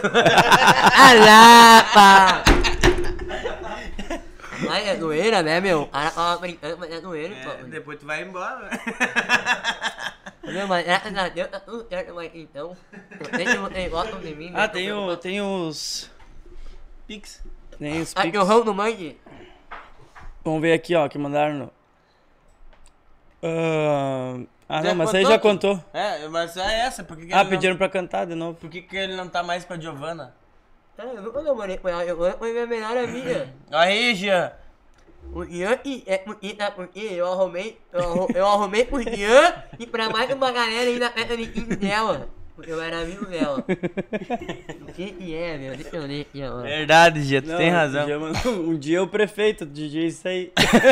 Alapa! Mas é zoeira, né, meu? O cara tava brincando, mas é zoeira, É, pô. depois tu vai embora. Meu, mas graças a Deus tá tudo certo, mas então. Eu sei que vocês gostam de mim, Ah, mas tem, o, tem os. Pix. Tem os Ah, pics. que eu ramo no mangue. Vamos ver aqui, ó, que mandaram no. Ah, ah, Já não, mas aí contou, já tu? contou. É, mas é essa. Por que que Ah, ele pediram não... pra cantar de novo. Por que que ele não tá mais com a Giovana? Ah, eu nunca namorei com ela, eu foi minha melhor amiga. Aí, Jean. O Ian que é porque, tá, porque eu arrumei, eu, arru- eu arrumei pro Ian e pra mais uma galera aí na festa de quinze dela. Porque eu era amigo dela. O que que é, meu? Deixa eu ler aqui agora. Verdade, Jean, tu Não, tem razão. Um dia, mandou- um dia o prefeito dizia isso aí.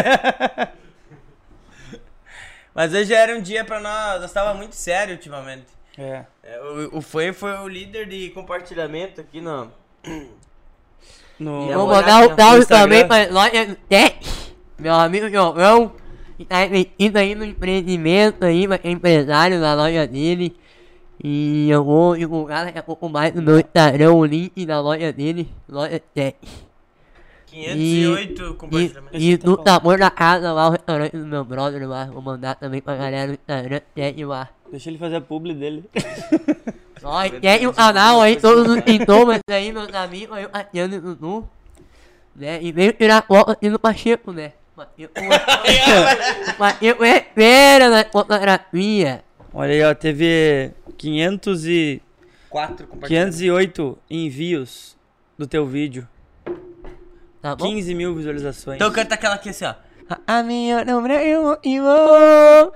Mas hoje era um dia pra nós, nós tava muito sério ultimamente. É. É, O, o Foi foi o líder de compartilhamento aqui no... No, E Vou vou mandar olhar um salve também Instagram. pra Loja Tech, meu amigo Jogão, que tá investindo aí no empreendimento aí, pra quem é empresário da loja dele. E eu vou divulgar daqui a pouco mais no meu Instagram o link da loja dele, Loja Tech. quinhentos e oito compartilhamentos. E, e do sabor da casa lá, o restaurante do meu brother lá, vou mandar também pra galera do Instagram, Tech lá. Deixa ele fazer a publi dele. Ó, e tem o canal aí, todos os sintomas aí, meus amigos, aí o Tatiano e o Dudu, né? E veio tirar foto aqui no Pacheco, né? Pacheco, Pacheco é fera na fotografia. Olha aí, ó, teve quinhentos e... Quatro compartilhamentos. quinhentos e oito envios do teu vídeo. Tá bom? quinze mil visualizações. Então canta aquela aqui assim, ó. A minha não eu e vou.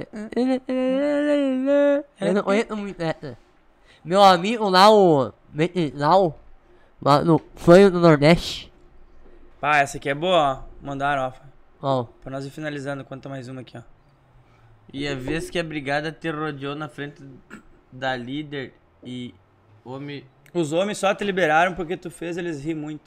Eu não conheço muito essa. Meu amigo lá, o Metinal, lá no Sonho do Nordeste. Pá, essa aqui é boa, ó. Mandaram, ó. Ó, Pra nós ir finalizando, conta mais uma aqui, ó. E a vez que a brigada te rodeou na frente da líder e homem... Os homens só te liberaram porque tu fez eles rir muito.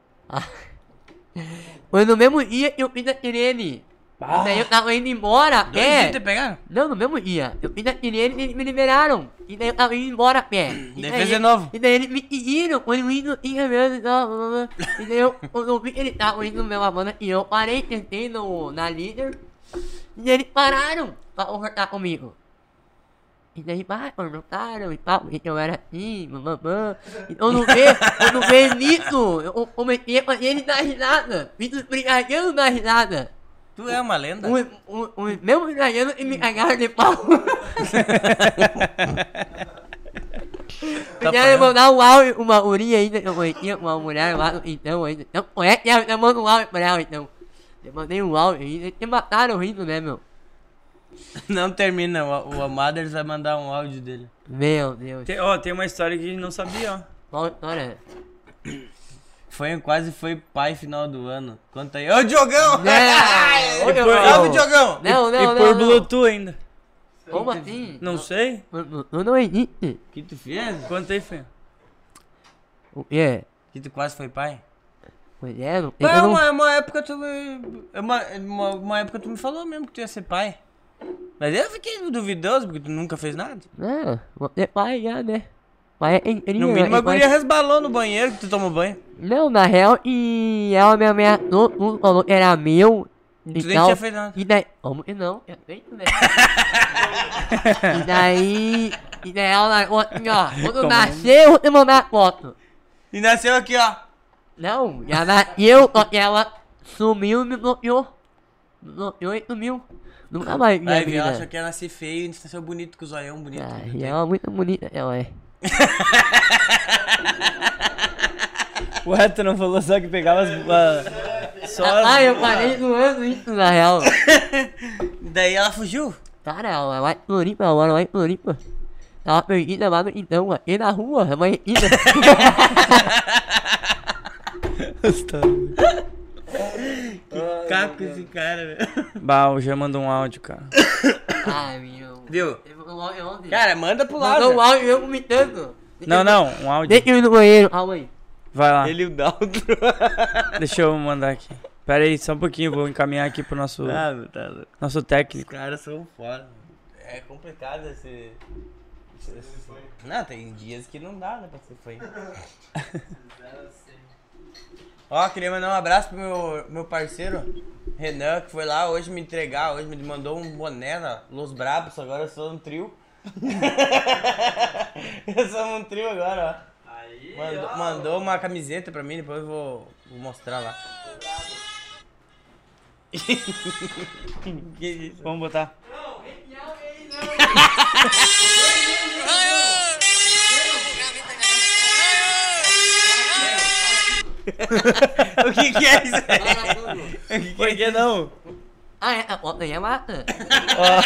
foi no mesmo dia que eu fiz a sirene. Ah. Daí eu tava indo embora a Dois pé. dias te pegaram? Não, no mesmo dia. Eu fiz a sirene e eles me liberaram. E daí eu tava indo embora a pé. E Daí daí- fez de novo. E daí eles me seguiram, quando eu não tinha mesmo e tal. blá, blá, blá. E daí eu, quando eu vi que eles estavam indo no meu banda, e eu parei, tentei no, na líder. E eles pararam pra conversar comigo. E daí, vai, perguntaram e tal, porque eu era assim, mamãe. Então no meio, eu no meio nisso, eu comecei a fazer ele dar risada. Fiz os brigadeiros dar risada. Tu é uma lenda. O, o, o meu italiano e me cagaram de pau. Eu quero mandar um áudio, uma urinha ainda, eu conhecia uma mulher lá, então ainda. Então, é, eu mando um áudio pra ela, então. Eu mandei um áudio ainda, e mataram rindo, né, meu? Não termina, o, o Amaders vai mandar um áudio dele. Meu Deus. Tem, ó, tem uma história que não sabia, ó. Qual história? Foi, quase foi pai final do ano. Conta aí. Ô, Diogão! Não, E por- Salve, Diogão! não, não, e não, por não. Bluetooth ainda. Como assim? Não sei? Eu não existe. O que tu fez? Conta aí, Fê. O quê? Que tu quase foi pai? Pois é, não Ué, eu não- uma, uma época tu me. Uma, uma, uma época tu me falou mesmo que tu ia ser pai. Mas eu fiquei duvidoso porque tu nunca fez nada. Não, você pai já, né? Pai é incrível. No mínimo a é pai- guria resbalou no banheiro que tu tomou banho. Não, na real, e ela me ameaçou, tudo falou que era meu. E E tu nem tal. tinha feito nada. E daí, como que não? É feito, né? E daí, e daí ela largou assim, ó. Quando Como? nasceu, eu vou te mandar a foto. E nasceu aqui, ó. Não, já nasceu, só que ela sumiu e me bloqueou. Me bloqueou e sumiu. Nunca mais vi a Aí ela achou vida. que ia nascer feio e nasceu bonito, com o zoião bonito. Ah, que tu e tem. ela é muito bonita, ela é. Ué, tu não falou só que pegava as. a- só as- Ah, eu parei zoando isso, na real. Daí ela fugiu. Cara, ela vai em Floripa agora, vai em Floripa. Tava perdida lá no então, aqui na rua, é mãezita. Que caco esse cara, velho. Bah, o Jean mandou um áudio, cara. Ai, meu. Viu? Teve um áudio ontem. Cara, manda pro mandou um lado. áudio eu vomitando. Não, não, um áudio. Deixa eu ir no banheiro. Calma aí. Vai lá. Ele e o Daltro. Deixa eu mandar aqui. Pera aí, só um pouquinho, vou encaminhar aqui pro nosso, Ah, meu, tá louco. nosso Os técnico. caras são foda. É complicado esse. esse- Não, tem dias que não dá, né, pra ser fã. Ó, queria mandar um abraço pro meu, meu parceiro, Renan, que foi lá hoje me entregar, hoje me mandou um boné na Los Brabos, agora eu sou um trio. Eu sou um trio agora, ó. Mandou, mandou uma camiseta pra mim, depois eu vou, vou mostrar lá. Que isso? Vamos botar. O que que é isso aí? O que que Por é que não? Ah, é, a foto aí é mata. Ó,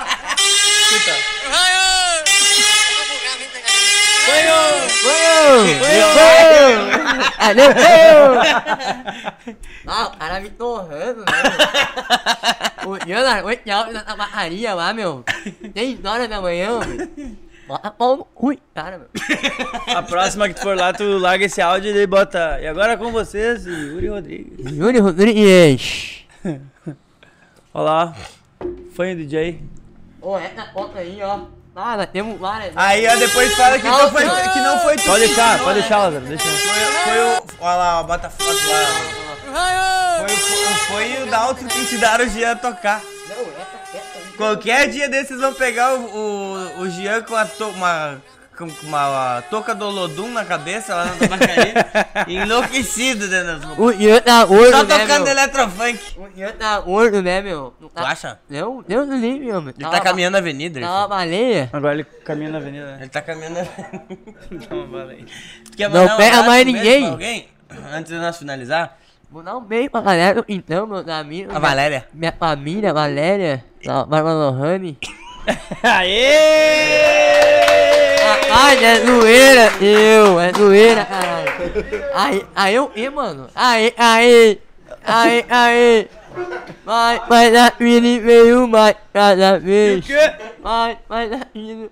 Ah, não, não. Ah, o cara me torrando, né, meu? O Jean largou esse áudio na barraria lá, meu. seis horas da manhã, meu. Bota pau no cu, cara, meu. a próxima que tu for lá, tu larga esse áudio e ele bota. E agora com vocês, Yuri Rodrigues. Yuri Rodrigues. Olha lá. Foi o D J. Ô, essa foto aí, ó. Ah, nós temos várias. Aí, ó, depois fala que não foi, que não foi tu. Pode que deixar, ensinou, pode né? deixar, Lázaro. Deixa. Foi, foi o. Olha lá, ó, bota a foto lá. Foi, foi, foi o Dalton que ensinaram o Jean a tocar. Não, essa, essa aí. Qualquer dia desses vão pegar o, o, o Jean com a to, uma, com uma a touca do Olodum na cabeça lá na tabacaria. Enlouquecido dentro das O Jean tá gordo, Só né, tocando meu? eletrofunk. O Jean tá gordo, né, meu? Não Tu tá... acha? Não, Deus do livre, meu. Ele tá caminhando na avenida. Tá Ele, uma baleia. Agora ele caminha na avenida, né? ele tá caminhando na avenida. Dá uma bala aí. Tu quer Não mandar um pega abraço, mais um beijo ninguém. pra alguém? Antes de nós finalizar. Vou dar um beijo pra galera, então, meus amigos. A Valéria. Minha família, Valéria, a Bárbara Lohane. Aê! Ai, é zoeira, eu, é zoeira, caralho. Aí, aí eu, e mano? Aí, aí, aí, aí. Vai, vai da vida veio mais cada vez. Vai, vai da vida.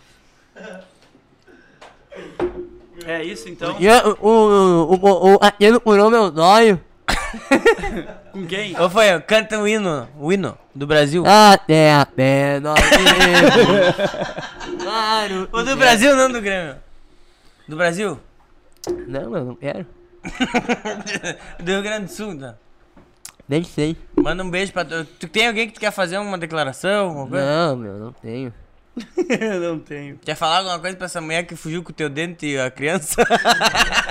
É isso então? E o, o, o, o, o, aquele curou meu zóio. Com quem? Ô, foi, canta o hino, o hino do Brasil. Até a pé nós iremos. Claro. O do Brasil, não do Grêmio. Do Brasil? Não, eu não quero. Do Rio Grande do Sul, então. Nem sei. Manda um beijo pra tu. Tu tem alguém que tu quer fazer uma declaração? Alguma coisa? Não, meu, não tenho. Eu não tenho. Quer falar alguma coisa pra essa mulher que fugiu com o teu dente e a criança?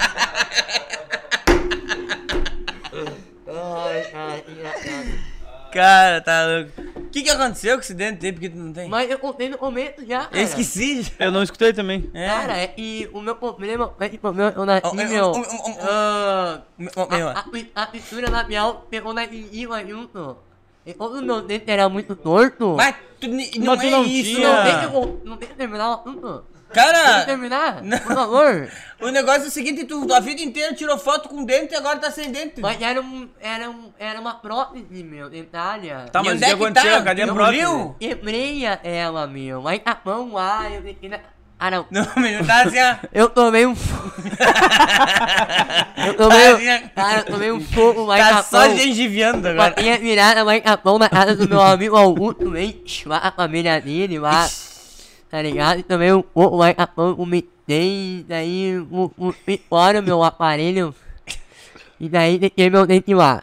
Ai, ai, engraçado. Cara, tá louco. O que que aconteceu com esse dente aí? Porque tu não tem? Mas eu contei no começo já, cara. Eu esqueci. Eu não escutei também. É. Cara, é, e o meu problema, é que o meu, eu nasci, Oh, é, meu, oh, oh, oh, oh. ah, Oh, meu. a, a, a pintura labial pegou na gengiva junto. E como o meu dente era muito torto, Mas tu, ni- não Mas tu é não isso. tinha- não deixa eu, não deixa eu terminar o assunto. Deixa eu Cara, terminar, não. por favor. o negócio é o seguinte, tu a vida inteira tirou foto com dente e agora tá sem dente. Mas era, um, era, um, era uma prótese, meu, dentária. Tá, E mas onde o que é que aconteceu? tá? Cadê a Tu prótese? engoliu? Quebrei ela, meu. Mas a mão lá, eu tenho que... Ah, não. Não, meu, tá assim, ó. Eu tomei um... eu tomei Tá assim, um... Cara, eu tomei um fogo lá em Tá só Capão. gengiviando Uma agora. minha virada lá em Capão na casa do meu amigo Augusto, leite, lá a família dele, lá. Tá ligado? E tomei um pouco lá em Capão, vomitei, daí o, o, fui fora meu aparelho. E daí deixei meu dente lá.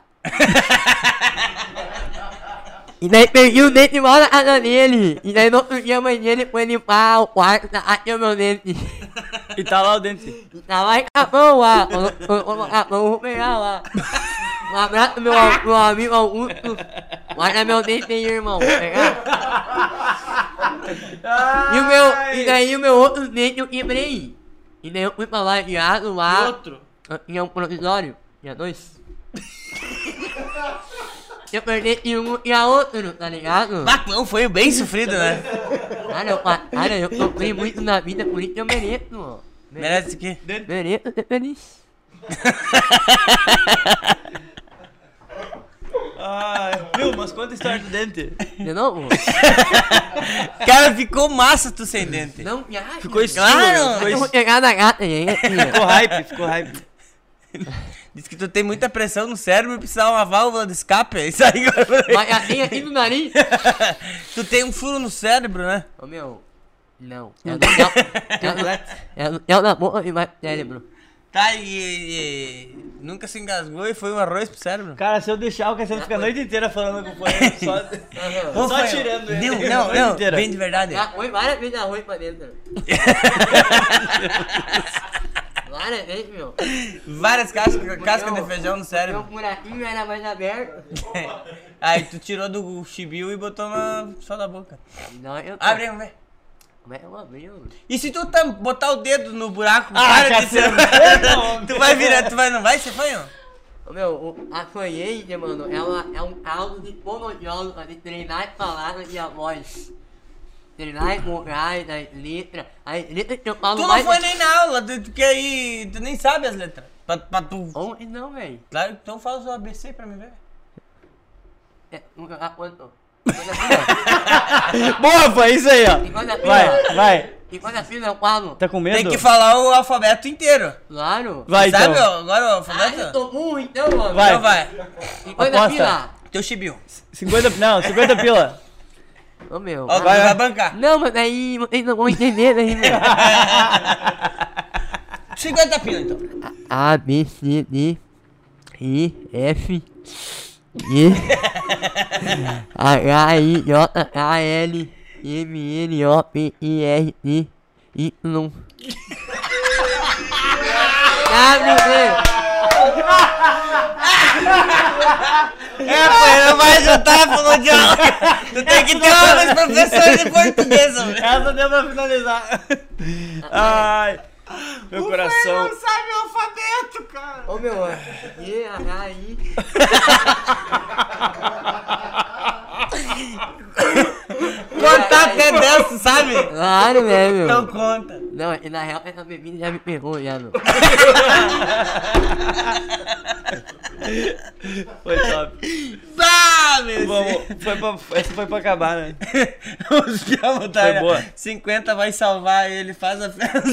E daí perdi o dente lá na casa dele. E daí no outro dia a mãe dele foi limpar o quarto, achei o meu dente. E tá lá o dente. E tá lá em Capão lá. Quando eu vou Capão, eu vou pegar lá. Um abraço meu, meu amigo Augusto. Guarda meu dente aí, irmão. Vou pegar. E, o meu, e daí o meu outro dente eu quebrei. E daí eu fui pra lá de água lá. Outro. Eu tinha um provisório. Tinha dois. Eu perdi e um e a outro, tá ligado? Bacão, foi bem sofrido, né? Cara, eu, cara, eu sofri muito na vida, por isso eu mereço. Merece o quê? Mereço ser feliz. Ai, viu? Mas conta a história do dente. De novo? Cara, ficou massa tu sem dente. Não me acha. Ficou estilo. Claro. Ficou, Eu vou es- pegar na gata, gente. ficou hype, ficou hype. Diz que tu tem muita pressão no cérebro e precisa uma válvula de escape. É isso aí agora. Mas assim aqui no nariz. Tu tem um furo no cérebro, né? Ô meu, não. É do céu. É do- É do céu da boca e vai pro cérebro. Tá, e, e- nunca se engasgou e foi um arroz pro cérebro. Cara, se eu deixar o Cassiano ficar a noite inteira falando com o Foiano, só, Ô, só foi- tirando ele. Não, a não, noite não, inteira. bem de verdade. Já foi várias vezes arroz pra dentro. Várias vezes, meu. Várias cascas, cascas Meu, de feijão no Meu cérebro. buraquinho era mais aberto. Aí tu tirou do chibiu e botou na, só na boca. Não, eu tô... Abre, vamos ver. Como é que eu abri? E se tu tam- botar o dedo no buraco, Ah, para de Cassiano, ser... não. Tu vai virar, tu vai, não vai ser fanho? Ô, meu, o- a fanhente, mano, ela é um caldo de fonoaudiólogo pra treinar as palavras e a voz. Treinar as vocais, as letras. As letras que eu falo Tu não mais... foi nem na aula, tu, porque aí tu nem sabe as letras. Pra, pra tu... Onde não, velho? Claro, então fala o A B C pra me ver. É, nunca a quanto? Enquanto assim, Boa, foi isso aí, ó. ó. Enquanto assim, Vai, ó. vai. Enquanto assim eu falo. Tá com medo? Tem que falar o alfabeto inteiro. Claro. Vai, Sabe então. agora o Ah, alfabeto? eu tô muito, então, mano. Vai. Então vai. Enquanto Aposta. assim, lá. Teu chibiu. cinquenta, não, cinquenta pila. Ô, meu. Ó, tu Vai, vai, vai. bancar. Não, mas aí vocês não vão entender, né, meu? cinquenta pila, então. A, B, C, D, E, F, G, H, I, J, K, L, M, N, O, P, I, R, T, Y. W, É, pô, não vai juntar a fonoaudióloga. Tu tem que ter uma professora de português, homem. Essa deu pra finalizar. Ai, meu coração. sabe o alfabeto, cara. Ô, meu, G, H, I. Contar até dez, tu sabe? Claro, né, meu? Então conta. Não, e na real, essa bebida já me pegou, já, meu. Foi top. Bah, meu Vamos, foi pra, essa foi pra acabar, né? Os piá botaram. Foi boa. cinquenta vai salvar ele, faz a festa.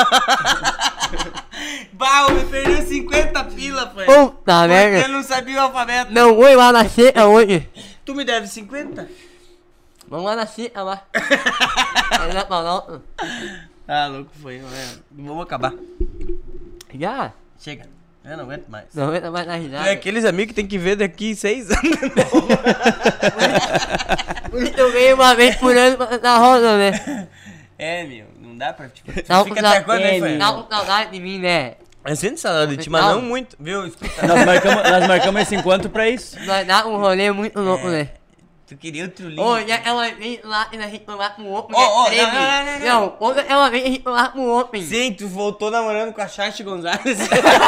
Bah, me perdeu cinquenta pila, pai. Puta Porque merda. eu não sabia o alfabeto. Não vou ir lá na seca hoje. Tu me deve cinquenta? Vamos lá na seca lá. Vai lá pra lá. Ah, louco foi. É, vamos acabar. Já? Chega. Eu não aguento mais. Não aguenta mais na Tu risada. é aqueles amigos que tem que ver daqui seis anos. Por isso eu venho uma vez por ano pra cantar roda, né? É, meu, não dá pra. Tipo, tu Tá fica com até sa- quando, é, hein, foi? Tá com saudade de mim, né? Eu sinto saudade de ti, mas não muito, viu? Escuta. Nós marcamos, nós marcamos esse encontro pra isso. Nós dá um rolê muito louco, né? Tu queria o trulinho. Ô, e ela vem lá e a gente vai lá com o outro, Ô, ô, treme. não, não, não, não. Não, quando ela vem, a gente vai lá com o outro. Sim, tu voltou namorando com a Chate Gonzalez.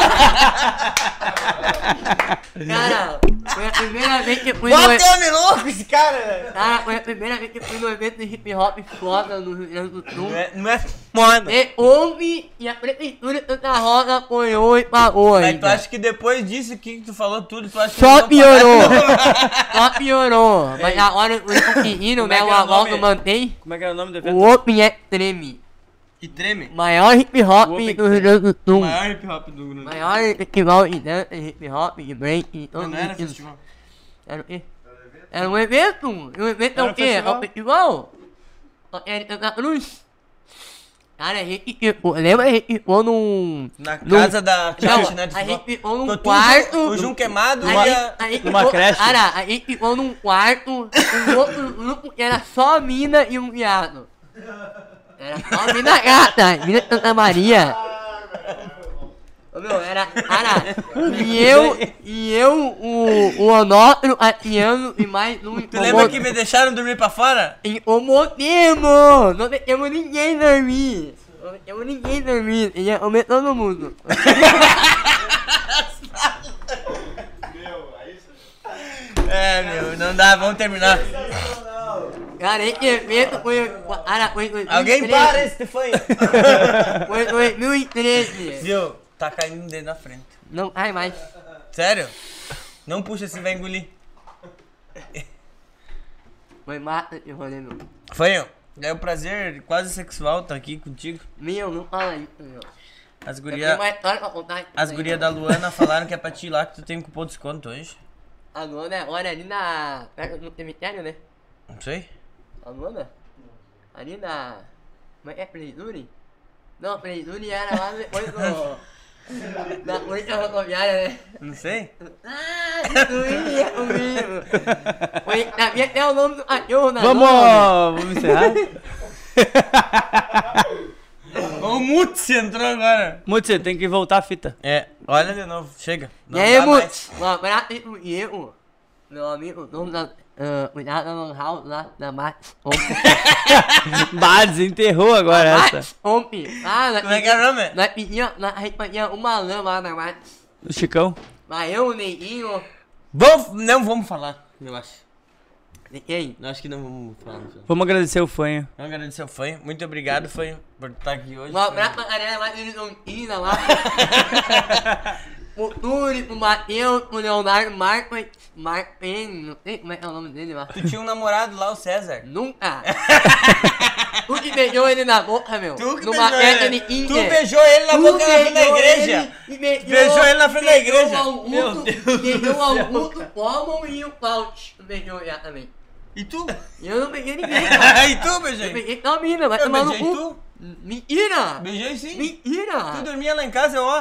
Cara, foi a primeira vez que eu fui Bota no... homem louco esse cara! Cara, foi a primeira vez que eu fui no evento de hip hop foda no Rio Grande do Sul. Não é, não é foda. E houve, e a prefeitura de Santa Rosa apoiou e pagou Mas ainda. tu acha que depois disso que tu falou tudo, tu acha que Só eles vão pagar piorou. de novo? Só piorou. Mas agora os pequeninos, Como é né, que o é o Avaldo nome? mantém. Como é que era o nome do O evento? Open é treme. E treme. Maior hip hop Open do Rio Grande do Sul. Maior hip hop do Grupo. Maior festival de dança, hip hop, de break, e Não, tudo não era isso. festival. Era o quê? Era um evento. E o evento é Era o um quê? É festival. um festival. Só que era em Santa Cruz. Cara, a gente ficou. Lembra a gente ficou num. Na num- casa da Chate, Não, né? a gente ficou num Ficou tudo- quarto. O Jun queimado A e gente, a... a gente numa ficou, creche. Cara, a gente ficou num quarto, um outro grupo que era só mina e um viado. Era só mina gata, mina de Santa Maria. Ô, meu, era, cara, e eu, e eu, o, o Onofrio, a Tiano e mais um. Tu lembra que me deixaram dormir pra fora? E o Motemo! Não deixamos ninguém dormir! Não deixamos ninguém dormir! Ele ia comer todo mundo! É, meu, não dá, vamos terminar. Cara, esse evento foi. Cara, foi dois mil e Alguém treze. para esse fone. Foi dois mil e treze! Viu? Tá caindo um dedo na frente. Não cai mais! Sério? Não puxa assim, vai engolir. Foi mata esse rolê, meu! Foi, é um prazer quase sexual estar aqui contigo. Meu, não fala isso, meu! As Eu tenho gurias mais história pra contar. as guria da Luana falaram que é pra ti ir lá que tu tem um cupom de desconto hoje. A Luana agora ali na. Perto do cemitério, né? Não sei. A Luana? Ali na. Como é que é? Prefeitura? Não, Prefeitura era lá depois do. Na polícia rodoviária, né? Não sei. Ah, doía comigo. Foi, sabia até o nome do cachorro na Vamos, nome. vamos encerrar? O Mutz entrou agora. Mutsi, tem que voltar a fita. É, olha de novo, chega. Não E aí, dá Mutz? mais. Um abraço aí pro Diego. Meu amigo, dono da. Uh, cuidado da Lan House lá, da Max Omp. Bah, desenterrou agora essa. Max Omp. Ah, nós Como é que é o nome? Nós pedíamos, nós- a gente pedia uma lã lá na Max. Do Chicão. Mas eu, o Neguinho. Vamos, não vamos falar, eu acho. De quem? Eu acho que não vamos falar. no final. Vamos agradecer o fanho. Vamos agradecer ao Fanho. Muito obrigado, Fanho, por estar aqui hoje. Um abraço pra galera lá de Horizontina lá. O Turi, o Matheus, o Leonardo Marcos, Marco Penny, não sei como é que é o nome dele lá. Tu tinha um namorado lá, o César. Nunca! Tu que beijou ele na boca, meu. Tu que Numa beijou festa ele. de Tu Inger. beijou ele na Tu boca na frente da beijou igreja. ele e beijou, Beijou ele na frente da beijou igreja. o Augusto, Meu Deus beijou do o céu, Augusto, Common e o Couch. Beijou já também. E tu? E eu não peguei ninguém, cara. e tu, Eu beijei? peguei só a mina, vai Eu tomar no beijei cu. tu? Mentira! Beijei sim. Mentira! Tu dormia lá em casa, ó.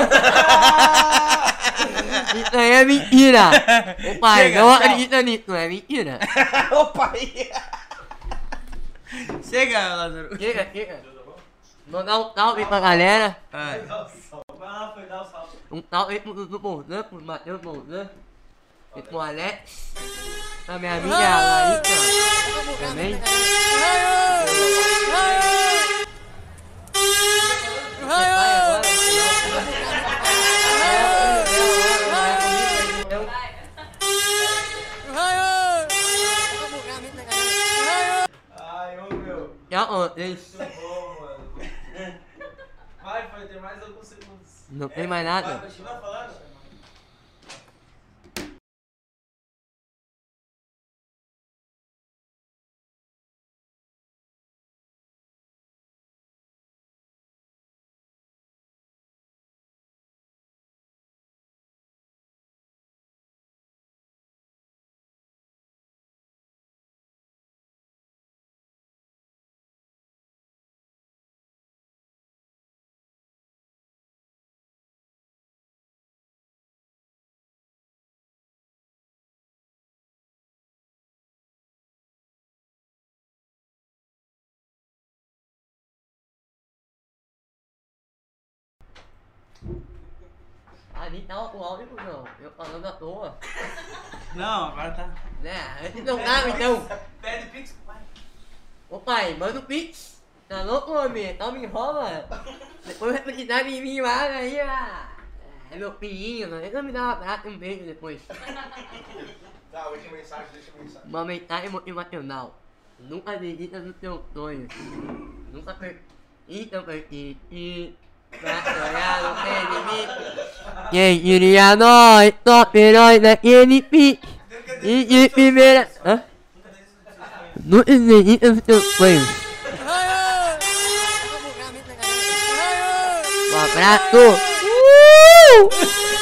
Isso aí é mentira! O pai Chega, não tchau. acredita nisso, é mentira! Opa aí. Chega, Lázaro. Chega, chega! Mandar um salve pra galera. Ai. Um salve aí pro Dudu Bolzan, pro Matheus Bolzan. E pro Alex. Pra minha amiga Larissa. Também. Ai, ô meu. Já ontem. Bom, mano. Vai, vai ter mais alguns segundos. Não tem mais nada. Continua falando. Ali tá o áudio, não. Eu falando à toa. Não, agora tá. Né? Antes não tava, então. Pede pix pro pai. Ô pai, manda o pix. Tá louco, homem? Não me enrola. Depois vai precisar de mim lá, aí, ah. É meu filhinho, não é? Me dá um abraço e um beijo depois. Tá, última mensagem, deixa a mensagem. Uma mensagem motivacional. Nunca acredita no teu sonho. Nunca acredita porque e pra sonhar não tem limite. Quem diria nós, top herói daquele pique. E de primeira... Hã? Nunca acredita no teu sonho. Um abraço. Uh!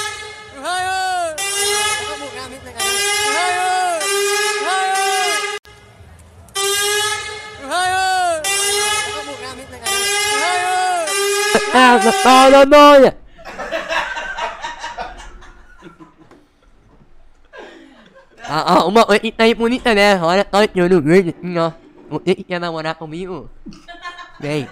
Asa paranoia. Ah, ah, uma coisa aí bonita, né? Olha só esse olho verde assim, ó. Você que quer namorar comigo? Vem.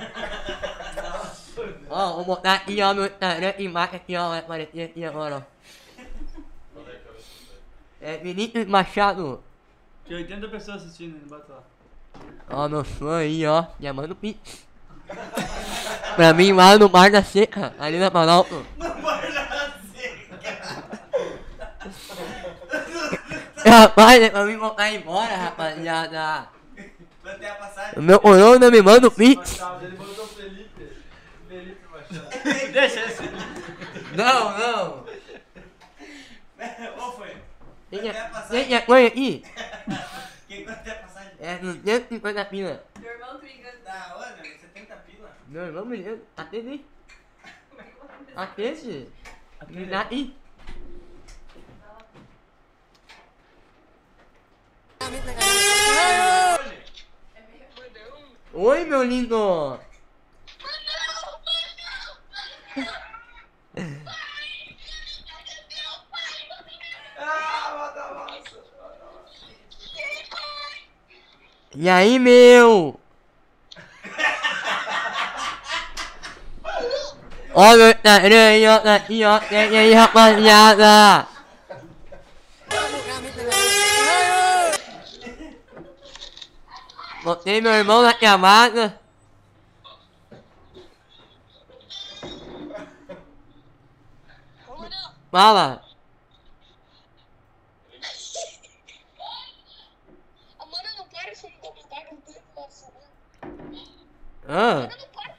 Ó, vou botar aqui, ó, meu Instagram embaixo aqui, ó. Vai aparecer aqui agora, ó. É Vinícius Machado. Tem oitenta pessoas assistindo, bota lá. Ó, meu fã aí, ó. Já manda o pix. Pra mim lá no Bar da Seca, ali na Planalto. No bar da seca. Rapaz, é pra mim voltar embora, rapaziada. Vai ter a passagem. O meu corona me manda o pix. Ele botou o Felipe. Felipe Machado. Deixa esse. Não, não. Ô, foi. Tem Vai que ter a passagem. tem que coisa aqui. Quem vai ter a passagem? É duzentos e cinquenta pila. Meu irmão brigando. Da hora, meu. setenta pila. Meu irmão me deu. Atende. Como é que eu vou fazer? Atende. Me dá aí. É meio gordão. Oi, meu lindo. Ah, mata massa. E aí, meu? Ó, meu Instagram aí, ó, tá aqui, ó. E aí, rapaziada? Botei meu irmão na chamada. Fala. Amanda, não para de me comentar, não tem nossa, né? Ah. Não para.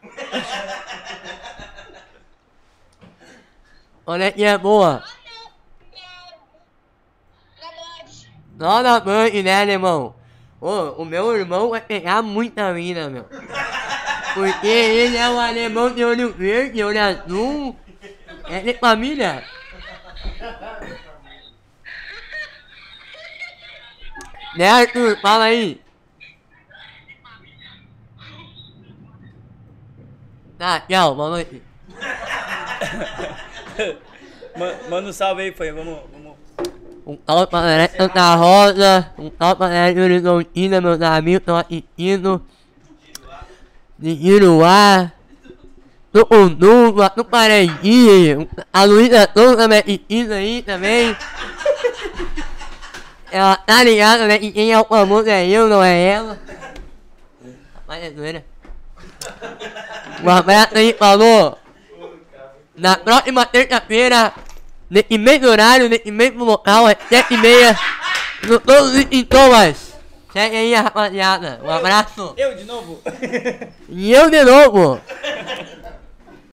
Olha que é boa. Ah, não. Namore. Só na banho, né, irmão? Ô, o meu irmão vai pegar muita mina, meu. Porque ele é um alemão de olho verde, olho azul. É de família. Né, Arthur? Fala aí. Tá, tchau, boa noite. Ma- Manda um salve aí, foi. Vamos, vamos. Um salve pra galera de Santa Rosa, um salve pra galera de Horizontina, meus amigos estão assistindo. De Giruá, do Conduva, do Paradinho, a Luísa Souza também assistindo aí também. Ela tá ligada, né, que quem é o famoso é eu, não é ela. Rapaz, é doida. Um abraço aí, falou. Na próxima terça-feira, nesse mesmo horário, nesse mesmo local, às sete e meia, no todos os sintomas. Segue aí, rapaziada. Um abraço. Eu de novo. E eu de novo.